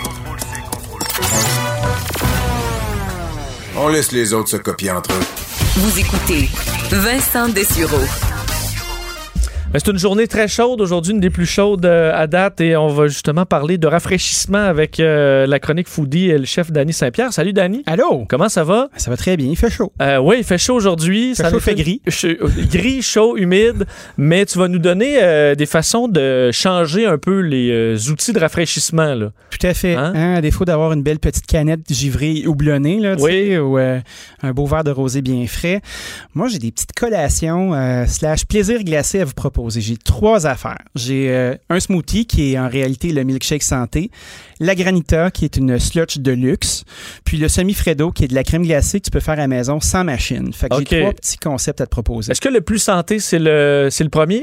On laisse les autres se copier entre eux. Vous écoutez Vincent Dessureau. Ben, c'est une journée très chaude aujourd'hui, une des plus chaudes euh, à date, et on va justement parler de rafraîchissement avec euh, la chronique foodie et le chef Danny Saint-Pierre. Salut Danny. Allô. Comment ça va? Ça va très bien, il fait chaud. Euh, oui, il fait chaud aujourd'hui. Il fait ça chaud, il fait gris. Ch- gris, chaud, humide, mais tu vas nous donner euh, des façons de changer un peu les euh, outils de rafraîchissement, là. Tout à fait. Hein? Hein, à défaut d'avoir une belle petite canette givrée houblonnée, là, tu oui. sais, ou euh, un beau verre de rosé bien frais. Moi, j'ai des petites collations euh, slash plaisir glacé à vous proposer. J'ai trois affaires. J'ai euh, un smoothie qui est en réalité le milkshake santé, la granita qui est une slotch de luxe, puis le semi-freddo qui est de la crème glacée que tu peux faire à la maison sans machine. Fait que okay. j'ai trois petits concepts à te proposer. Est-ce que le plus santé, c'est le, c'est le premier?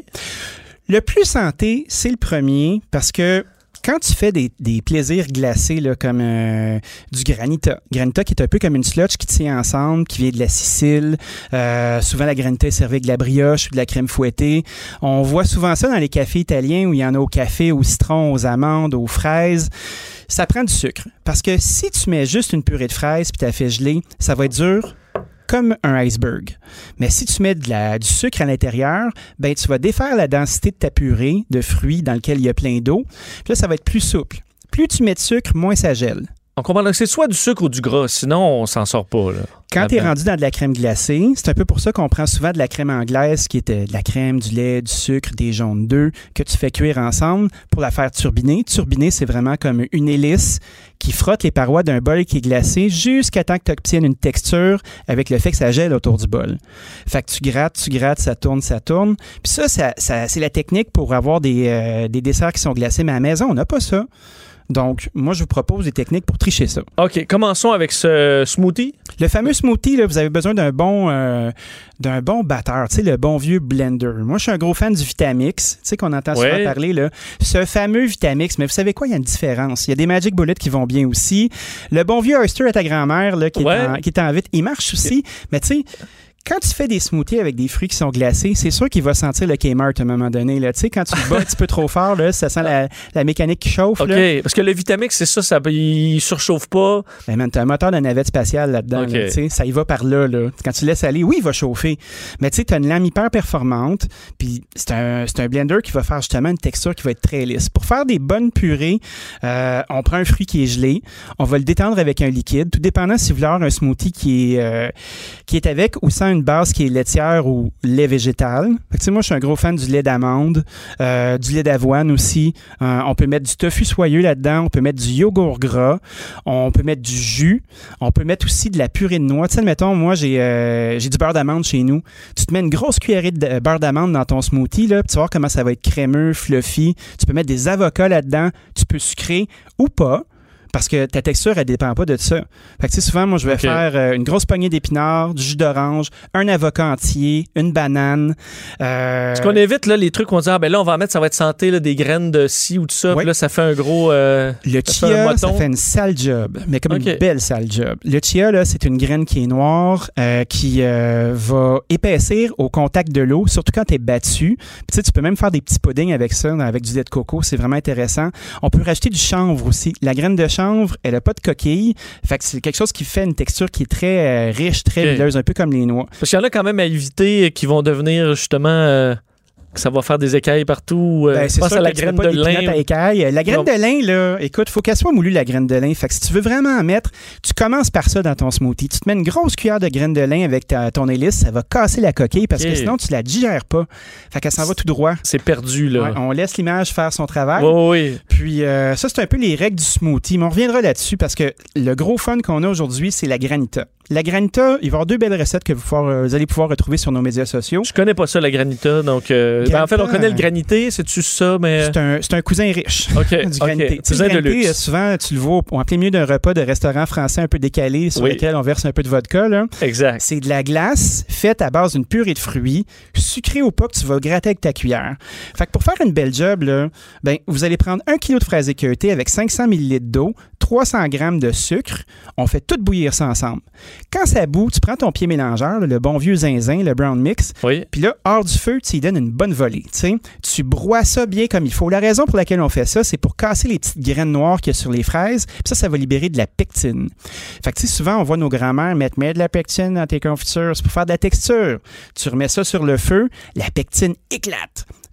Le plus santé, c'est le premier parce que quand tu fais des, des plaisirs glacés là, comme euh, du granita, granita qui est un peu comme une slotch qui tient ensemble, qui vient de la Sicile. Euh, souvent, la granita est servie avec de la brioche ou de la crème fouettée. On voit souvent ça dans les cafés italiens où il y en a au café, au citron, aux amandes, aux fraises. Ça prend du sucre. Parce que si tu mets juste une purée de fraises puis tu la fais geler, ça va être dur comme un iceberg. Mais si tu mets de la, du sucre à l'intérieur, ben tu vas défaire la densité de ta purée de fruits dans lequel il y a plein d'eau. Puis là, ça va être plus souple. Plus tu mets de sucre, moins ça gèle. On comprend que c'est soit du sucre ou du gras, sinon on s'en sort pas, là. Quand tu es rendu dans de la crème glacée, c'est un peu pour ça qu'on prend souvent de la crème anglaise, qui est de la crème, du lait, du sucre, des jaunes d'œufs, que tu fais cuire ensemble pour la faire turbiner. Turbiner, c'est vraiment comme une hélice qui frotte les parois d'un bol qui est glacé jusqu'à temps que tu obtiennes une texture avec le fait que ça gèle autour du bol. Fait que tu grattes, tu grattes, ça tourne, ça tourne. Puis ça, ça, ça c'est la technique pour avoir des, euh, des desserts qui sont glacés. Mais à la maison, on n'a pas ça. Donc, moi, je vous propose des techniques pour tricher ça. OK. Commençons avec ce smoothie. Le fameux smoothie, là, vous avez besoin d'un bon, euh, d'un bon batteur, tu sais, le bon vieux blender. Moi, je suis un gros fan du Vitamix, tu sais, qu'on entend souvent ouais. parler, là. Ce fameux Vitamix, mais vous savez quoi? Il y a une différence. Il y a des Magic Bullets qui vont bien aussi. Le bon vieux Oyster à ta grand-mère, là, qui, ouais. est en, qui est en vite, il marche aussi. Mais tu sais, quand tu fais des smoothies avec des fruits qui sont glacés, c'est sûr qu'il va sentir le Kmart à un moment donné. Tu sais, quand tu le bats un petit peu trop fort, là, ça sent la, la mécanique qui chauffe. OK, là. Parce que le Vitamix, c'est ça, ça il surchauffe pas. Ben man, t'as un moteur de navette spatiale là-dedans. Okay. Là, ça y va par là, là. Quand tu laisses aller, oui, il va chauffer. Mais tu sais, t'as une lame hyper performante, puis c'est un, c'est un blender qui va faire justement une texture qui va être très lisse. Pour faire des bonnes purées, euh, on prend un fruit qui est gelé, on va le détendre avec un liquide, tout dépendant si vous voulez avoir un smoothie qui est, euh, qui est avec ou sans une base qui est laitière ou lait végétal. Fait que, moi, je suis un gros fan du lait d'amande, euh, du lait d'avoine aussi. Euh, on peut mettre du tofu soyeux là-dedans, on peut mettre du yogourt gras, on peut mettre du jus, on peut mettre aussi de la purée de noix. Tu sais, admettons, moi, j'ai, euh, j'ai du beurre d'amande chez nous. Tu te mets une grosse cuillerée de beurre d'amande dans ton smoothie, là, puis tu vas voir comment ça va être crémeux, fluffy. Tu peux mettre des avocats là-dedans, tu peux sucrer ou pas. Parce que ta texture, elle dépend pas de ça. Fait que, tu sais, souvent, moi, je vais okay. faire euh, une grosse poignée d'épinards, du jus d'orange, un avocat entier, une banane. Euh... Parce qu'on évite, là, les trucs qu'on dit, ah, ben là, on va en mettre, ça va être santé, là, des graines de ci ou de ça. Oui. Puis là, ça fait un gros. Euh, le ça chia, fait ça fait une sale job, mais comme okay. une belle sale job. Le chia, là, c'est une graine qui est noire, euh, qui euh, va épaissir au contact de l'eau, surtout quand tu es battu. Puis, tu sais, tu peux même faire des petits puddings avec ça, avec du lait de coco. C'est vraiment intéressant. On peut rajouter du chanvre aussi. La graine de chanvre, elle n'a pas de coquille. Fait que c'est quelque chose qui fait une texture qui est très euh, riche, très okay. huileuse, un peu comme les noix. Parce qu'il y en a quand même à éviter qui vont devenir justement... Euh... que ça va faire des écailles partout. Ben, c'est pense à la graine de lin. À écailles. La graine non. de lin, là, écoute, il faut qu'elle soit moulue, la graine de lin. Fait que si tu veux vraiment en mettre, tu commences par ça dans ton smoothie. Tu te mets une grosse cuillère de graine de lin avec ta, ton hélice, ça va casser la coquille parce okay. que sinon, tu la digères pas. Fait qu'elle s'en va tout droit. C'est perdu, là. Ouais, on laisse l'image faire son travail. Oui, oui. Puis euh, ça, c'est un peu les règles du smoothie. Mais on reviendra là-dessus parce que le gros fun qu'on a aujourd'hui, c'est la granita. La granita, il va y avoir deux belles recettes que vous, pouvoir, vous allez pouvoir retrouver sur nos médias sociaux. Je connais pas ça, la granita. Donc, euh, granita, ben en fait, on connaît le granité. C'est-tu ça? Mais... C'est, un, c'est un cousin riche okay, du granité. Okay. Cousin granité, de luxe. Souvent, tu le vois en plein milieu d'un repas de restaurant français un peu décalé sur oui. lequel on verse un peu de vodka. Là. Exact. C'est de la glace faite à base d'une purée de fruits, sucrée ou pas, que tu vas gratter avec ta cuillère. Fait que pour faire une belle job, là, ben, vous allez prendre un kilo de fraises équeurées avec cinq cents millilitres d'eau, trois cents grammes de sucre. On fait tout bouillir ça ensemble. Quand ça bout, tu prends ton pied mélangeur, là, le bon vieux zinzin, le brown mix, oui. puis là, hors du feu, tu y donnes une bonne volée. T'sais. Tu broies ça bien comme il faut. La raison pour laquelle on fait ça, c'est pour casser les petites graines noires qu'il y a sur les fraises, puis ça, ça va libérer de la pectine. Fait que souvent, on voit nos grands-mères mettre, mettre de la pectine dans tes confitures, c'est pour faire de la texture. Tu remets ça sur le feu, la pectine éclate.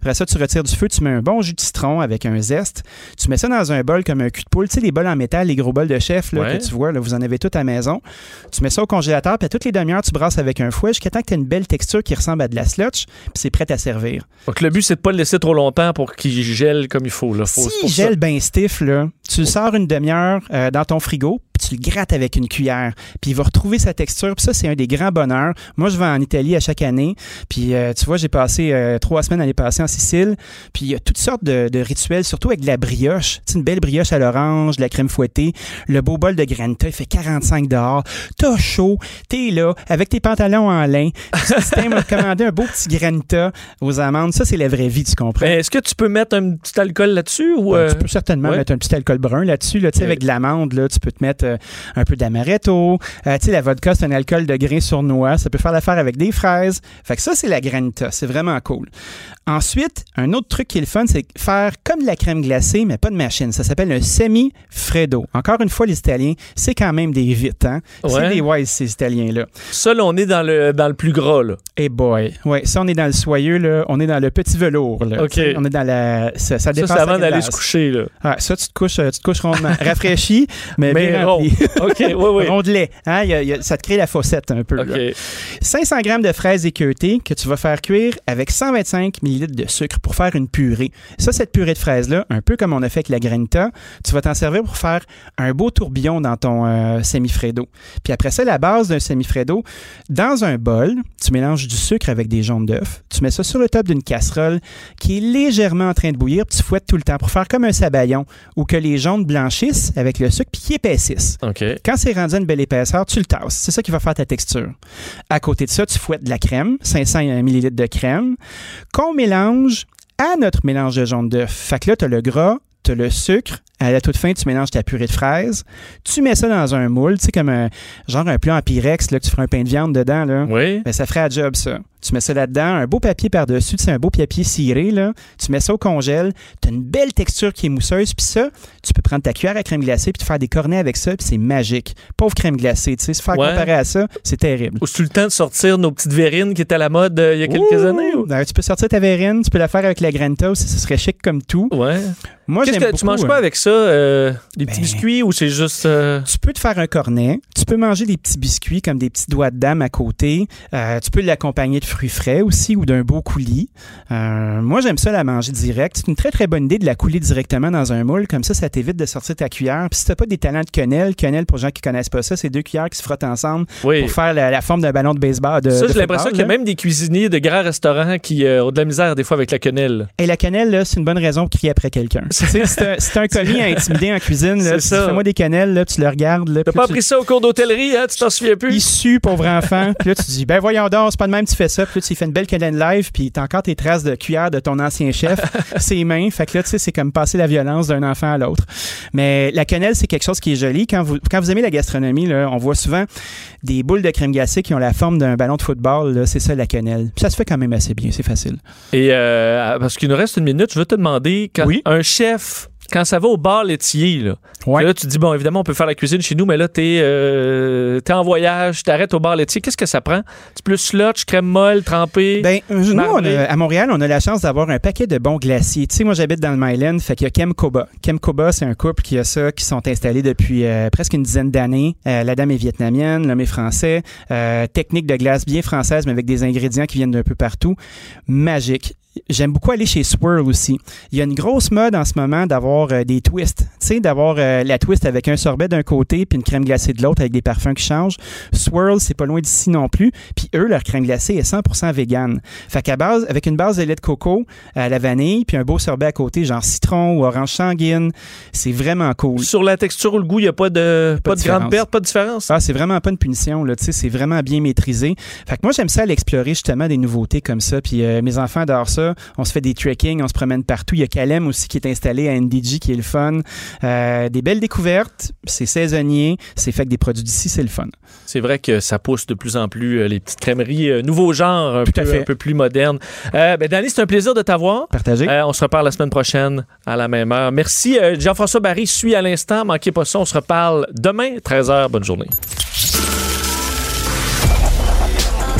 Après ça, tu retires du feu, tu mets un bon jus de citron avec un zeste. Tu mets ça dans un bol comme un cul de poule. Tu sais, les bols en métal, les gros bols de chef là, ouais. que tu vois, là, vous en avez tout à la maison. Tu mets ça au congélateur, puis à toutes les demi-heures, tu brasses avec un fouet jusqu'à temps que tu aies une belle texture qui ressemble à de la slotch, puis c'est prêt à servir. Donc, le but, c'est de pas le laisser trop longtemps pour qu'il gèle comme il faut. Là. faut S'il gèle bien stiff, là, tu le sors une demi-heure euh, dans ton frigo, puis tu le grattes avec une cuillère, puis il va retrouver sa texture, puis ça, c'est un des grands bonheurs. Moi, je vais en Italie à chaque année, puis euh, tu vois, j'ai passé euh, trois semaines l'année passée en Sicile, puis il y a toutes sortes de, de rituels, surtout avec de la brioche. Tu sais, une belle brioche à l'orange, de la crème fouettée, le beau bol de granita, il fait quarante-cinq dehors, t'as chaud, t'es là, avec tes pantalons en lin, puis tu t'aimes commander un beau petit granita aux amandes, ça, c'est la vraie vie, tu comprends? Mais est-ce que tu peux mettre un petit alcool là-dessus? Ou euh... Tu peux certainement ouais. mettre un petit alcool brun là-dessus, là, tu sais, avec de l'amande, là, tu peux te mettre euh, un peu d'amaretto, euh, tu sais, la vodka, c'est un alcool de grain sur noix, ça peut faire l'affaire avec des fraises, fait que ça, c'est la granita, c'est vraiment cool. Ensuite, un autre truc qui est le fun, c'est faire comme de la crème glacée, mais pas de machine. Ça s'appelle un semi-freddo. Encore une fois, les Italiens, c'est quand même des vites, hein? Ouais. C'est des wise, ces Italiens-là. Ça, là, on est dans le, dans le plus gras, là. Eh hey boy. Oui, ça, on est dans le soyeux, là. On est dans le petit velours, là. OK. On est dans la... Ça, ça dépasse ça, c'est avant d'aller se coucher, là. Ah, ça, tu te couches, tu te couches rondement. Rafraîchi, mais, mais bien rempli. OK, oui, oui. Rondelet. Hein? Y a, y a, ça te crée la fossette un peu, okay. là. cinq cents grammes de fraises équeutées que tu vas faire cuire avec cent vingt-cinq millilitres de sucre pour faire une purée. Ça, cette purée de fraises-là, un peu comme on a fait avec la granita, tu vas t'en servir pour faire un beau tourbillon dans ton euh, semi-freddo. Puis après ça, la base d'un semi-freddo, dans un bol, tu mélanges du sucre avec des jaunes d'œufs, tu mets ça sur le top d'une casserole qui est légèrement en train de bouillir, puis tu fouettes tout le temps pour faire comme un sabayon où que les jaunes blanchissent avec le sucre puis qui épaississent. Okay. Quand c'est rendu à une belle épaisseur, tu le tasses. C'est ça qui va faire ta texture. À côté de ça, tu fouettes de la crème, cinq cents millilitres de crème, qu'on mélange à notre mélange de jaune d'œuf. Fait que là, tu as le gras, tu as le sucre. À la toute fin, tu mélanges ta purée de fraises. Tu mets ça dans un moule, tu sais, comme un genre un plat en pyrex, là, que tu ferais un pain de viande dedans. Là. Oui. Ben, ça ferait à job, ça. Tu mets ça là-dedans, un beau papier par-dessus, tu sais, un beau papier ciré, là. Tu mets ça au congèle. Tu as une belle texture qui est mousseuse. Puis ça, tu peux prendre ta cuillère à crème glacée puis te faire des cornets avec ça. Puis c'est magique. Pauvre crème glacée, tu sais. Se faire ouais. comparer à ça, c'est terrible. Ou c'est le temps de sortir nos petites verrines qui étaient à la mode euh, il y a quelques Ouh! années? Ou... Ben, tu peux sortir ta verrine, tu peux la faire avec la granita aussi. Ce serait chic comme tout. Ouais. Moi, Qu'est-ce j'aime que beaucoup, tu manges quoi euh... avec ça? Euh, des ben... petits biscuits ou c'est juste... Euh... Tu peux te faire un cornet. Tu peux manger des petits biscuits comme des petits doigts de dame à côté. Euh, tu peux l'accompagner de fruits frais aussi ou d'un beau coulis. Euh, moi, j'aime ça la manger direct. C'est une très, très bonne idée de la couler directement dans un moule. Comme ça, ça t'évite de sortir ta cuillère. Puis si t'as pas des talents de quenelle, quenelle, pour les gens qui connaissent pas ça, c'est deux cuillères qui se frottent ensemble oui. pour faire la, la forme d'un ballon de baseball. De, ça, de j'ai l'impression qu'il y a même des cuisiniers de grands restaurants qui euh, ont de la misère des fois avec la quenelle. Et la quenelle, là, c'est une bonne raison pour crier après quelqu'un. c'est, c'est, un, c'est un commis à intimider en cuisine. Là, c'est tu ça. Fais-moi des quenelles, là, tu le regardes. Là, T'as pas tu... appris ça au cours d'hôtellerie, hein? Tu t'en souviens plus? Issu, pauvre enfant. Puis là, tu dis, ben voyons donc, c'est pas de même, tu fais ça. Puis là, tu fais une belle quenelle live, puis t'as encore tes traces de cuillère de ton ancien chef, ses mains. Fait que là, tu sais, c'est comme passer la violence d'un enfant à l'autre. Mais la quenelle, c'est quelque chose qui est joli. Quand vous, quand vous aimez la gastronomie, là, on voit souvent des boules de crème glacée qui ont la forme d'un ballon de football. Là, c'est ça, la quenelle. Puis ça se fait quand même assez bien, c'est facile. Et euh, parce qu'il nous reste une minute, je veux te demander, quand oui? un chef... Quand ça va au bar laitier, là, ouais. là, tu te dis, bon, évidemment, on peut faire la cuisine chez nous, mais là, t'es, euh, t'es en voyage, t'arrêtes au bar laitier. Qu'est-ce que ça prend? C'est plus slotch, crème molle, trempée? Ben, nous, on a, à Montréal, on a la chance d'avoir un paquet de bons glaciers. Tu sais, moi, j'habite dans le Myland, fait qu'il y a Kemkoba. Kemkoba, c'est un couple qui a ça, qui sont installés depuis euh, presque une dizaine d'années. Euh, la dame est vietnamienne, l'homme est français. Euh, technique de glace bien française, mais avec des ingrédients qui viennent d'un peu partout. Magique. J'aime beaucoup aller chez Swirl aussi. Il y a une grosse mode en ce moment d'avoir euh, des twists. Tu sais, d'avoir euh, la twist avec un sorbet d'un côté puis une crème glacée de l'autre avec des parfums qui changent. Swirl, c'est pas loin d'ici non plus. Puis eux, leur crème glacée est cent pour cent vegan. Fait qu'à base, avec une base de lait de coco à la vanille puis un beau sorbet à côté, genre citron ou orange sanguine, c'est vraiment cool. Sur la texture ou le goût, il n'y a pas de, pas, pas de, de grande perte, pas de différence? Ah, c'est vraiment pas une punition, là. Tu sais, c'est vraiment bien maîtrisé. Fait que moi, j'aime ça aller explorer justement des nouveautés comme ça. Puis euh, mes enfants adorent ça. On se fait des trekking, on se promène partout. Il y a Calem aussi qui est installé à N D G qui est le fun. Euh, des belles découvertes, c'est saisonnier, c'est fait avec des produits d'ici, c'est le fun. C'est vrai que ça pousse de plus en plus euh, les petites crèmeries, euh, nouveaux genres, un, Tout peu, à fait. un peu plus modernes. Euh, ben, Danny, c'est un plaisir de t'avoir. Partagé. Euh, on se reparle la semaine prochaine à la même heure. Merci. Euh, Jean-François Barry suit à l'instant. Manquez pas ça. On se reparle demain, treize heures. Bonne journée.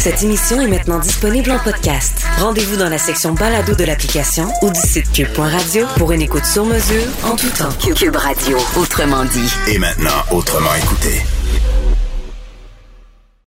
Cette émission est maintenant disponible en podcast. Rendez-vous dans la section balado de l'application ou du site cube point radio pour une écoute sur mesure en tout temps. Cube Radio, autrement dit. Et maintenant, autrement écouté.